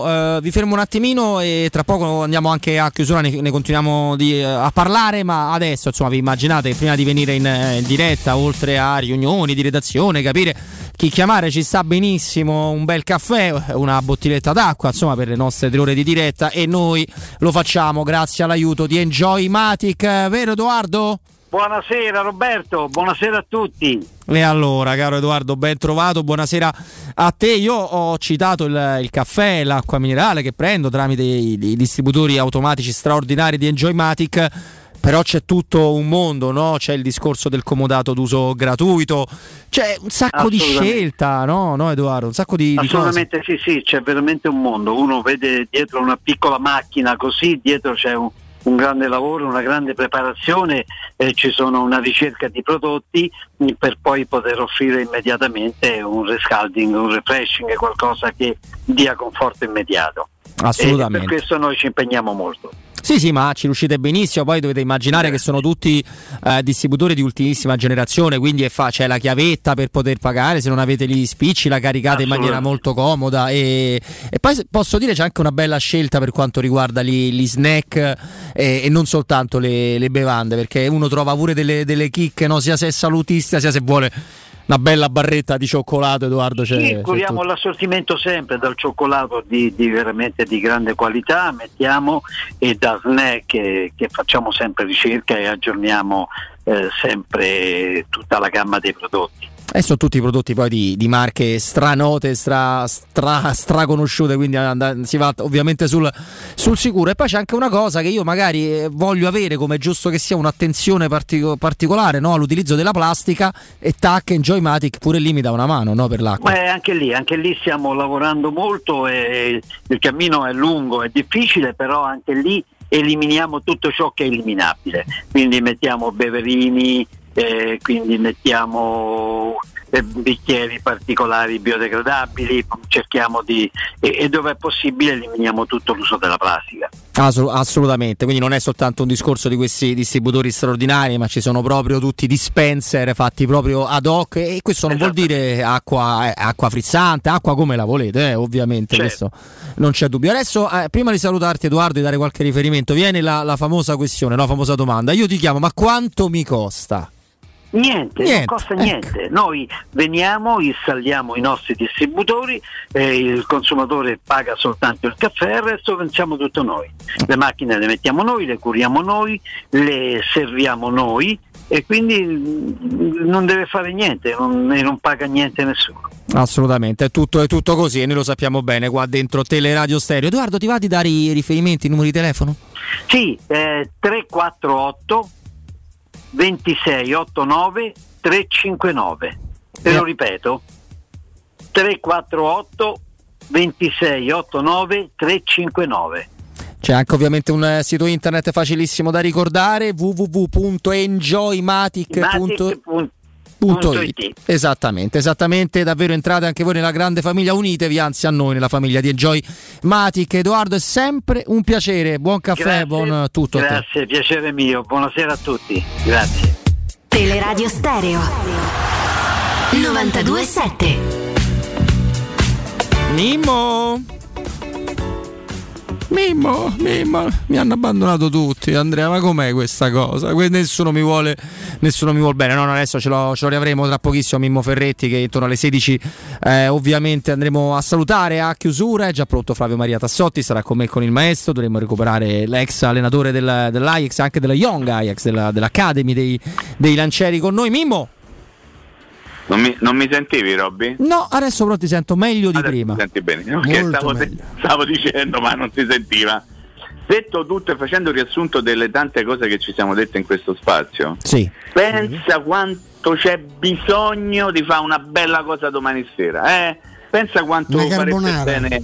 attimino e tra poco andiamo anche a chiusura, ne continuiamo a parlare, ma adesso insomma vi immaginate che prima di venire in diretta, oltre a riunioni di redazione, capire chi chiamare, ci sta benissimo un bel caffè, una bottiglietta d'acqua, insomma, per le nostre 3 ore di diretta, e noi lo facciamo grazie all'aiuto di Enjoymatic, vero Edoardo? Buonasera Roberto, buonasera a tutti. E allora, caro Edoardo, ben trovato, buonasera a te. Io ho citato il caffè, l'acqua minerale che prendo tramite i distributori automatici straordinari di Enjoymatic, però c'è tutto un mondo, no? C'è il discorso del comodato d'uso gratuito, c'è un sacco di scelta, no Edoardo? Un sacco di assolutamente cose. Sì, c'è veramente un mondo. Uno vede dietro una piccola macchina così, dietro c'è un grande lavoro, una grande preparazione, ci sono una ricerca di prodotti per poi poter offrire immediatamente un rescalding, un refreshing, qualcosa che dia conforto immediato. Assolutamente. E per questo noi ci impegniamo molto. Sì, ma ci riuscite benissimo. Poi dovete immaginare che sono tutti distributori di ultimissima generazione, quindi c'è la chiavetta per poter pagare, se non avete gli spicci la caricate in maniera molto comoda, e poi posso dire c'è anche una bella scelta per quanto riguarda gli snack e non soltanto le bevande, perché uno trova pure delle chicche, no? Sia se è salutista sia se vuole una bella barretta di cioccolato, Edoardo. Curiamo l'assortimento sempre, dal cioccolato di veramente di grande qualità, mettiamo, e da snack che facciamo sempre ricerca e aggiorniamo sempre tutta la gamma dei prodotti. E sono tutti prodotti poi di marche stranote, straconosciute, quindi si va ovviamente sul sicuro. E poi c'è anche una cosa che io magari voglio avere, come è giusto che sia, un'attenzione particolare, no? All'utilizzo della plastica, e tac, Enjoymatic pure lì mi dà una mano, no? Per l'acqua. Anche lì stiamo lavorando molto, e il cammino è lungo, è difficile, però anche lì eliminiamo tutto ciò che è eliminabile, quindi mettiamo beverini, quindi mettiamo bicchieri particolari biodegradabili, cerchiamo e dove è possibile eliminiamo tutto l'uso della plastica. Assolutamente, quindi non è soltanto un discorso di questi distributori straordinari, ma ci sono proprio tutti dispenser fatti proprio ad hoc, e questo non vuol dire acqua frizzante, acqua come la volete, ovviamente, certo. Questo non c'è dubbio. Adesso prima di salutarti, Edoardo, di dare qualche riferimento, viene la famosa questione, la famosa domanda. Io ti chiamo, ma quanto mi costa? Niente, non costa niente. Noi veniamo, installiamo i nostri distributori, il consumatore paga soltanto il caffè, il resto facciamo tutto noi. Le macchine le mettiamo noi, le curiamo noi, le serviamo noi, e quindi non deve fare niente, non paga niente nessuno. Assolutamente, è tutto così, e noi lo sappiamo bene qua dentro Teleradio Stereo. Edoardo, ti va di dare i riferimenti, i numeri di telefono? Sì, 348 2689 359. Te lo ripeto, 348 2689 359. C'è anche ovviamente un sito internet facilissimo da ricordare, www.enjoymatic.it. Esattamente, davvero entrate anche voi nella grande famiglia, unitevi anzi a noi nella famiglia di Enjoymatic. Edoardo, è sempre un piacere, buon caffè, grazie, buon tutto. Grazie, piacere mio, buonasera a tutti, grazie. Teleradio Stereo 92.7. Mimmo, mi hanno abbandonato tutti, Andrea, ma com'è questa cosa? Nessuno mi vuole bene. No, adesso ce lo riavremo tra pochissimo, Mimmo Ferretti, che intorno alle 16 ovviamente andremo a salutare a chiusura. È già pronto Flavio Maria Tassotti, sarà con me con il maestro. Dovremo recuperare l'ex allenatore dell'Ajax, anche della Young Ajax, dell'Academy dei Lancieri con noi. Mimmo, Non mi sentivi, Robby? No, adesso però ti sento meglio di prima. Ti senti bene? Okay, stavo dicendo, ma non si sentiva. Detto tutto e facendo il riassunto delle tante cose che ci siamo dette in questo spazio, sì. Pensa quanto c'è bisogno di fare una bella cosa domani sera, Pensa quanto farebbe bene.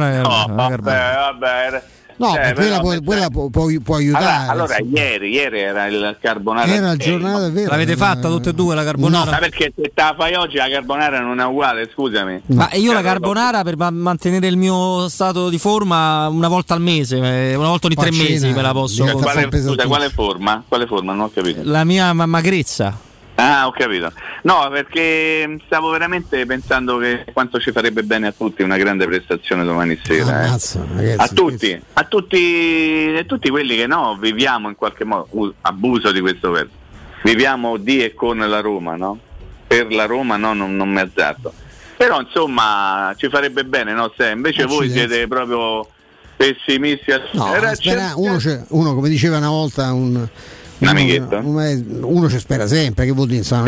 Vabbè. No, quella può aiutare. Allora ieri era il carbonara. Era il giornata, è vero. L'avete fatta tutte e due la carbonara? No, ma perché se te la fai oggi la carbonara non è uguale, scusami. Ma io la carbonara per mantenere il mio stato di forma una volta al mese, una volta ogni 3 mesi me la posso. Quale forma? Non ho capito. La mia magrezza. Ah, ho capito. No, perché stavo veramente pensando che quanto ci farebbe bene a tutti una grande prestazione domani sera. Ragazzi, a tutti quelli che viviamo in qualche modo, abuso di questo verbo, viviamo di e con la Roma, no? Per la Roma non mi azzardo. Però insomma ci farebbe bene, no? Se invece voi siete proprio pessimisti. Uno come diceva una volta un amichetto? Uno ci spera sempre, che vuol dire? Non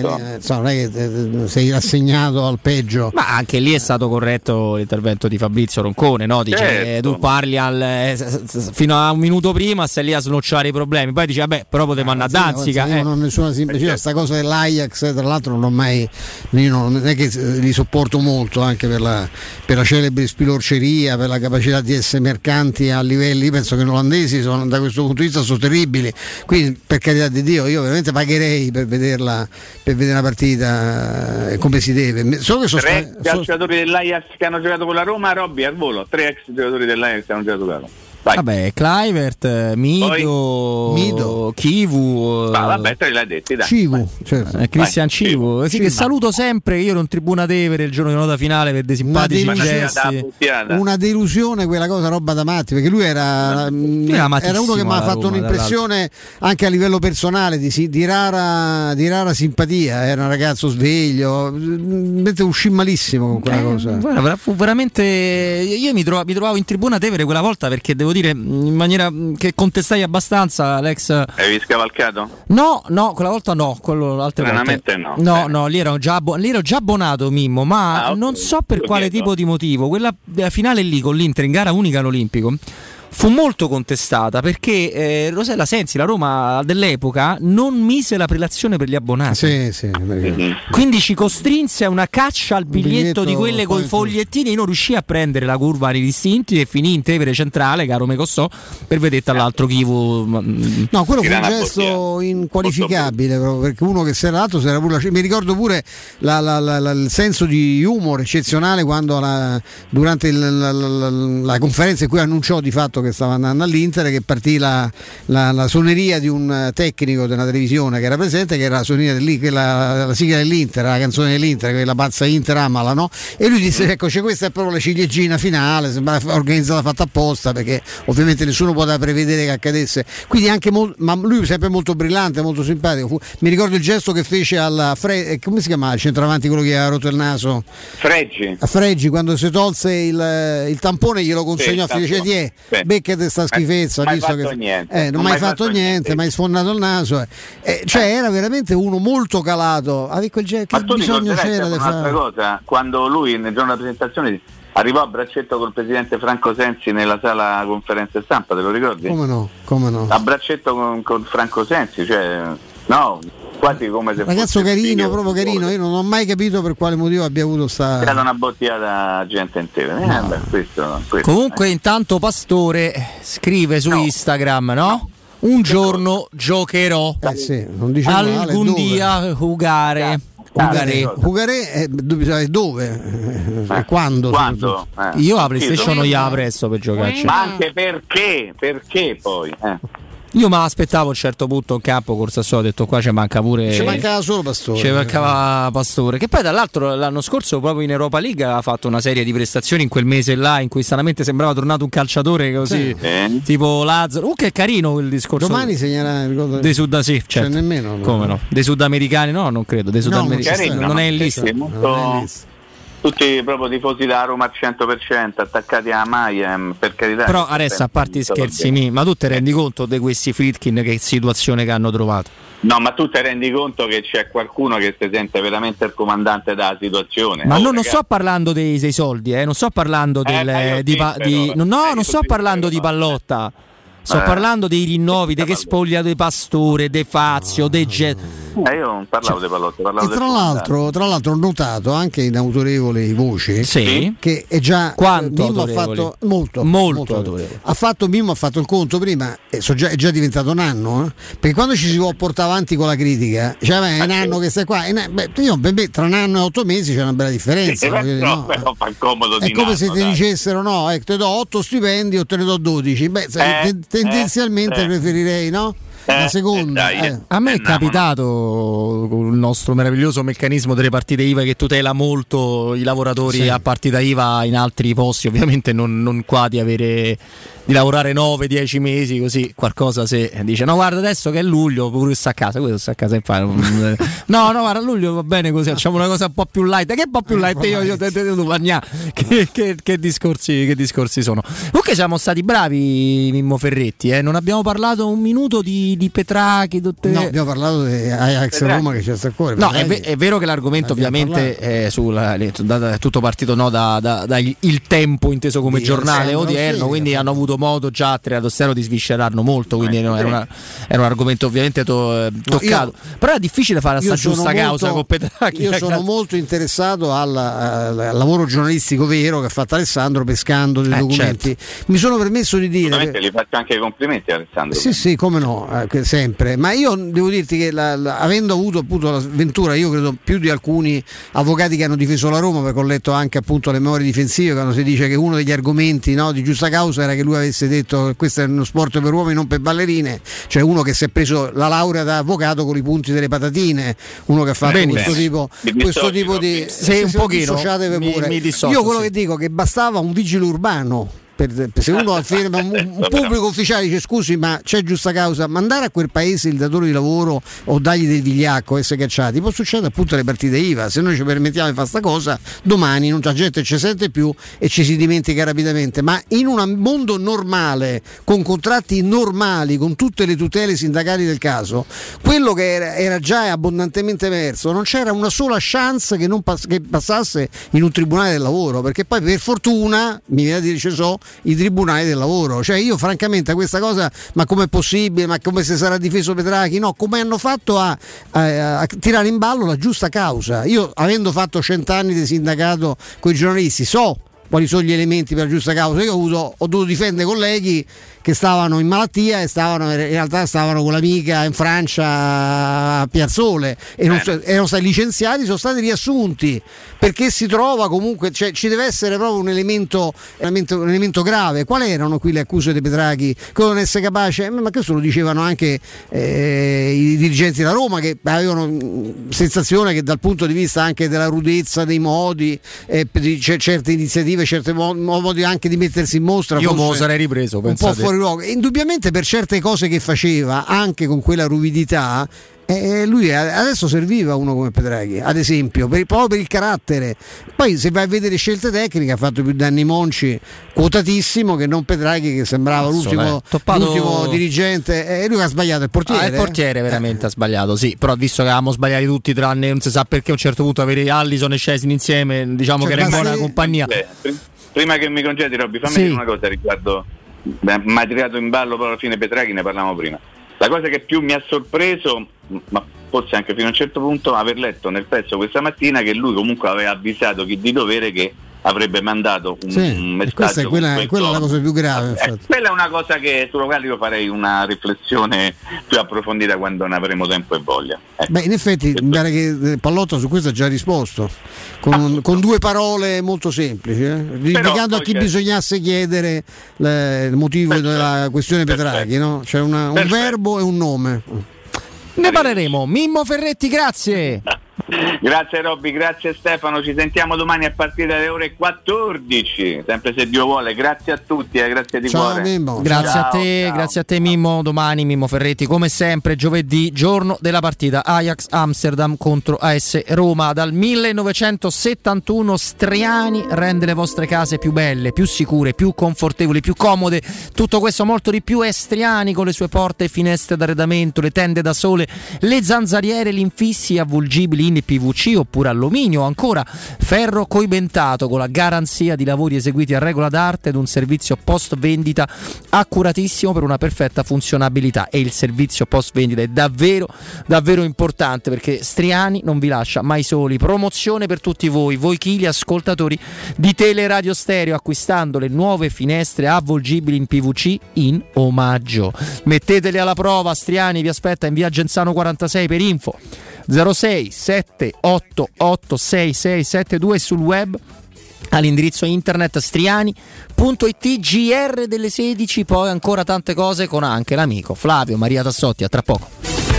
è che sei rassegnato al peggio. Ma anche lì è stato corretto l'intervento di Fabrizio Roncone, no? Dice tu parli fino a un minuto prima, stai lì a snocciolare i problemi, poi dice vabbè, però potevo andare a Danzica. Io non ho nessuna simpatia, sta cosa dell'Ajax, tra l'altro io non è che li sopporto molto, anche per la celebre spilorceria, per la capacità di essere mercanti a livelli, penso che gli olandesi da questo punto di vista sono terribili. Quindi per carità di Dio io veramente pagherei per vedere la partita come si deve. Solo che 3 calciatori dell'Ajax che hanno giocato con la Roma, Robby al volo, 3 ex giocatori dell'Ajax che hanno giocato con la Roma. Vai. Vabbè, Kluivert, Mido, Chivu. Vabbè, te l'hai detti, dai. Civu, certo. Cristian Civu. Sì, che saluto sempre. Io ero in tribuna Tevere il giorno di nota finale per dei simpatici gesti. Una delusione, quella cosa, roba da matti, perché lui era uno che mi ha fatto un'impressione anche a livello personale di rara simpatia. Era un ragazzo sveglio, uscì malissimo con quella cosa. Fu veramente. Io mi trovavo in tribuna Tevere quella volta perché devo dire in maniera che contestai abbastanza Alex. Avevi scavalcato? No, quella volta no, quello altre volte. No, lì ero già abbonato, Mimmo, ma non so per quale tipo di motivo. Quella finale lì con l'Inter in gara unica all'Olimpico fu molto contestata perché Rosella Sensi, la Roma dell'epoca, non mise la prelazione per gli abbonati. Sì. Quindi ci costrinse a una caccia al biglietto di quelle con i fogliettini. Io non riuscii a prendere la curva nei distinti e finì in Tevere centrale, caro Mecossò, per vedere all'altro Chivu. No, quello fu un gesto inqualificabile, proprio perché uno che si era dato si era pure. Mi ricordo pure il senso di humor eccezionale quando durante la conferenza in cui annunciò di fatto che stava andando all'Inter, che partì la suoneria di un tecnico della televisione che era presente, che era la suoneria la sigla dell'Inter, la canzone dell'Inter, quella pazza Inter amala, no? E lui disse ecco, questa è proprio la ciliegina finale, sembra organizzata, fatta apposta, perché ovviamente nessuno poteva prevedere che accadesse, quindi anche ma lui sempre molto brillante, molto simpatico. Mi ricordo il gesto che fece come si chiamava il centravanti, quello che aveva rotto il naso? Freggi, quando si tolse il tampone glielo consegnò, dice beccate sta schifezza, visto che non mai fatto niente, mai sfondato il naso, cioè era veramente uno molto calato. Che bisogno c'era di fare? Cosa, quando lui nel giorno della presentazione arrivò a braccetto col presidente Franco Sensi nella sala conferenze stampa, te lo ricordi? Come no? A braccetto con Franco Sensi, cioè quasi come se ragazzo carino, proprio carino. Io non ho mai capito per quale motivo abbia avuto era una bottiglia gente in tele. Questo. Comunque intanto Pastore scrive su Instagram, no? Un giorno giocherò. Non dice alcun dia Ugaré dove? Quando? Io la PlayStation non gliela presto per giocarci. Ma anche perché poi? Io mi aspettavo a un certo punto in campo col Sassuolo, ho detto qua ci manca pure. Ci mancava solo Pastore. Ci mancava Pastore. Che poi dall'altro l'anno scorso proprio in Europa League ha fatto una serie di prestazioni in quel mese là in cui stranamente sembrava tornato un calciatore così tipo Lazzaro. Che è carino il discorso. Domani segnerà dei certo. Cioè nemmeno. Come no? Dei sudamericani no, non credo. Dei sudamericani non è in lista. tutti proprio tifosi da Roma al 100%, attaccati a Mayhem, per carità. Però adesso, a parte i scherzi, ma tu ti rendi conto di questi Friedkin che situazione che hanno trovato? No, ma tu ti rendi conto che c'è qualcuno che si sente veramente il comandante della situazione? Ma non sto parlando dei soldi, non sto parlando non sto parlando di Pallotta. Sto parlando dei rinnovi, dei che spogliato di Pastore, De Fazio, De Jet. Io non parlavo di Pallotta, parlavo e tra l'altro ho notato anche in autorevoli voci che è già Mimmo ha fatto molto autorevole. Mimmo ha fatto il conto prima, è già diventato un anno, perché quando ci si può portare avanti con la critica, cioè, è un anno che stai qua, per me tra un anno e 8 mesi c'è una bella differenza. Però fa comodo è come se ti dicessero ti do 8 stipendi o te ne do 12. Tendenzialmente preferirei la seconda. A me è capitato con il nostro meraviglioso meccanismo delle partite IVA che tutela molto i lavoratori a partita IVA in altri posti, ovviamente non qua, di lavorare 9-10 mesi, così qualcosa se dice no guarda adesso che è luglio pure sta a casa, questo sta a casa in fare no guarda luglio va bene così, facciamo una cosa un po' più light, che un po' più light che discorsi sono. Comunque siamo stati bravi, Mimmo Ferretti, non abbiamo parlato un minuto di Petrachi, no, abbiamo parlato di Ajax Roma che c'è sta cuore. No, è vero che l'argomento ovviamente è tutto partito da il Tempo inteso come giornale odierno, quindi hanno avuto modo già a Teleradio Stereo di sviscerarlo molto, quindi era un argomento ovviamente toccato. Però è difficile fare sta giusta causa con Petracchi. Io sono molto interessato al lavoro giornalistico vero che ha fatto Alessandro pescando dei documenti. Certo. Mi sono permesso di dire gli faccio anche i complimenti, Alessandro. Sì, come no, sempre. Ma io devo dirti che avendo avuto appunto l'avventura, io credo più di alcuni avvocati che hanno difeso la Roma, perché ho letto anche appunto le memorie difensive quando si dice che uno degli argomenti di giusta causa era che lui avesse detto che questo è uno sport per uomini non per ballerine, cioè uno che si è preso la laurea da avvocato con i punti delle patatine, uno che ha fatto questo tipo di un pochino io quello che dico che bastava un vigile urbano se uno afferma un pubblico ufficiale dice scusi ma c'è giusta causa, mandare a quel paese il datore di lavoro o dargli del vigliacco, essere cacciati, può succedere appunto alle partite IVA. Se noi ci permettiamo di fare sta cosa, domani non c'è gente ci sente più e ci si dimentica rapidamente. Ma in un mondo normale, con contratti normali, con tutte le tutele sindacali del caso, quello che era già abbondantemente emerso, non c'era una sola chance che non che passasse in un tribunale del lavoro, perché poi per fortuna mi viene a dire i tribunali del lavoro, cioè io francamente a questa cosa, ma com'è possibile, ma come se sarà difeso Petrachi, no, come hanno fatto a tirare in ballo la giusta causa. Io avendo fatto 100 anni di sindacato con i giornalisti so quali sono gli elementi per la giusta causa. Io ho dovuto difendere colleghi che stavano in malattia e in realtà stavano con l'amica in Francia a Piazzole e erano stati licenziati, sono stati riassunti perché si trova comunque, cioè, ci deve essere proprio un elemento grave. Quali erano qui le accuse di Petrachi? Che non essere capace, ma questo lo dicevano anche i dirigenti della Roma, che avevano sensazione che dal punto di vista anche della rudezza dei modi, certe iniziative, certi modi anche di mettersi in mostra, io me lo sarei ripreso un po' fuori luogo. Indubbiamente per certe cose che faceva, anche con quella ruvidità, lui adesso serviva uno come Petrachi, ad esempio, proprio per il carattere. Poi se vai a vedere scelte tecniche ha fatto più danni Monci, quotatissimo, che non Petrachi, che sembrava l'ultimo dirigente, e lui ha sbagliato il portiere. Il portiere veramente ha sbagliato, sì, però visto che avevamo sbagliati tutti, tranne non si sa perché a un certo punto avere Allison e Scesni insieme, diciamo che era in buona compagnia. Prima che mi congedi, Robby, fammi dire una cosa riguardo, mi ha tirato in ballo poi alla fine Petrachi, ne parlavamo prima. La cosa che più mi ha sorpreso, ma forse anche fino a un certo punto, aver letto nel pezzo questa mattina che lui comunque aveva avvisato chi di dovere che avrebbe mandato un messaggio. Questa è quella è la cosa più grave. Quella è una cosa sulla quale io farei una riflessione più approfondita quando ne avremo tempo e voglia. Beh, in effetti mi pare che Pallotta su questo ha già risposto con due parole molto semplici, indicando a chi bisognasse chiedere il motivo della questione Petrachi, no? C'è un verbo e un nome. Ne parleremo. Mimmo Ferretti, grazie. Grazie Robby, grazie Stefano, ci sentiamo domani a partire dalle ore 14, sempre se Dio vuole. Grazie a tutti, grazie di cuore. Mimmo. Grazie a te Mimmo. Domani Mimmo Ferretti come sempre, giovedì, giorno della partita Ajax Amsterdam contro AS Roma. Dal 1971 Striani rende le vostre case più belle, più sicure, più confortevoli, più comode. Tutto questo molto di più è Striani, con le sue porte e finestre d'arredamento, le tende da sole, le zanzariere, gli infissi avvolgibili in PVC oppure alluminio, ancora ferro coibentato con la garanzia di lavori eseguiti a regola d'arte ed un servizio post vendita accuratissimo per una perfetta funzionabilità. E il servizio post vendita è davvero importante, perché Striani non vi lascia mai soli. Promozione per tutti voi chili ascoltatori di Teleradio Stereo, acquistando le nuove finestre avvolgibili in PVC in omaggio. Metteteli alla prova. Striani vi aspetta in via Genzano 46 per info 06 788 6672 e sul web all'indirizzo internet striani.it. GR delle 16, poi ancora tante cose con anche l'amico Flavio Maria Tassotti. A tra poco.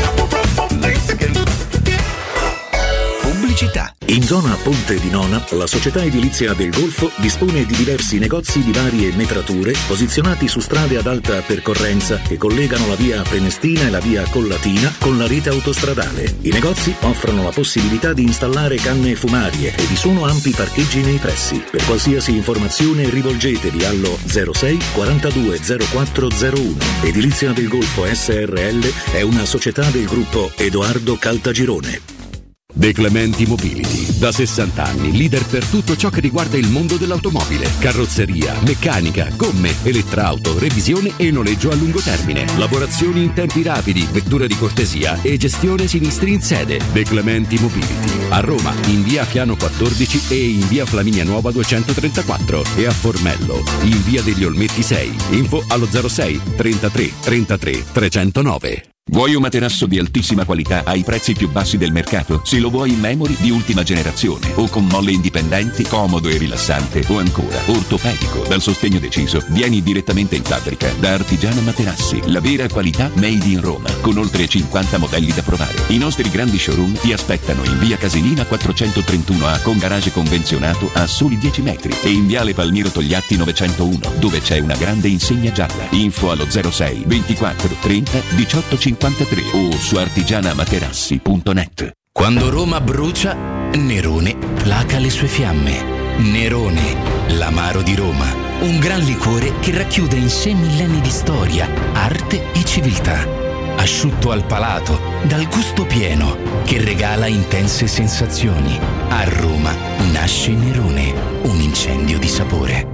Pubblicità. In zona Ponte di Nona, la società edilizia del Golfo dispone di diversi negozi di varie metrature posizionati su strade ad alta percorrenza che collegano la via Prenestina e la via Collatina con la rete autostradale. I negozi offrono la possibilità di installare canne fumarie e vi sono ampi parcheggi nei pressi. Per qualsiasi informazione rivolgetevi allo 06 42 0401. Edilizia del Golfo SRL è una società del gruppo Edoardo Caltagirone. De Clementi Mobility, da 60 anni, leader per tutto ciò che riguarda il mondo dell'automobile, carrozzeria, meccanica, gomme, elettrauto, revisione e noleggio a lungo termine, lavorazioni in tempi rapidi, vettura di cortesia e gestione sinistri in sede. De Clementi Mobility, a Roma in via Fiano 14 e in via Flaminia Nuova 234 e a Formello in via degli Olmetti 6. Info allo 06 33 33 309. Vuoi un materasso di altissima qualità ai prezzi più bassi del mercato? Se lo vuoi in memory di ultima generazione o con molle indipendenti, comodo e rilassante, o ancora ortopedico dal sostegno deciso, vieni direttamente in fabbrica da Artigiana Materassi, la vera qualità made in Roma, con oltre 50 modelli da provare. I nostri grandi showroom ti aspettano in via Casilina 431A con garage convenzionato a soli 10 metri e in viale Palmiro Togliatti 901, dove c'è una grande insegna gialla. Info allo 06 24 30 18 53 o su artigianamaterassi.net. Quando Roma brucia, Nerone placa le sue fiamme. Nerone, l'amaro di Roma, un gran liquore che racchiude in sé millenni di storia, arte e civiltà. Asciutto al palato, dal gusto pieno, che regala intense sensazioni. A Roma nasce Nerone, un incendio di sapore.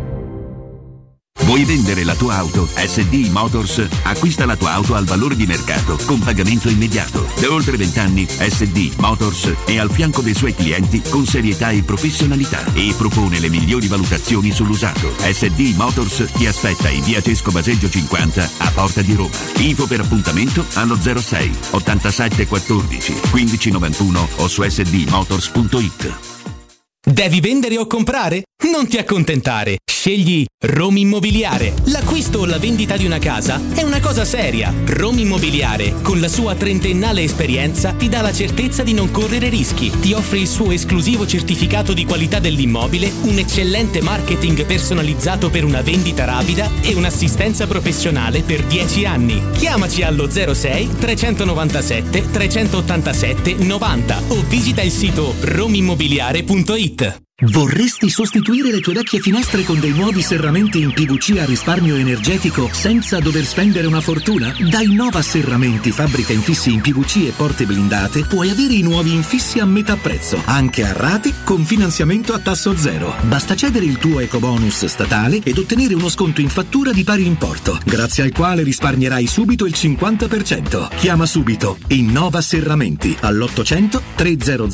Vuoi vendere la tua auto? SD Motors acquista la tua auto al valore di mercato con pagamento immediato. Da oltre 20 anni SD Motors è al fianco dei suoi clienti con serietà e professionalità e propone le migliori valutazioni sull'usato. SD Motors ti aspetta in via Cesco Baseggio 50 a Porta di Roma. Info per appuntamento allo 06 87 14 15 91 o su sdmotors.it. Devi vendere o comprare? Non ti accontentare. Scegli Roma Immobiliare. L'acquisto o la vendita di una casa è una cosa seria. Roma Immobiliare, con la sua trentennale esperienza, ti dà la certezza di non correre rischi. Ti offre il suo esclusivo certificato di qualità dell'immobile, un eccellente marketing personalizzato per una vendita rapida e un'assistenza professionale per 10 anni. Chiamaci allo 06 397 387 90 o visita il sito romimmobiliare.it. Vorresti sostituire le tue vecchie finestre con dei nuovi serramenti in PVC a risparmio energetico senza dover spendere una fortuna? Da Innova Serramenti, fabbrica infissi in PVC e porte blindate, puoi avere i nuovi infissi a metà prezzo, anche a rate con finanziamento a tasso zero. Basta cedere il tuo ecobonus statale ed ottenere uno sconto in fattura di pari importo, grazie al quale risparmierai subito il 50%. Chiama subito Innova Serramenti all'800 300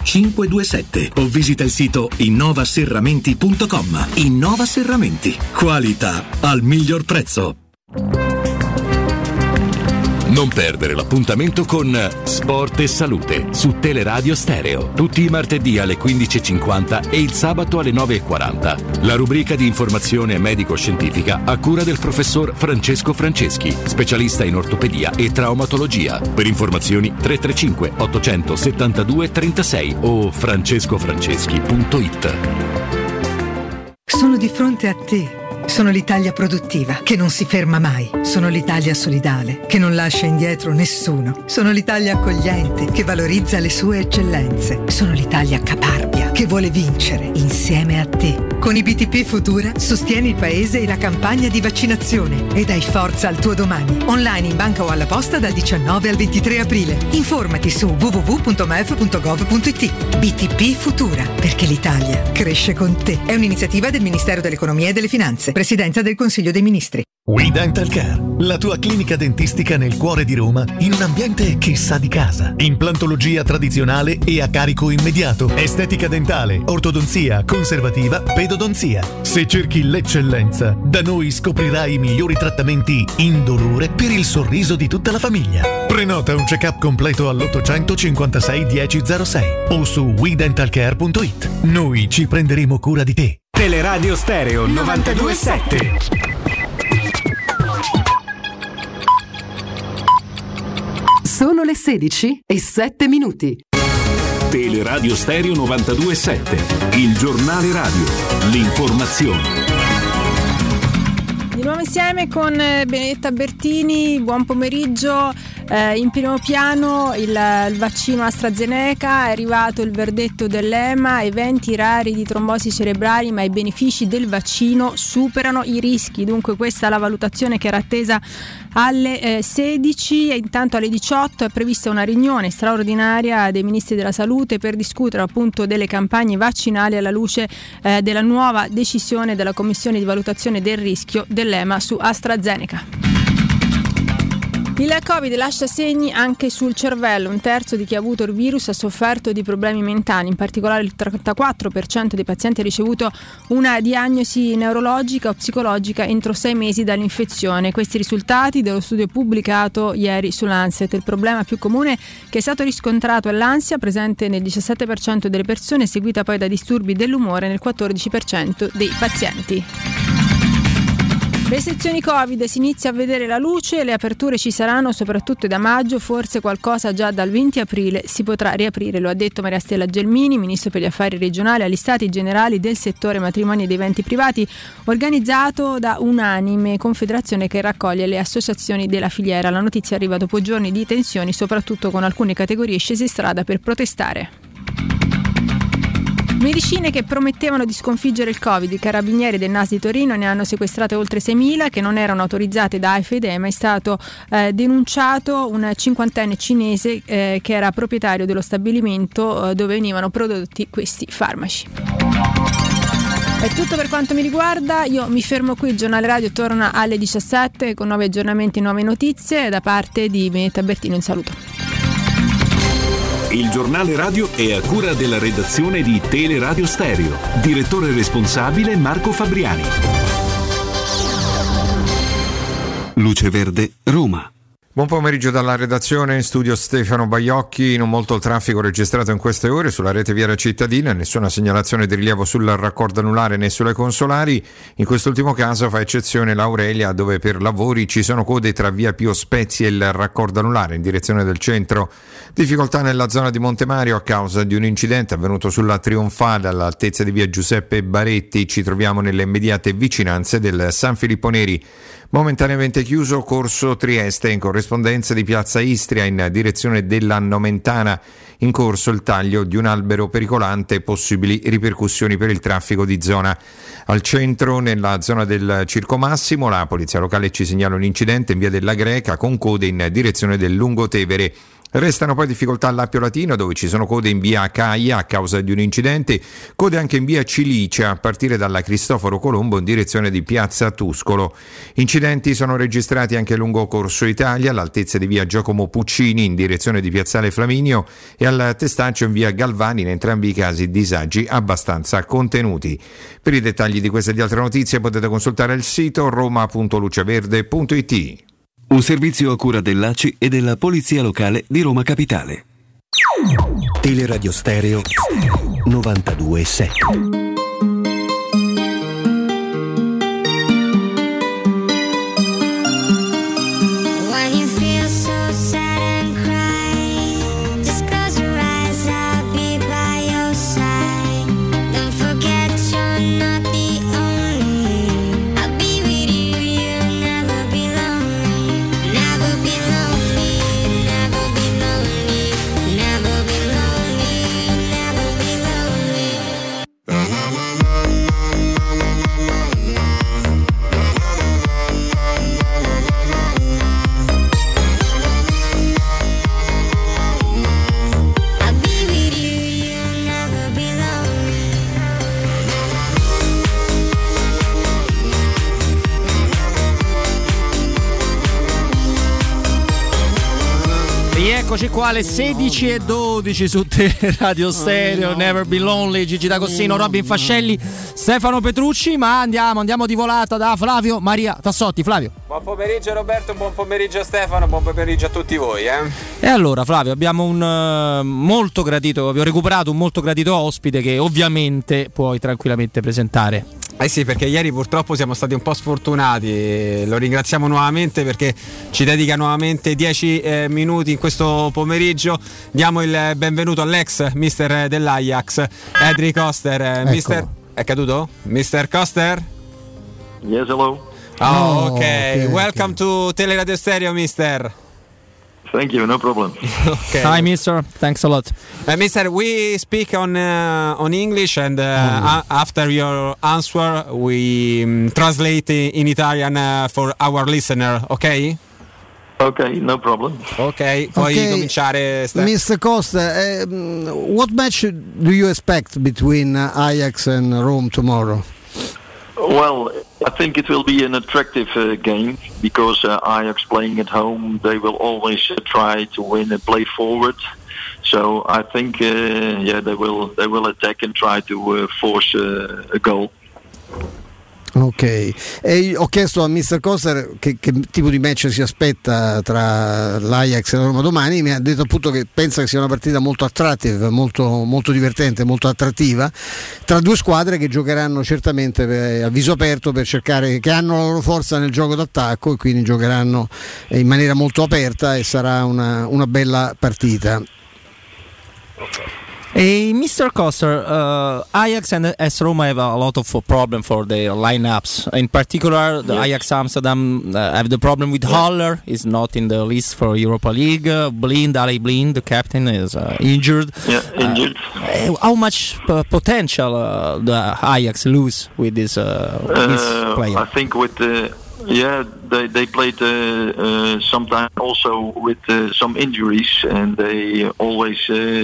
527 o visita il sito innovaserramenti.com. Innova Serramenti, qualità al miglior prezzo. Non perdere l'appuntamento con Sport e Salute su Teleradio Stereo. Tutti i martedì alle 15.50 e il sabato alle 9.40. La rubrica di informazione medico-scientifica a cura del professor Francesco Franceschi, specialista in ortopedia e traumatologia. Per informazioni 335 872 36 o francescofranceschi.it. Sono di fronte a te. Sono l'Italia produttiva, che non si ferma mai. Sono l'Italia solidale, che non lascia indietro nessuno. Sono l'Italia accogliente, che valorizza le sue eccellenze. Sono l'Italia caparbia, che vuole vincere insieme a te. Con i BTP Futura sostieni il paese e la campagna di vaccinazione e dai forza al tuo domani. Online in banca o alla posta dal 19 al 23 aprile. Informati su www.mef.gov.it. BTP Futura, perché l'Italia cresce con te. È un'iniziativa del Ministero dell'Economia e delle Finanze. Presidenza del Consiglio dei Ministri. We Dental Care, la tua clinica dentistica nel cuore di Roma, in un ambiente che sa di casa. Implantologia tradizionale e a carico immediato. Estetica dentale, ortodonzia, conservativa, pedodonzia. Se cerchi l'eccellenza, da noi scoprirai i migliori trattamenti indolore per il sorriso di tutta la famiglia. Prenota un check-up completo all'856 1006 o su wedentalcare.it. Noi ci prenderemo cura di te. Teleradio Stereo 92.7. Sono le 16:07. Teleradio Stereo 92.7, il giornale radio, l'informazione. Di nuovo insieme con Benedetta Bertini, buon pomeriggio. In primo piano il vaccino AstraZeneca, è arrivato il verdetto dell'EMA, eventi rari di trombosi cerebrali, ma i benefici del vaccino superano i rischi. Dunque questa è la valutazione che era attesa alle 16 e intanto alle 18 è prevista una riunione straordinaria dei ministri della salute per discutere appunto delle campagne vaccinali alla luce della nuova decisione della Commissione di valutazione del rischio dell'EMA su AstraZeneca. Il Covid lascia segni anche sul cervello. Un terzo di chi ha avuto il virus ha sofferto di problemi mentali, in particolare il 34% dei pazienti ha ricevuto una diagnosi neurologica o psicologica entro 6 mesi dall'infezione. Questi risultati dello studio pubblicato ieri sull'Lancet. Il problema più comune che è stato riscontrato è l'ansia, presente nel 17% delle persone, seguita poi da disturbi dell'umore nel 14% dei pazienti. Restrizioni Covid, si inizia a vedere la luce, le aperture ci saranno soprattutto da maggio, forse qualcosa già dal 20 aprile si potrà riaprire, lo ha detto Maria Stella Gelmini, Ministro per gli Affari Regionali, agli Stati Generali del settore matrimoni ed eventi privati, organizzato da Unanime, confederazione che raccoglie le associazioni della filiera. La notizia arriva dopo giorni di tensioni, soprattutto con alcune categorie scese in strada per protestare. Medicine che promettevano di sconfiggere il Covid. I carabinieri del NAS di Torino ne hanno sequestrate oltre 6.000 che non erano autorizzate da AIFA ed EMA. È stato denunciato un 50enne cinese che era proprietario dello stabilimento dove venivano prodotti questi farmaci. È tutto per quanto mi riguarda, io mi fermo qui, il giornale radio torna alle 17 con nuovi aggiornamenti e nuove notizie. Da parte di Benedetta Bertino, un saluto. Il giornale radio è a cura della redazione di Teleradio Stereo. Direttore responsabile Marco Fabriani. Luce Verde, Roma. Buon pomeriggio dalla redazione, in studio Stefano Baiocchi. Non molto il traffico registrato in queste ore sulla rete Viaria Cittadina, nessuna segnalazione di rilievo sul raccordo anulare né sulle consolari. In quest'ultimo caso fa eccezione l'Aurelia, dove per lavori ci sono code tra via Pio Spezia e il raccordo anulare in direzione del centro. Difficoltà nella zona di Montemario a causa di un incidente avvenuto sulla Trionfale all'altezza di via Giuseppe Baretti. Ci troviamo nelle immediate vicinanze del San Filippo Neri. Momentaneamente chiuso corso Trieste in corrispondenza di piazza Istria in direzione della Nomentana. In corso il taglio di un albero pericolante e possibili ripercussioni per il traffico di zona. Al centro, nella zona del Circo Massimo, la polizia locale ci segnala un incidente in via della Greca con code in direzione del Lungotevere. Restano poi difficoltà all'Appio Latino, dove ci sono code in via Acaia a causa di un incidente, code anche in via Cilicia a partire dalla Cristoforo Colombo in direzione di piazza Tuscolo. Incidenti sono registrati anche lungo Corso Italia, all'altezza di via Giacomo Puccini in direzione di piazzale Flaminio e al Testaccio in via Galvani, in entrambi i casi disagi abbastanza contenuti. Per i dettagli di queste e di altre notizie potete consultare il sito roma.luceverde.it. Un servizio a cura dell'ACI e della Polizia Locale di Roma Capitale. Teleradio Stereo 92.7. Eccoci qua alle 16:12 su Radio Stereo, Never Be Lonely, Gigi D'Agostino, Robin Fascelli, Stefano Petrucci, ma andiamo di volata da Flavio Maria Tassotti. Flavio. Buon pomeriggio Roberto, buon pomeriggio Stefano, buon pomeriggio a tutti voi. E allora Flavio, abbiamo abbiamo recuperato un molto gradito ospite che ovviamente puoi tranquillamente presentare. Eh sì, perché ieri purtroppo siamo stati un po' sfortunati, lo ringraziamo nuovamente perché ci dedica nuovamente 10 minuti in questo pomeriggio. Diamo il benvenuto all'ex mister dell'Ajax, Edry Koster. Mister, è caduto? Mister Koster? Yes, hello. Okay. Welcome to Teleradio Stereo, mister. Thank you, no problem. Okay. Hi, mister. Thanks a lot. Mister, we speak on English, and after your answer, we translate in Italian for our listener, okay? Okay, no problem. Ok, puoi cominciare. Mr. Costa, what match do you expect between Ajax and Rome tomorrow? Well, I think it will be an attractive game because Ajax playing at home, they will always try to win and play forward. So I think, they will attack and try to force a goal. Ok, e ho chiesto a Mr. Koster che tipo di match si aspetta tra l'Ajax e la Roma domani. Mi ha detto appunto che pensa che sia una partita molto attractive, molto, molto divertente, molto attrattiva, tra due squadre che giocheranno certamente a viso aperto per cercare, che hanno la loro forza nel gioco d'attacco e quindi giocheranno in maniera molto aperta e sarà una bella partita. Hey, Mr. Koster, Ajax and AS Roma have a lot of problem for their lineups. In particular, the Ajax Amsterdam have the problem with Haller, is not in the list for Europa League. Ale Blind, the captain, is injured. Yeah, injured. How much potential the Ajax lose with this player? I think with they played sometimes also with some injuries, and they always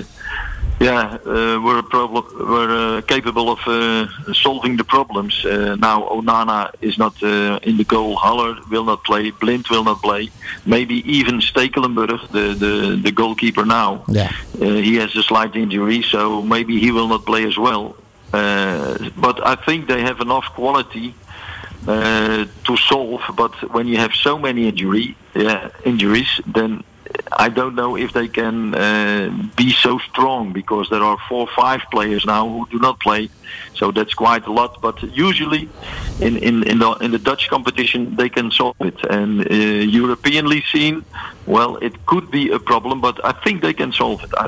were capable of solving the problems. Now Onana is not in the goal. Haller will not play. Blind will not play. Maybe even Stekelenburg, the goalkeeper now. Yeah. He has a slight injury, so maybe he will not play as well. But I think they have enough quality to solve. But when you have so many injuries, then I don't know if they can be so strong, because there are 4 or 5 players now who do not play, so that's quite a lot. But usually in the Dutch competition they can solve it, and Europeanly seen, well, it could be a problem, but I think they can solve it.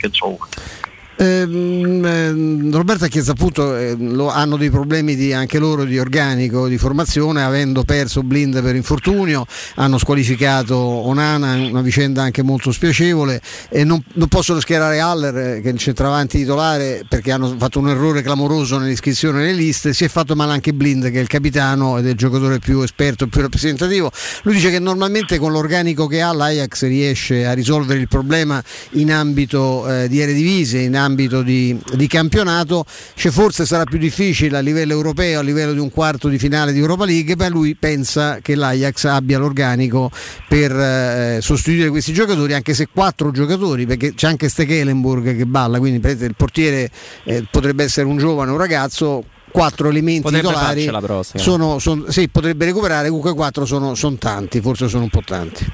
Roberto ha chiesto appunto, hanno dei problemi anche loro di organico, di formazione, avendo perso Blind per infortunio, hanno squalificato Onana, una vicenda anche molto spiacevole, e non possono schierare Haller, che è il centravanti titolare, perché hanno fatto un errore clamoroso nell'iscrizione nelle liste. Si è fatto male anche Blind, che è il capitano ed è il giocatore più esperto, più rappresentativo. Lui dice che normalmente con l'organico che ha l'Ajax riesce a risolvere il problema in ambito di Eredivisie, in ambito di campionato. Forse sarà più difficile a livello europeo, a livello di un quarto di finale di Europa League, ma lui pensa che l'Ajax abbia l'organico per sostituire questi giocatori, anche se 4 giocatori, perché c'è anche Stekelenburg che balla, quindi il portiere potrebbe essere un giovane, un ragazzo. 4 elementi potrebbe titolari sì, potrebbe recuperare, comunque 4 sono tanti, forse sono un po' tanti.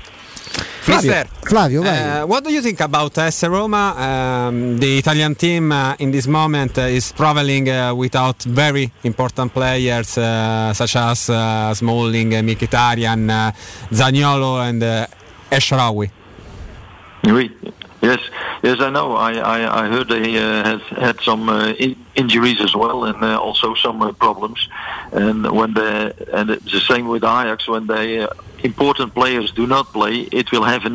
Flavio, vai. What do you think about AS Roma? The Italian team in this moment is traveling without very important players such as Smalling, Mkhitaryan, Zaniolo and El-Shaarawy. Oui. Yes, I know. I heard they had some injuries as well, and also some problems. And it's the same with Ajax. When they important players do not play, it will have an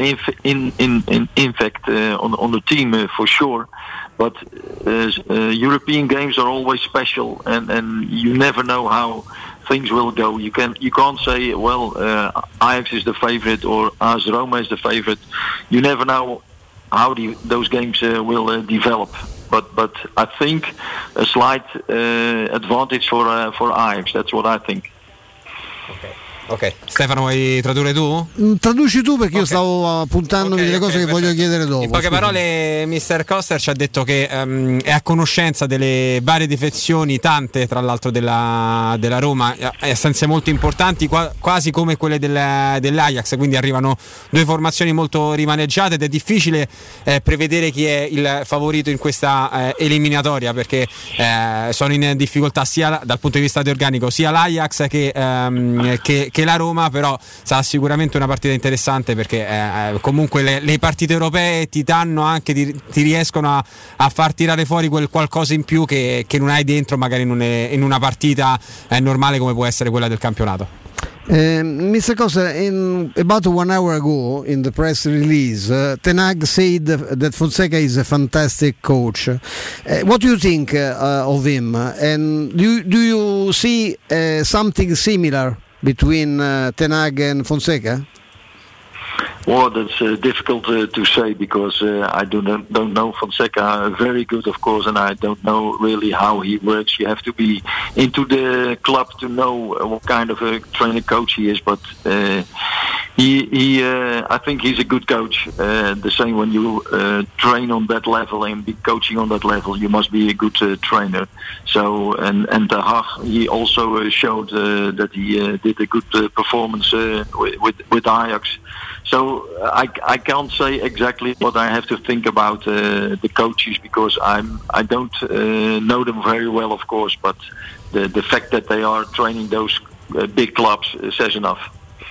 impact on the team for sure. But European games are always special, and you never know how things will go. You can't say, well, Ajax is the favorite or AS Roma is the favorite. You never know how those games will develop. But I think a slight advantage for Ajax. That's what I think. Ok, Stefano, vuoi tradurre tu? Traduci tu, perché io stavo appuntandomi delle cose che voglio chiedere dopo. In poche parole, Mr. Koster ci ha detto che è a conoscenza delle varie difezioni, tante tra l'altro della Roma, assenze molto importanti, quasi come quelle dell'Ajax, quindi arrivano due formazioni molto rimaneggiate ed è difficile prevedere chi è il favorito in questa eliminatoria, perché sono in difficoltà sia dal punto di vista di organico sia l'Ajax che la Roma, però sarà sicuramente una partita interessante, perché comunque le partite europee ti danno anche, ti riescono a far tirare fuori quel qualcosa in più che non hai dentro magari in una partita normale come può essere quella del campionato. Mr. Costa, about 1 hour ago in the press release, Ten Hag said that Fonseca is a fantastic coach. What do you think of him? And do you see something similar between Ten Hag and Fonseca? Well, that's difficult to say, because I don't know Fonseca very good, of course, and I don't know really how he works. You have to be into the club to know what kind of a trainer coach he is. But I think he's a good coach. The same when you train on that level and be coaching on that level, you must be a good trainer. So and Ten Hag, he also showed that he did a good performance with Ajax. So I can't say exactly what I have to think about the coaches, because I don't know them very well, of course. But the fact that they are training those big clubs says enough.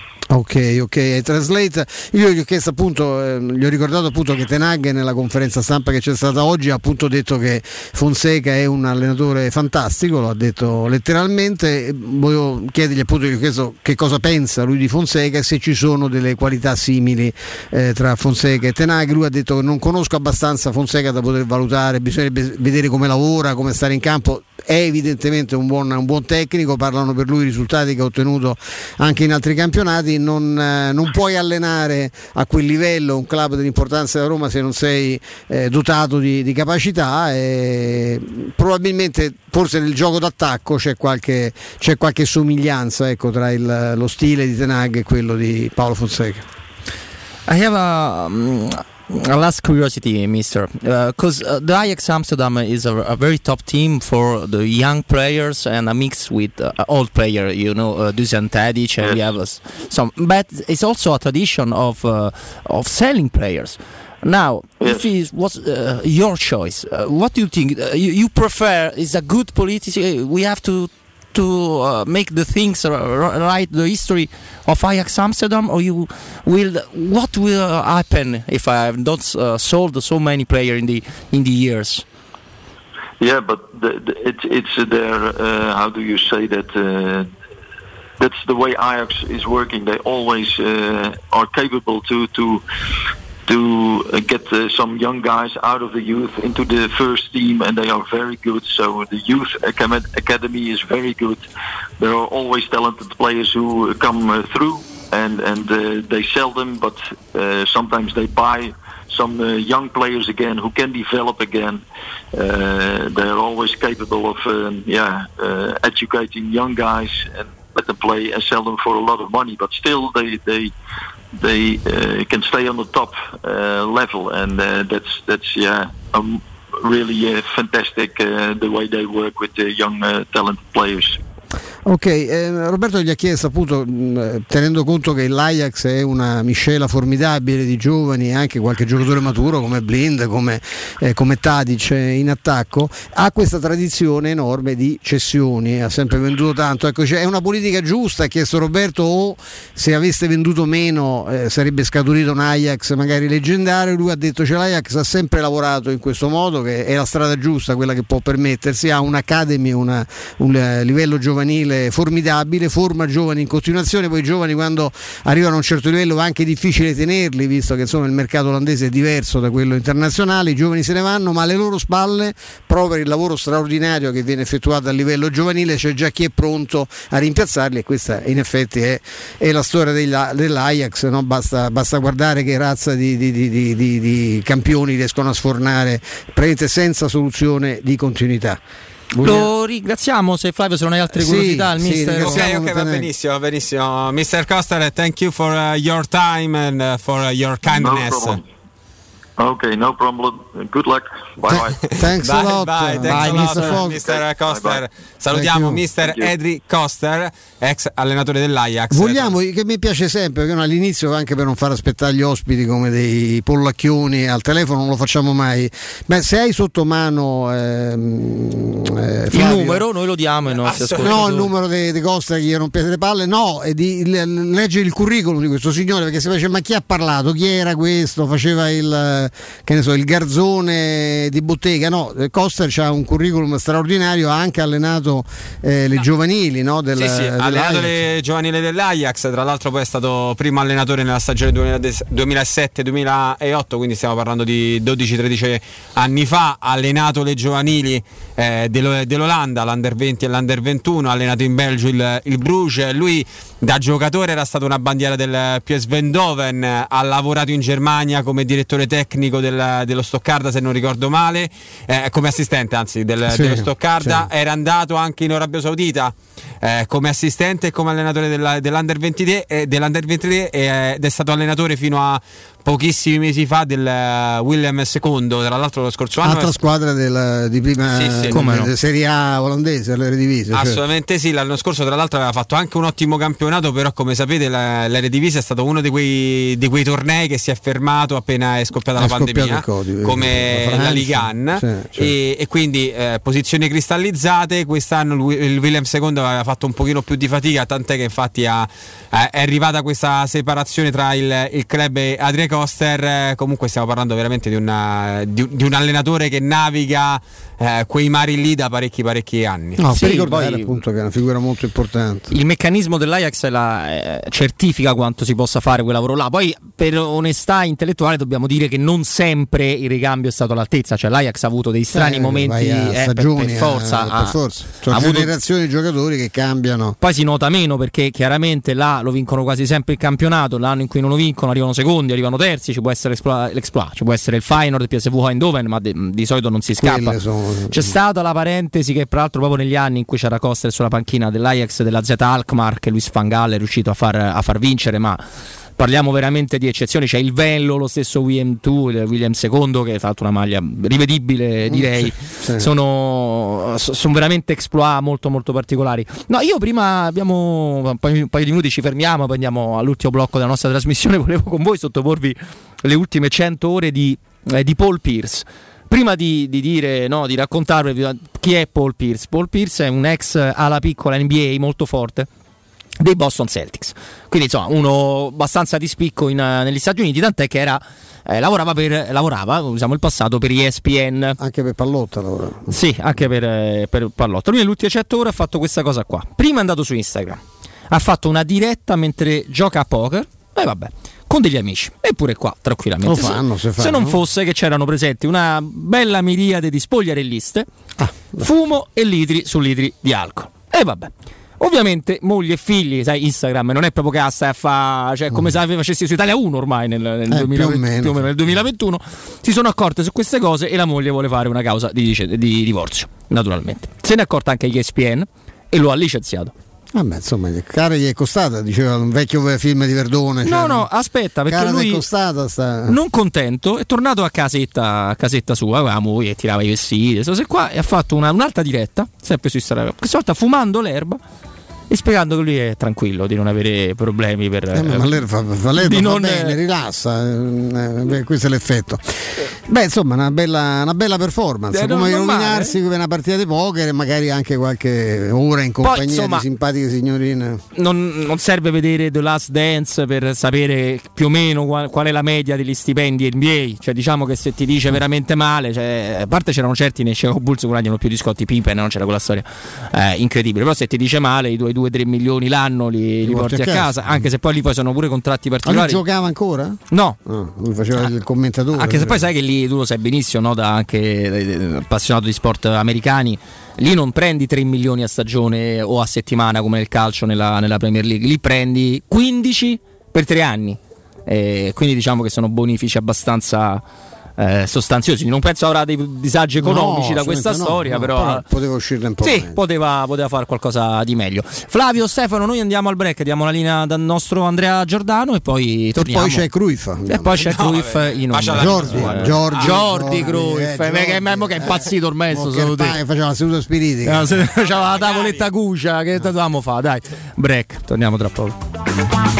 Ok, translate. Io gli ho chiesto appunto, gli ho ricordato appunto che Ten Hag nella conferenza stampa che c'è stata oggi ha appunto detto che Fonseca è un allenatore fantastico, lo ha detto letteralmente. Volevo chiedergli appunto, gli ho chiesto che cosa pensa lui di Fonseca e se ci sono delle qualità simili tra Fonseca e Ten Hag. Lui ha detto che non conosco abbastanza Fonseca da poter valutare, bisognerebbe vedere come lavora, come stare in campo. È evidentemente un buon tecnico, parlano per lui i risultati che ha ottenuto anche in altri campionati. Non puoi allenare a quel livello un club dell'importanza della Roma se non sei dotato di capacità, e probabilmente forse nel gioco d'attacco c'è qualche somiglianza, ecco, tra lo stile di Ten Hag e quello di Paolo Fonseca. I have a last curiosity, Mister, because the Ajax Amsterdam is a very top team for the young players and a mix with old player, Dusan Tadic, and we have some. But it's also a tradition of selling players. Now, if it was your choice, what do you think? You prefer is a good policy? We have to make the things right, the history of Ajax Amsterdam, or what will happen if I have not sold so many players in the years? Yeah, but it's there. How do you say that? That's the way Ajax is working. They always are capable to get some young guys out of the youth into the first team, and they are very good. So the youth academy is very good. There are always talented players who come through, and they sell them, but sometimes they buy some young players again who can develop again. They're always capable of educating young guys and let them play and sell them for a lot of money, but still they can stay on the top level, and that's a really fantastic the way they work with the young talented players. Ok, Roberto gli ha chiesto appunto, tenendo conto che l'Ajax è una miscela formidabile di giovani e anche qualche giocatore maturo come Blind, come Tadic in attacco, ha questa tradizione enorme di cessioni, ha sempre venduto tanto, ecco, è una politica giusta, ha chiesto Roberto, o se aveste venduto meno sarebbe scaturito un Ajax magari leggendario. Lui ha detto l'Ajax ha sempre lavorato in questo modo, che è la strada giusta, quella che può permettersi, ha un'academy, un livello giovanile formidabile, forma giovani in continuazione, poi i giovani quando arrivano a un certo livello è anche difficile tenerli, visto che insomma il mercato olandese è diverso da quello internazionale, i giovani se ne vanno, ma alle loro spalle, proprio per il lavoro straordinario che viene effettuato a livello giovanile, c'è già chi è pronto a rimpiazzarli, e questa in effetti è la storia dell'Ajax, no? Basta guardare che razza di campioni riescono a sfornare praticamente senza soluzione di continuità. Lo ringraziamo, se Flavio, se non hai altre curiosità al mister. Ok, va benissimo. Mr. Coster, thank you for your time and for your kindness. Okay, no problem. Good luck. Bye. Thanks a lot. Bye, Mr. Coster. Salutiamo Mr. Edry Coster, ex allenatore dell'Ajax. Vogliamo, che mi piace sempre, perché all'inizio, anche per non far aspettare gli ospiti come dei pollacchioni al telefono, non lo facciamo mai. Ma se hai sotto mano il numero, noi lo diamo ai nostri ascoltatori. No, il numero di Costa che gli rompete le palle, no, e di leggere il curriculum di questo signore, perché si dice: ma chi ha parlato? Chi era questo? Faceva il garzone di bottega? No, Costa ha un curriculum straordinario, ha anche allenato le giovanili, no? Ha allenato le giovanili dell'Ajax, tra l'altro poi è stato primo allenatore nella stagione 2007-2008, quindi stiamo parlando di 12-13 anni fa. Ha allenato le giovanili dell'Olanda, l'Under 20 e l'Under 21, ha allenato in Belgio il Bruges. Lui da giocatore era stato una bandiera del PSV Eindhoven, ha lavorato in Germania come direttore tecnico dello Stoccarda, se non ricordo male, come assistente anzi dello Stoccarda, era andato anche in Arabia Saudita come assistente e come allenatore dell'Under 23 ed è stato allenatore fino a pochissimi mesi fa del Willem II, tra l'altro lo scorso anno. Altra squadra di prima Serie A olandese, l'Eredivisie. Assolutamente sì, l'anno scorso tra l'altro aveva fatto anche un ottimo campionato, però come sapete l'Eredivisie è stato uno di quei tornei che si è fermato appena è scoppiata la pandemia, come la Ligue 1, e quindi posizioni cristallizzate. Quest'anno il Willem II aveva fatto un pochino più di fatica, tant'è che infatti è arrivata questa separazione tra il club e Adrien Coster. Comunque stiamo parlando veramente di un allenatore che naviga quei mari lì da parecchi anni. No, per ricordare appunto che è una figura molto importante. Il meccanismo dell'Ajax certifica quanto si possa fare quel lavoro là. Poi per onestà intellettuale dobbiamo dire che non sempre il ricambio è stato all'altezza, cioè l'Ajax ha avuto dei strani momenti stagioni, per forza. Sono generazioni di giocatori che cambiano. Poi si nota meno perché chiaramente là lo vincono quasi sempre il campionato, l'anno in cui non lo vincono arrivano secondi, arrivano terzi, ci può essere l'exploit, ci può essere il Feyenoord, il PSV Eindhoven, ma di solito non si scappa. C'è stata la parentesi che tra l'altro proprio negli anni in cui c'era Costa sulla panchina dell'Ajax, della Z Alkmaar, che Luis Van Gaal è riuscito a far vincere, ma parliamo veramente di eccezioni. C'è il Venlo, lo stesso Willem II, che ha fatto una maglia rivedibile, direi. Sono veramente exploit molto molto particolari. No, io prima abbiamo un paio di minuti, ci fermiamo, poi andiamo all'ultimo blocco della nostra trasmissione. Volevo con voi sottoporvi le ultime 100 ore di Paul Pierce. Prima di dire, no, di raccontarvi chi è Paul Pierce. Paul Pierce è un ex ala piccola NBA molto forte dei Boston Celtics, quindi insomma uno abbastanza di spicco negli Stati Uniti, tant'è che lavorava, usiamo il passato, per ESPN, anche per Pallotta lavorava. Sì, anche per Pallotta. Lui nelle ultime 100 ore ha fatto questa cosa qua. Prima è andato su Instagram, ha fatto una diretta mentre gioca a poker, con degli amici, eppure qua tranquillamente lo fanno, se non fosse che c'erano presenti una bella miriade di spogliarelliste, fumo e litri su litri di alcol. Ovviamente moglie e figli, sai, Instagram non è proprio che stai a fare, cioè come se facessi su Italia 1 ormai nel 2020, più o meno nel 2021, si sono accorte su queste cose e la moglie vuole fare una causa di divorzio, naturalmente. Se ne è accorta anche ESPN e lo ha licenziato. Vabbè, insomma, cara gli è costata, diceva un vecchio film di Verdone. No, aspetta, perché cara lui è costata, non contento, è tornato a casetta sua, aveva moglie, tirava i vestiti, queste cose qua, e ha fatto un'altra diretta, sempre su Instagram, questa volta fumando l'erba e spiegando che lui è tranquillo di non avere problemi per ma l'erba fa bene, rilassa, questo è l'effetto. Beh, insomma, una bella performance, come rovinarsi una partita di poker e magari anche qualche ora in compagnia. Poi, insomma, di simpatiche signorine. Non serve vedere The Last Dance per sapere più o meno qual è la media degli stipendi NBA, cioè diciamo che se ti dice veramente male, cioè, a parte c'erano certi nei Chicago Bulls che guadagnano più di Scottie Pippen, non c'era quella storia incredibile, però se ti dice male i 2-3 milioni l'anno li porti a casa, anche se poi lì poi sono pure contratti particolari. Ma lui giocava ancora? No, lui faceva il commentatore. Anche se poi sai che lì tu lo sai benissimo, no? Da anche appassionato di sport americani, lì non prendi 3 milioni a stagione o a settimana come nel calcio nella Premier League, lì prendi 15 per 3 anni, quindi diciamo che sono bonifici abbastanza sostanziosi. Non penso avrà dei disagi economici da questa storia, però poteva uscirne un po'. Sì, poteva fare qualcosa di meglio. Flavio, Stefano, noi andiamo al break, diamo la linea dal nostro Andrea Giordano e poi torniamo. E poi c'è Cruyff. E poi c'è Cruyff in onda. Jordi Cruyff, che è impazzito ormai. Faceva la seduta spiritica. Faceva la tavoletta cucia. Che dovevamo fare? Dai, break, torniamo tra poco.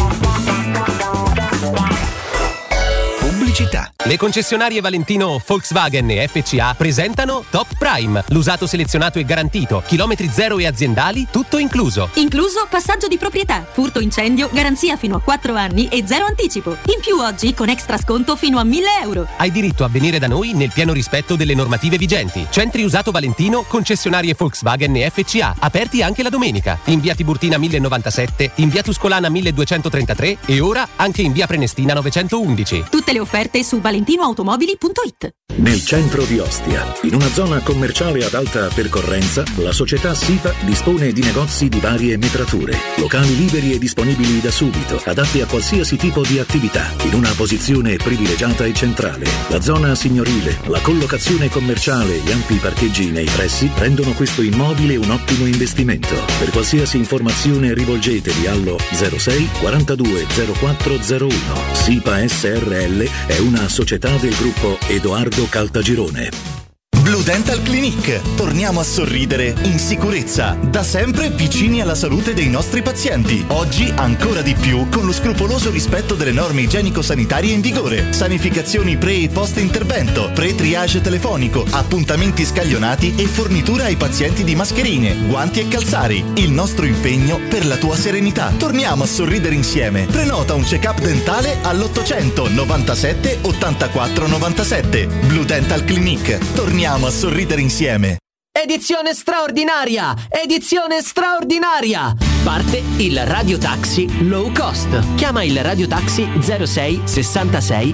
Le concessionarie Valentino, Volkswagen e FCA presentano Top Prime, l'usato selezionato e garantito, chilometri zero e aziendali, tutto incluso. Incluso passaggio di proprietà, furto incendio, garanzia fino a 4 anni e 0 anticipo. In più oggi con extra sconto fino a 1.000 euro. Hai diritto a venire da noi nel pieno rispetto delle normative vigenti. Centri usato Valentino, concessionarie Volkswagen e FCA, aperti anche la domenica. In via Tiburtina 1097, in via Tuscolana 1233 e ora anche in via Prenestina 911. Tutte le offerte su valentinoautomobili.it. Nel centro di Ostia, in una zona commerciale ad alta percorrenza, la società SIPA dispone di negozi di varie metrature, locali liberi e disponibili da subito, adatti a qualsiasi tipo di attività, in una posizione privilegiata e centrale. La zona signorile, la collocazione commerciale e gli ampi parcheggi nei pressi rendono questo immobile un ottimo investimento. Per qualsiasi informazione rivolgetevi allo 06 42 0401. SIPA SRL è una società del gruppo Edoardo Caltagirone. Blue Dental Clinic. Torniamo a sorridere in sicurezza, da sempre vicini alla salute dei nostri pazienti. Oggi ancora di più con lo scrupoloso rispetto delle norme igienico-sanitarie in vigore. Sanificazioni pre e post intervento, pre-triage telefonico, appuntamenti scaglionati e fornitura ai pazienti di mascherine, guanti e calzari. Il nostro impegno per la tua serenità. Torniamo a sorridere insieme. Prenota un check-up dentale all'800 97 84 97. Blue Dental Clinic. Torniamo a sorridere insieme. Edizione straordinaria! Edizione straordinaria! Parte il Radio Taxi Low Cost. Chiama il Radio Taxi 06 66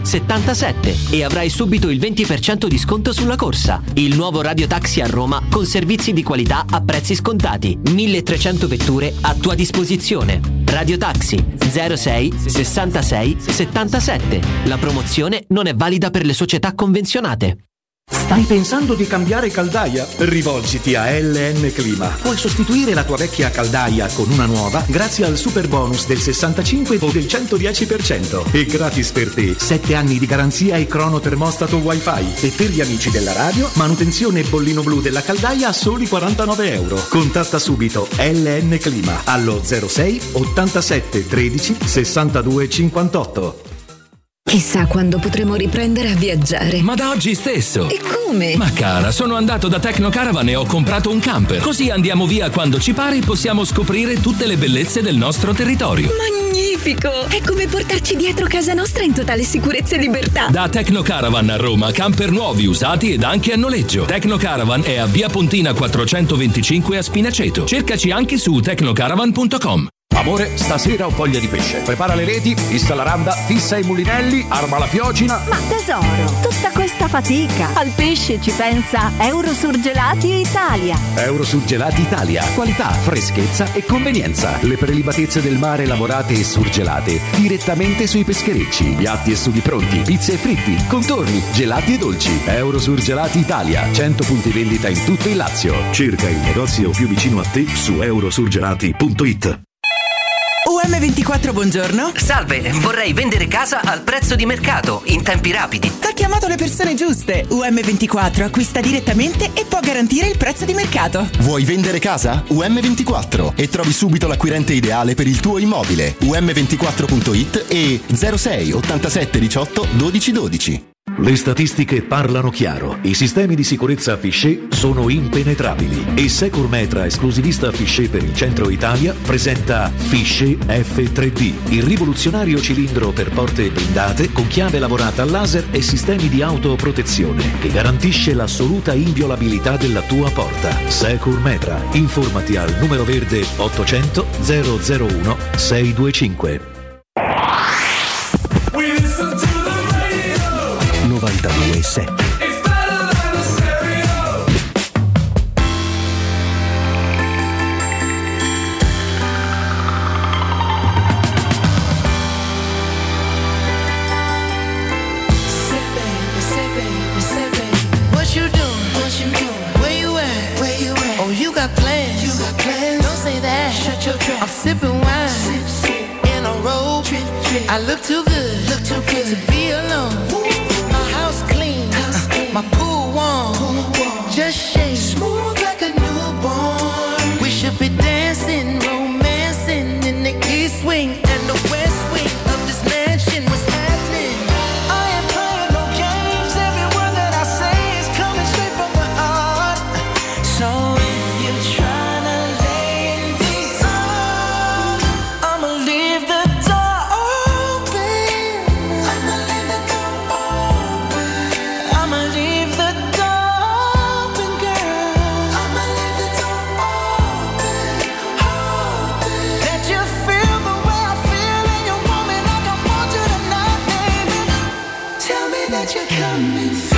77 e avrai subito il 20% di sconto sulla corsa. Il nuovo Radio Taxi a Roma con servizi di qualità a prezzi scontati. 1300 vetture a tua disposizione. Radio Taxi 06 66 77. La promozione non è valida per le società convenzionate. Stai pensando di cambiare caldaia? Rivolgiti a LN Clima. Puoi sostituire la tua vecchia caldaia con una nuova grazie al super bonus del 65 o del 110% e gratis per te 7 anni di garanzia e cronotermostato wifi, e per gli amici della radio manutenzione e bollino blu della caldaia a soli 49 euro. Contatta subito LN Clima allo 06 87 13 62 58. Chissà quando potremo riprendere a viaggiare. Ma da oggi stesso. E come? Ma cara, sono andato da Tecnocaravan e ho comprato un camper. Così andiamo via quando ci pare e possiamo scoprire tutte le bellezze del nostro territorio. Magnifico! È come portarci dietro casa nostra in totale sicurezza e libertà. Da Tecnocaravan a Roma, camper nuovi, usati ed anche a noleggio. Tecnocaravan è a via Pontina 425 a Spinaceto. Cercaci anche su tecnocaravan.com. Amore, stasera ho voglia di pesce. Prepara le reti, fissa la randa, fissa i mulinelli, arma la fiocina. Ma tesoro, tutta questa fatica. Al pesce ci pensa Eurosurgelati Italia. Eurosurgelati Italia. Qualità, freschezza e convenienza. Le prelibatezze del mare lavorate e surgelate direttamente sui pescherecci. Piatti e sughi pronti, pizze e fritti, contorni, gelati e dolci. Eurosurgelati Italia. 100 punti vendita in tutto il Lazio. Cerca il negozio più vicino a te su eurosurgelati.it. UM24, buongiorno. Salve, vorrei vendere casa al prezzo di mercato, in tempi rapidi. Ha chiamato le persone giuste. UM24 acquista direttamente e può garantire il prezzo di mercato. Vuoi vendere casa? UM24 e trovi subito l'acquirente ideale per il tuo immobile. UM24.it e 06 87 18 12 12. Le statistiche parlano chiaro. I sistemi di sicurezza Fichet sono impenetrabili e Securmetra, esclusivista Fichet per il centro Italia, presenta Fichet F3D, il rivoluzionario cilindro per porte blindate con chiave lavorata a laser e sistemi di autoprotezione che garantisce l'assoluta inviolabilità della tua porta. Securmetra. Informati al numero verde 800 001 625. 92.7. I'm sipping wine in a robe. I look too good to be alone. My house clean, my pool warm. Just shake smooth like a newborn. We should be dancing, romancing in the east wing and the west wing of this mansion. What's happening? I ain't playing no games. Every word that I say is coming straight from the heart. So if you're trying to lay in these arms, I'ma leave the door open. I'ma leave the door open. I'ma leave the door open, girl. I'ma leave the door open, open. Let you feel the way I feel and you want me like I want you tonight, baby. Tell me that you're coming through.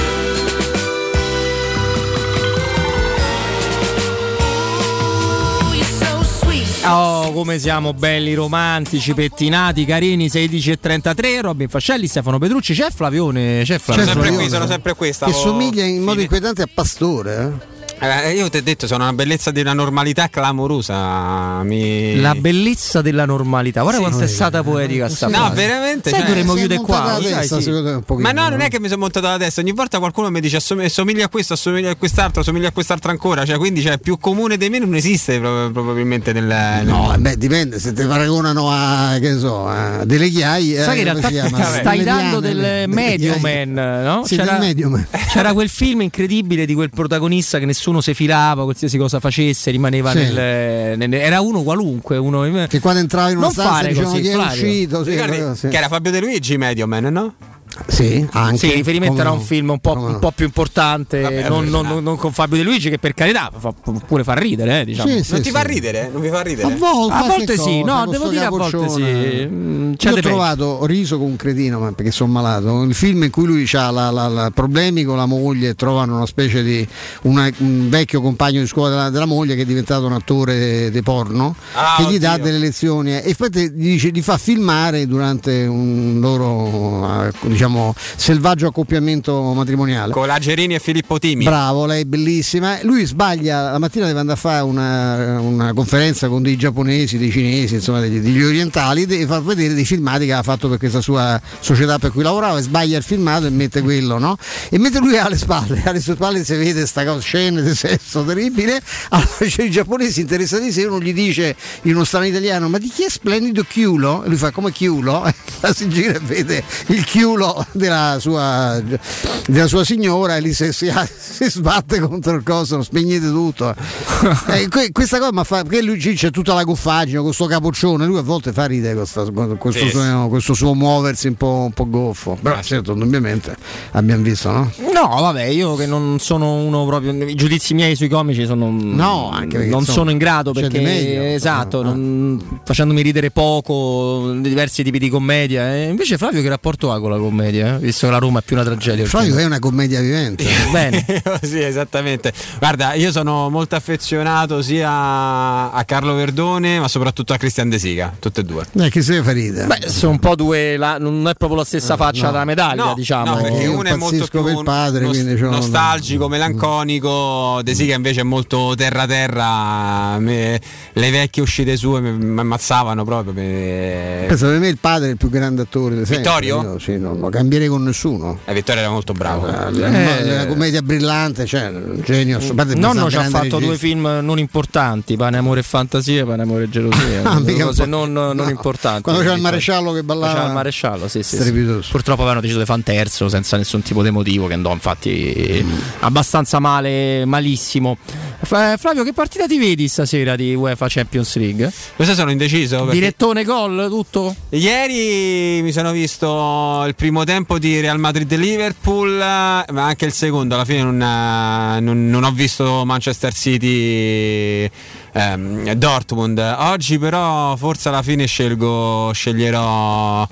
You're so sweet. Oh, come siamo belli, romantici, pettinati, carini. 16:33. Robin Fascelli, Stefano Petrucci. C'è Flavione? C'è Flavione? Sono sempre qui. Che somiglia in modo inquietante a Pastore, io ti ho detto, sono una bellezza di una normalità clamorosa. La bellezza della normalità. Guarda quanto è stata poetica sta No, frase. veramente. Sai, dovremmo chiudere qua. Ma no, non è che mi sono montato la testa. Ogni volta qualcuno mi dice somiglia a questo, assomiglia a quest'altro, assomiglia a quest'altro ancora. Cioè, quindi più comune di me non esiste probabilmente nel No, beh, dipende. Se ti paragonano a, che so, a delle chiaie. Sai che in realtà stai dando del Medio Man, no? Sì, del Medio Man. C'era quel film incredibile di quel protagonista che nessuno si filava, qualsiasi cosa facesse rimaneva era uno qualunque, uno che quando entrava in una stanza dicevano così, che è uscito, che era Fabio De Luigi, Medio Man, no? Sì, anche. Sì, riferimento era un film un po' più importante. Vabbè, non con Fabio De Luigi, che per carità può pure far ridere, diciamo. Non ti fa ridere? Non vi fa ridere? A volte sì, no, devo dire a volte sì. Io ho trovato riso con un cretino, ma perché sono malato. Il film in cui lui ha problemi con la moglie e trovano una specie di un vecchio compagno di scuola della moglie che è diventato un attore di porno, che gli dà delle lezioni e infatti gli fa filmare durante un loro selvaggio accoppiamento matrimoniale con la Gerini e Filippo Timi. Bravo, lei è bellissima. Lui sbaglia, la mattina deve andare a fare una conferenza con dei giapponesi, dei cinesi, insomma degli orientali, deve far vedere dei filmati che aveva fatto per questa sua società per cui lavorava, e sbaglia il filmato e mette quello, no? E mentre lui ha alle sue spalle si vede sta cosa, scene di sesso terribile, allora c'è i giapponesi interessatissimi, uno gli dice in uno strano italiano: ma di chi è splendido chiulo? E lui fa: come chiulo? E si gira e vede il chiulo della sua signora e lì si sbatte contro il coso, spegnete tutto. Questa cosa ma fa perché lui c'è tutta la goffaggine con sto capoccione, lui a volte fa ridere questo suo muoversi un po' goffo, però certo indubbiamente abbiamo visto, no? No, vabbè, io che non sono uno proprio, i giudizi miei sui comici sono anche non sono in grado perché meglio, esatto, facendomi ridere poco di diversi tipi di commedia. Invece Flavio che rapporto ha con la commedia? Visto che la Roma è più una tragedia. Flavio è una commedia vivente. Bene. Sì, esattamente. Guarda, io sono molto affezionato sia a Carlo Verdone ma soprattutto a Christian De Sica, tutte e due. Che se ne fa ridere? Beh, sono un po' due, non è proprio la stessa faccia della medaglia, diciamo. No, perché uno è molto più per il padre, nostalgico, melanconico. De Sica invece è molto terra. Le vecchie uscite sue mi ammazzavano proprio. Penso per me il padre è il più grande attore di sempre. Vittorio? Io, sì, non lo cambierei con nessuno. Vittorio era molto bravo. La commedia brillante, cioè un genio. Nonno ci ha fatto due film non importanti, Pane, Amore e Fantasia, Pane, Amore e Gelosia. Cose non importanti. Quando c'era il maresciallo che ballava. C'era il maresciallo, sì. Purtroppo avevano deciso di fare un terzo senza nessun tipo di motivo, che andò infatti abbastanza malissimo. Flavio, che partita ti vedi stasera di UEFA Champions League? Questa sono indeciso. Perché... Direttone, gol, tutto? Ieri mi sono visto il primo tempo di Real Madrid-Liverpool, ma anche il secondo. Alla fine non ho visto Manchester City Dortmund. Oggi però forse alla fine sceglierò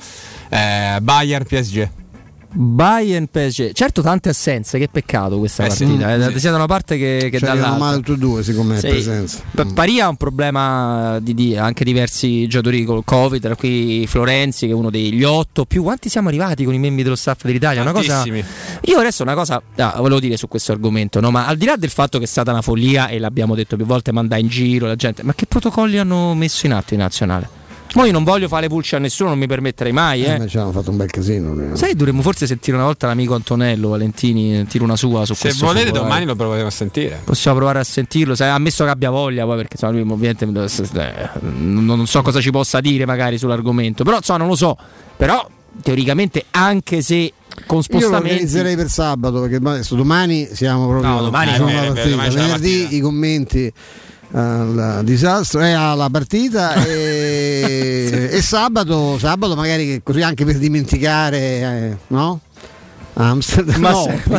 Bayern PSG. Bayern PSG, certo tante assenze, che peccato questa partita, sia da una parte che dall'altra. Male tutti e due secondo me presenza. Paria ha un problema di anche diversi giocatori col Covid, tra cui Florenzi che è uno degli 8 più. Quanti siamo arrivati con i membri dello staff dell'Italia? Una cosa, io adesso una cosa volevo dire su questo argomento, no? Ma al di là del fatto che è stata una follia e l'abbiamo detto più volte, mandare in giro la gente, ma che protocolli hanno messo in atto in nazionale? Poi io non voglio fare pulce a nessuno, non mi permetterei mai. Ci hanno fatto un bel casino. Sai, dovremmo forse sentire una volta l'amico Antonello Valentini, tira una sua su questo. Se volete domani lo proveremo a sentire. Possiamo provare a sentirlo, ammesso che abbia voglia, poi perché lui ovviamente non so cosa ci possa dire magari sull'argomento, però non lo so. Però teoricamente anche se con spostamenti. Io lo organizzerei per sabato, perché adesso domani siamo proprio domani venerdì i commenti al disastro alla partita e sabato magari così anche per dimenticare no? Amsterdam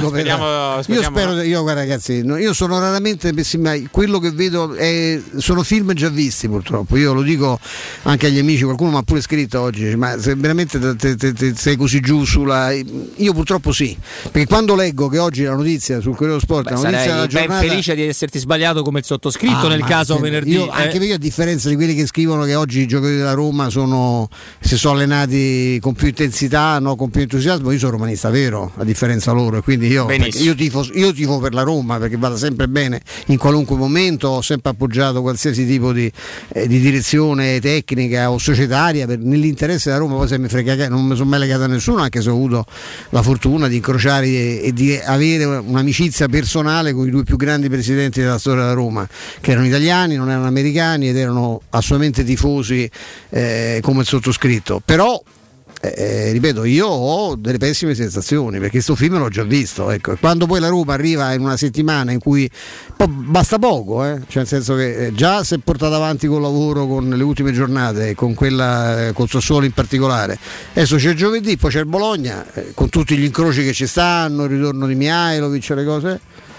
io guarda ragazzi, io sono raramente pessimista, quello che vedo sono film già visti purtroppo, io lo dico anche agli amici, qualcuno mi ha pure scritto oggi, ma se veramente sei così giù io purtroppo sì, perché quando leggo che oggi la notizia sul Corriere dello Sport la notizia della giornata, ben felice di esserti sbagliato come il sottoscritto nel caso venerdì, anche perché a differenza di quelli che scrivono che oggi i giocatori della Roma si sono allenati con più intensità, con più entusiasmo, io sono romanista vero, a differenza loro, quindi io tifo per la Roma perché vada sempre bene in qualunque momento, ho sempre appoggiato qualsiasi tipo di direzione tecnica o societaria nell'interesse della Roma, poi se mi frega non mi sono mai legato a nessuno, anche se ho avuto la fortuna di incrociare e di avere un'amicizia personale con i due più grandi presidenti della storia della Roma, che erano italiani, non erano americani ed erano assolutamente tifosi come il sottoscritto, però ripeto, io ho delle pessime sensazioni perché questo film l'ho già visto, ecco. Quando poi la Roma arriva in una settimana in cui basta poco, cioè nel senso che già si è portato avanti col lavoro, con le ultime giornate, con quella col Sassuolo in particolare, adesso c'è giovedì, poi c'è il Bologna, con tutti gli incroci che ci stanno, il ritorno di Mihajlovic, le cose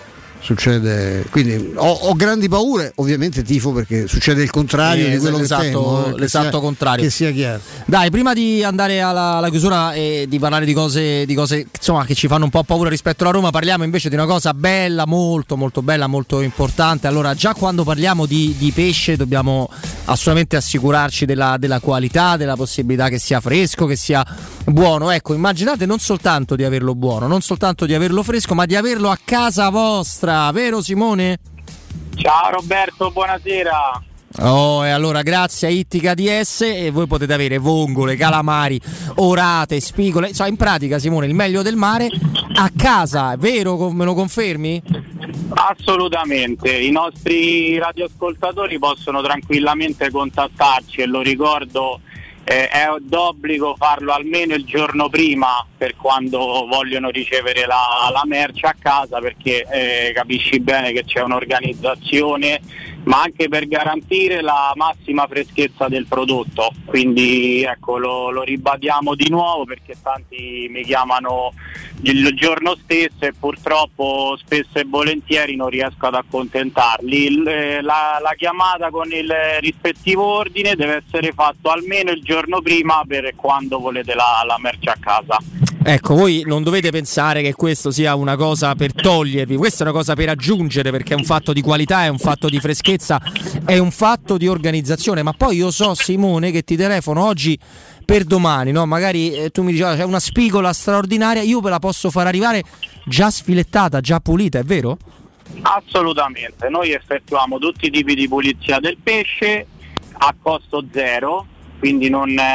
succede, quindi ho grandi paure, ovviamente tifo perché succede il contrario di quello che temo, l'esatto contrario, che sia chiaro. Dai, prima di andare alla chiusura e di parlare di cose insomma che ci fanno un po' paura rispetto alla Roma, parliamo invece di una cosa bella, molto molto bella, molto importante. Allora, già quando parliamo di pesce dobbiamo assolutamente assicurarci della qualità, della possibilità che sia fresco, che sia buono. Ecco, immaginate non soltanto di averlo buono, non soltanto di averlo fresco, ma di averlo a casa vostra. Vero Simone? Ciao Roberto, buonasera. E allora grazie a Ittica DS e voi potete avere vongole, calamari, orate, spigole, in pratica Simone il meglio del mare a casa, vero? Me lo confermi? Assolutamente, i nostri radioascoltatori possono tranquillamente contattarci e lo ricordo è d'obbligo farlo almeno il giorno prima per quando vogliono ricevere la merce a casa, perché capisci bene che c'è un'organizzazione, ma anche per garantire la massima freschezza del prodotto. Quindi ecco, lo ribadiamo di nuovo, perché tanti mi chiamano il giorno stesso e purtroppo spesso e volentieri non riesco ad accontentarli. La chiamata con il rispettivo ordine deve essere fatto almeno il giorno prima per quando volete la merce a casa. Ecco, voi non dovete pensare che questo sia una cosa per togliervi, questa è una cosa per aggiungere, perché è un fatto di qualità, è un fatto di freschezza, è un fatto di organizzazione. Ma poi io so, Simone, che ti telefono oggi per domani, no? Magari tu mi dici c'è una spigola straordinaria, io ve la posso far arrivare già sfilettata, già pulita, è vero? Assolutamente, noi effettuiamo tutti i tipi di pulizia del pesce a costo zero, quindi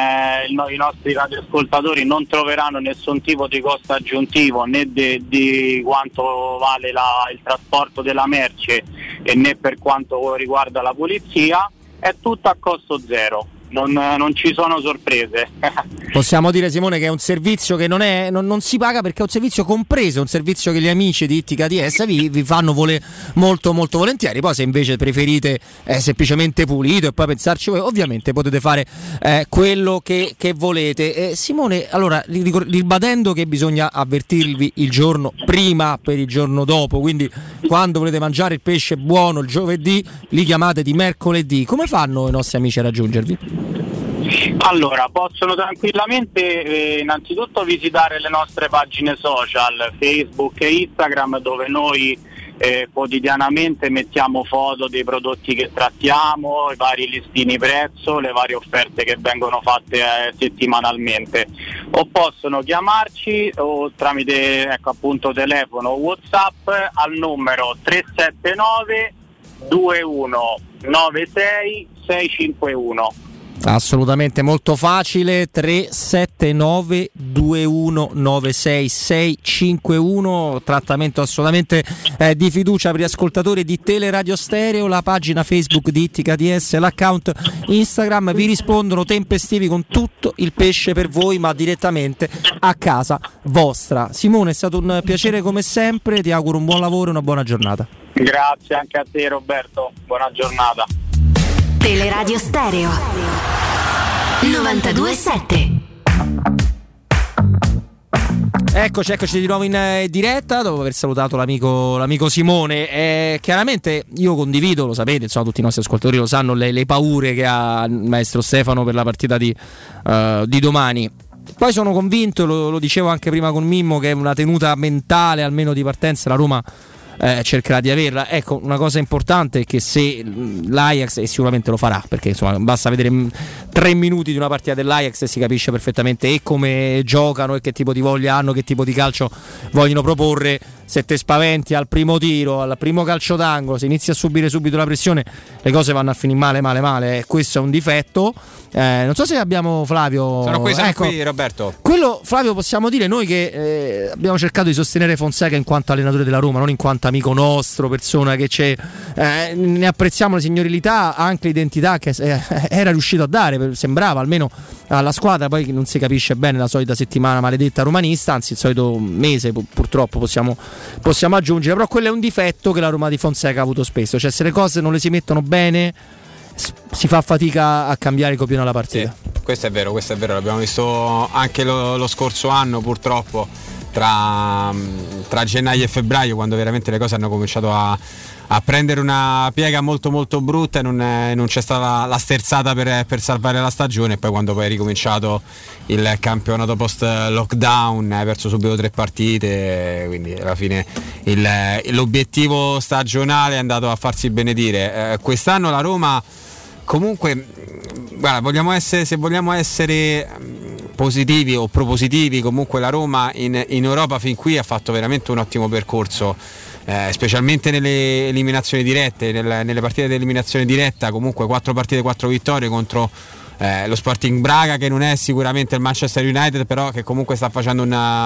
i nostri radioascoltatori non troveranno nessun tipo di costo aggiuntivo, né di quanto vale il trasporto della merce e né per quanto riguarda la pulizia, è tutto a costo zero. Non ci sono sorprese. Possiamo dire, Simone, che è un servizio che non si paga, perché è un servizio compreso, è un servizio che gli amici di Ittica DS vi fanno molto molto volentieri. Poi se invece preferite semplicemente pulito e poi pensarci voi, ovviamente potete fare quello che volete. Simone, allora ribadendo che bisogna avvertirvi il giorno prima per il giorno dopo, quindi quando volete mangiare il pesce buono il giovedì li chiamate di mercoledì, come fanno i nostri amici a raggiungervi? Allora, possono tranquillamente innanzitutto visitare le nostre pagine social, Facebook e Instagram, dove noi quotidianamente mettiamo foto dei prodotti che trattiamo, i vari listini prezzo, le varie offerte che vengono fatte settimanalmente, o possono chiamarci o tramite appunto telefono o WhatsApp al numero 379 2196 651. Assolutamente, molto facile, 379 2196 651, trattamento assolutamente di fiducia per gli ascoltatori di Teleradio Stereo, la pagina Facebook di Ittica DS, l'account Instagram, vi rispondono tempestivi con tutto il pesce per voi, ma direttamente a casa vostra. Simone, è stato un piacere come sempre, ti auguro un buon lavoro e una buona giornata. Grazie anche a te, Roberto, buona giornata. Teleradio Stereo 92.7. Eccoci di nuovo in diretta dopo aver salutato l'amico Simone. Chiaramente io condivido, lo sapete, insomma, tutti i nostri ascoltatori lo sanno, le paure che ha il maestro Stefano per la partita di domani. Poi sono convinto, lo dicevo anche prima con Mimmo, che è una tenuta mentale almeno di partenza la Roma cercherà di averla. Ecco, una cosa importante è che se l'Ajax, e sicuramente lo farà, perché insomma basta vedere 3 minuti di una partita dell'Ajax e si capisce perfettamente e come giocano e che tipo di voglia hanno, che tipo di calcio vogliono proporre. Se te spaventi al primo tiro, al primo calcio d'angolo, se inizi a subire subito la pressione, le cose vanno a finire male. Questo è un difetto. Non so se abbiamo Flavio. Sono qui, Roberto. Quello, Flavio, possiamo dire noi che abbiamo cercato di sostenere Fonseca in quanto allenatore della Roma, non in quanto amico nostro, persona che c'è. Ne apprezziamo la signorilità, anche l'identità che era riuscito a dare, sembrava almeno alla squadra. Poi non si capisce bene la solita settimana maledetta romanista, anzi il solito mese purtroppo possiamo aggiungere, però quello è un difetto che la Roma di Fonseca ha avuto spesso, cioè se le cose non le si mettono bene si fa fatica a cambiare il copione alla partita. Sì, questo è vero, l'abbiamo visto anche lo scorso anno purtroppo, tra gennaio e febbraio, quando veramente le cose hanno cominciato a prendere una piega molto molto brutta e non c'è stata la sterzata per salvare la stagione, e poi quando poi è ricominciato il campionato post lockdown hai perso subito 3 partite, quindi alla fine l'obiettivo stagionale è andato a farsi benedire. Quest'anno la Roma comunque, guarda, se vogliamo essere positivi o propositivi, comunque la Roma in Europa fin qui ha fatto veramente un ottimo percorso, specialmente nelle eliminazioni dirette, nelle partite di eliminazione diretta. Comunque 4 partite, 4 vittorie contro lo Sporting Braga, che non è sicuramente il Manchester United, però che comunque sta facendo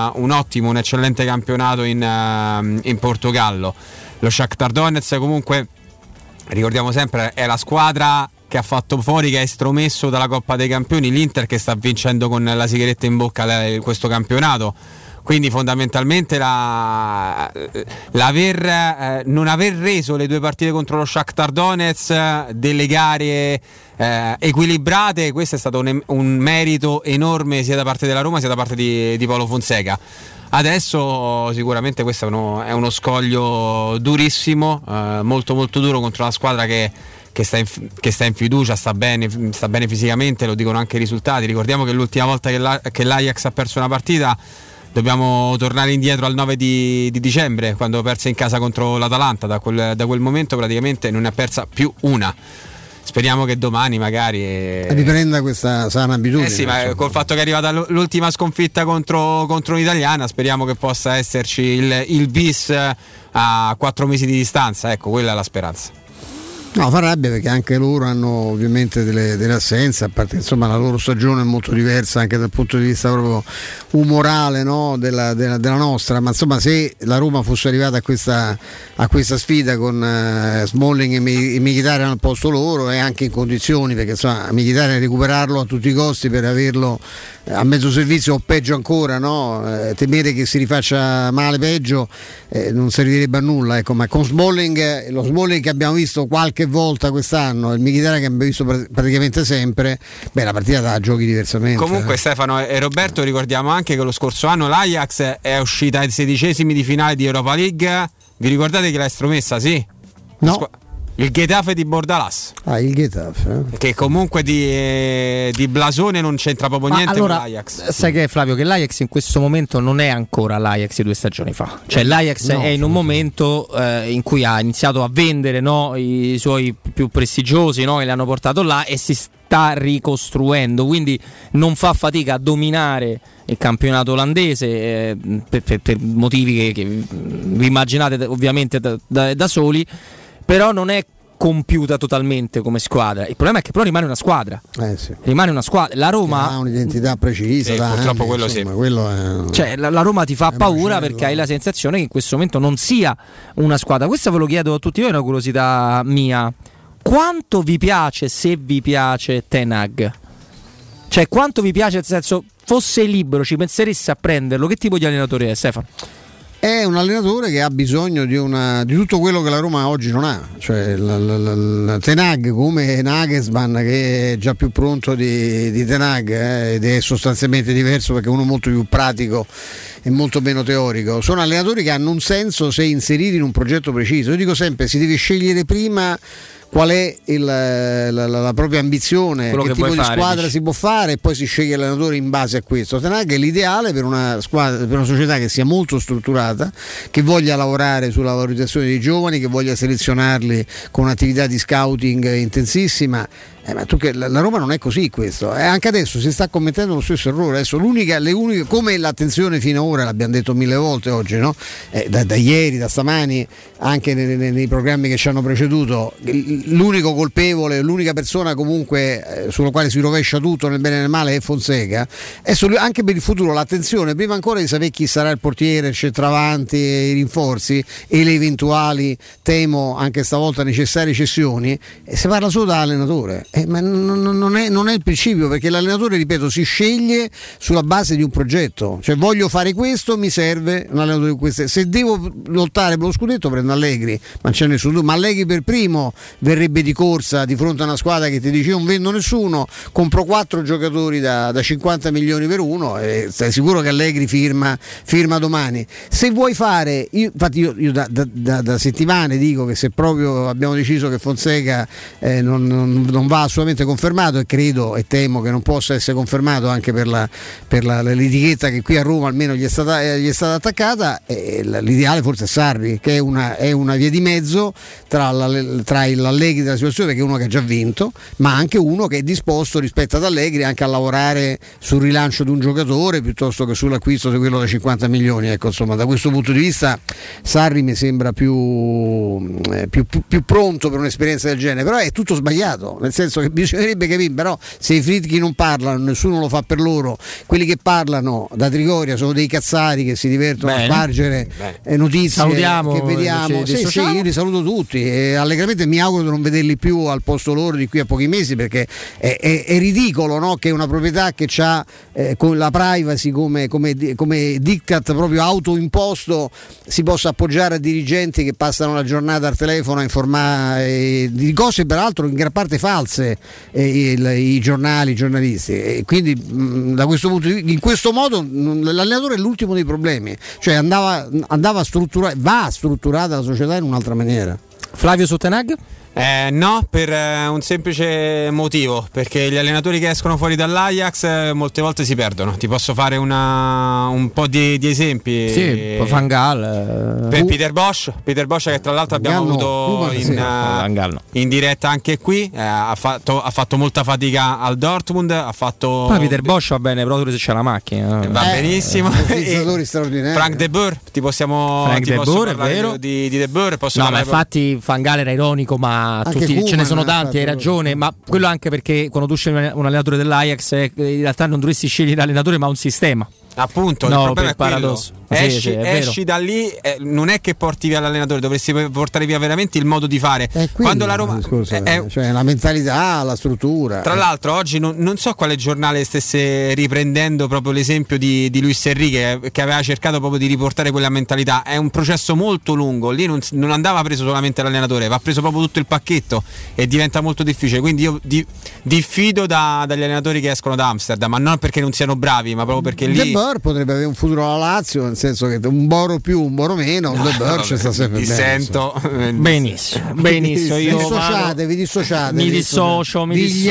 un eccellente campionato in Portogallo. Lo Shakhtar Donetsk, comunque ricordiamo sempre, è la squadra che ha fatto fuori, che è estromesso dalla Coppa dei Campioni, l'Inter che sta vincendo con la sigaretta in bocca questo campionato. Quindi fondamentalmente non aver reso le 2 partite contro lo Shakhtar Donetsk delle gare equilibrate, questo è stato un merito enorme sia da parte della Roma sia da parte di Paolo Fonseca. Adesso sicuramente questo è uno scoglio durissimo, molto molto duro contro una squadra che sta in fiducia, sta bene fisicamente, lo dicono anche i risultati. Ricordiamo che l'ultima volta che l'Ajax ha perso una partita, dobbiamo tornare indietro al 9 di dicembre, quando perse in casa contro l'Atalanta. Da quel momento praticamente non ne ha persa più una. Speriamo che domani magari riprenda questa sana abitudine. Sì, ma col fatto che è arrivata l'ultima sconfitta contro un'italiana, speriamo che possa esserci il bis a 4 mesi di distanza. Ecco, quella è la speranza. No, fa rabbia perché anche loro hanno ovviamente delle assenze, a parte insomma la loro stagione è molto diversa anche dal punto di vista proprio umorale, no? della nostra, ma insomma se la Roma fosse arrivata a questa sfida con Smalling e Mkhitaryan al posto loro e anche in condizioni, perché insomma Mkhitaryan recuperarlo a tutti i costi per averlo a mezzo servizio o peggio ancora, no? Temere che si rifaccia male peggio non servirebbe a nulla, ecco. Ma con Smalling, lo Smalling che abbiamo visto qualche volta quest'anno, il Mkhitaryan che abbiamo visto praticamente sempre, la partita la giochi diversamente. Comunque Stefano e Roberto, ricordiamo anche che lo scorso anno l'Ajax è uscita ai 16esimi di finale di Europa League. Vi ricordate che l'ha estromessa? Sì? No. Il Getafe di Bordalas. Il Getafe. Che comunque di blasone non c'entra proprio niente con l'Ajax. Sai che Flavio, che l'Ajax in questo momento non è ancora l'Ajax di 2 stagioni fa. Cioè l'Ajax è in un momento in cui ha iniziato a vendere, no, i suoi più prestigiosi, no, che li hanno portato là, e si sta ricostruendo, quindi non fa fatica a dominare il campionato olandese per motivi che vi immaginate ovviamente da soli. Però non è compiuta totalmente come squadra. Il problema è che però rimane una squadra. Sì. Rimane una squadra. La Roma ha un'identità precisa. Purtroppo quello insomma, sì. Quello è... Cioè la Roma ti fa paura perché hai la sensazione che in questo momento non sia una squadra. Questo ve lo chiedo a tutti voi, è una curiosità mia. Quanto vi piace, se vi piace, Ten Hag? Cioè quanto vi piace, nel senso, fosse libero, ci pensereste a prenderlo? Che tipo di allenatore è, Stefano? È un allenatore che ha bisogno di tutto quello che la Roma oggi non ha, cioè Ten Hag come Nagelsmann, che è già più pronto di Ten Hag, ed è sostanzialmente diverso perché uno molto più pratico e molto meno teorico. Sono allenatori che hanno un senso se inseriti in un progetto preciso. Io dico sempre, si deve scegliere prima qual è la propria ambizione, che tipo di squadra si può fare, e poi si sceglie l'allenatore in base a questo. Ten Hag è l'ideale per una squadra, per una società che sia molto strutturata, che voglia lavorare sulla valorizzazione dei giovani, che voglia selezionarli con un'attività di scouting intensissima. Ma la Roma non è così, questo. Anche adesso si sta commettendo lo stesso errore. Adesso le uniche, come l'attenzione fino ad ora, l'abbiamo detto 1000 volte oggi, no? Da ieri, da stamani, anche nei programmi che ci hanno preceduto, l'unico colpevole, l'unica persona comunque sulla quale si rovescia tutto nel bene e nel male è Fonseca. Adesso anche per il futuro l'attenzione, prima ancora di sapere chi sarà il portiere, il centravanti, i rinforzi e le eventuali, temo anche stavolta necessarie cessioni, si parla solo da allenatore. Ma non è il principio, perché l'allenatore, ripeto, si sceglie sulla base di un progetto. Cioè, voglio fare questo, mi serve un allenatore di questo. Se devo lottare per lo scudetto prendo Allegri, ma non c'è nessun dubbio. Ma Allegri per primo verrebbe di corsa di fronte a una squadra che ti dice: io non vendo nessuno, compro 4 giocatori da 50 milioni per uno, e stai sicuro che Allegri firma domani. Se vuoi fare, infatti io da settimane dico che se proprio abbiamo deciso che Fonseca non va assolutamente confermato, e credo e temo che non possa essere confermato anche per l'etichetta che qui a Roma almeno gli è stata attaccata, l'ideale forse è Sarri, che è una via di mezzo tra l'Allegri della situazione, perché è uno che ha già vinto, ma anche uno che è disposto rispetto ad Allegri anche a lavorare sul rilancio di un giocatore piuttosto che sull'acquisto di quello da 50 milioni. Ecco, insomma, da questo punto di vista Sarri mi sembra più pronto per un'esperienza del genere, però è tutto sbagliato, nel senso senso che bisognerebbe capire, però se i Friedkin non parlano, nessuno lo fa per loro, quelli che parlano da Trigoria sono dei cazzari che si divertono a spargere notizie. Salutiamo, che vediamo. Sì, io li saluto tutti e allegramente mi auguro di non vederli più al posto loro di qui a pochi mesi, perché è ridicolo, no? Che una proprietà che ha con la privacy come diktat proprio autoimposto si possa appoggiare a dirigenti che passano la giornata al telefono a informare di cose peraltro in gran parte false, i giornalisti, e quindi da questo punto di vista, in questo modo l'allenatore è l'ultimo dei problemi, cioè andava a strutturare, va strutturata la società in un'altra maniera. Flavio su Ten Hag? No, per un semplice motivo, perché gli allenatori che escono fuori dall'Ajax molte volte si perdono. Ti posso fare un po' di esempi. Sì, Van Gaal, per Peter Bosz che tra l'altro abbiamo avuto in diretta anche qui, ha fatto molta fatica al Dortmund, ha fatto. Ma Peter Bosz va bene proprio se c'è la macchina, va benissimo. Straordinari. Frank de Boer, è vero. Di De Boer, no, ma infatti Van Gaal era ironico, ma tutti, ce ne sono tanti, hai ragione, ma quello anche perché quando tu scegli un allenatore dell'Ajax in realtà non dovresti scegliere l'allenatore ma un sistema. Appunto, no, il problema è paradosso. Esci da lì, non è che porti via l'allenatore, dovresti portare via veramente il modo di fare. Quando la Roma cioè la mentalità, la struttura. Tra l'altro oggi non so quale giornale stesse riprendendo proprio l'esempio di Luis Enrique, che aveva cercato proprio di riportare quella mentalità. È un processo molto lungo, lì non andava preso solamente l'allenatore, va preso proprio tutto il pacchetto e diventa molto difficile. Quindi io diffido dagli allenatori che escono da Amsterdam, ma non perché non siano bravi, ma proprio perché lì potrebbe avere un futuro alla Lazio, nel senso che un Boro più, un Boro meno, un De Boer ci sta sempre bene. Sento benissimo. Vi dissociate. Mi dissocio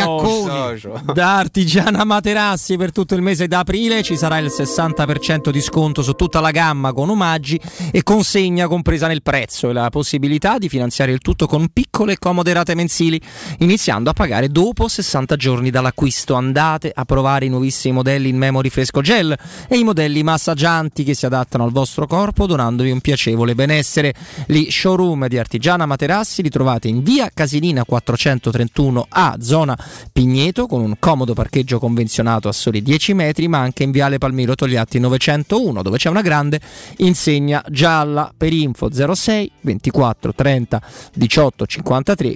da Artigiana Materassi. Per tutto il mese d'aprile ci sarà il 60% di sconto su tutta la gamma, con omaggi e consegna compresa nel prezzo, e la possibilità di finanziare il tutto con piccole e comode rate mensili, iniziando a pagare dopo 60 giorni dall'acquisto. Andate a provare i nuovissimi modelli in memory fresco gel e i modelli massaggianti che si adattano al vostro corpo, donandovi un piacevole benessere. Gli showroom di Artigiana Materassi li trovate in via Casilina 431A, zona Pigneto, con un comodo parcheggio convenzionato a soli 10 metri, ma anche in viale Palmiro Togliatti 901, dove c'è una grande insegna gialla. Per info 06 24 30 18 53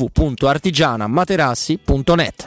www.artigianamaterassi.net.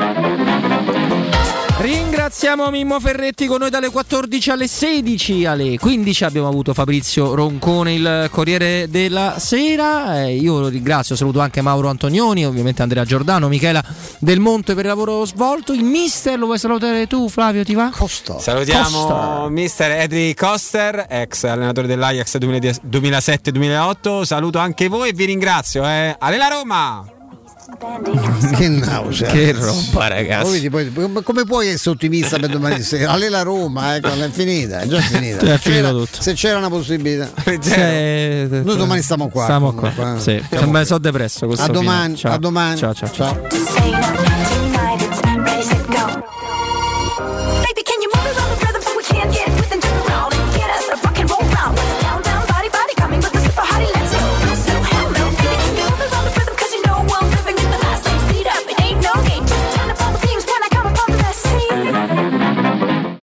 Ringraziamo Mimmo Ferretti con noi dalle 14 alle 16. Alle 15 abbiamo avuto Fabrizio Roncone, il Corriere della Sera. Io lo ringrazio, saluto anche Mauro Antonioni, ovviamente Andrea Giordano, Michela Del Monte per il lavoro svolto. Il mister lo vuoi salutare tu, Flavio, ti va? Salutiamo mister Edri Koster, ex allenatore dell'Ajax 2007-2008. Saluto anche voi e vi ringrazio. Allela Roma! Che nausea, che roba, ragazzi. Poi, come puoi essere ottimista per domani sera? Allela Roma, è finita, è già finita. È finito tutto. Se c'era una possibilità, noi domani stiamo qua. Sì. Mi sono depresso. A domani. Ciao. A domani. Ciao.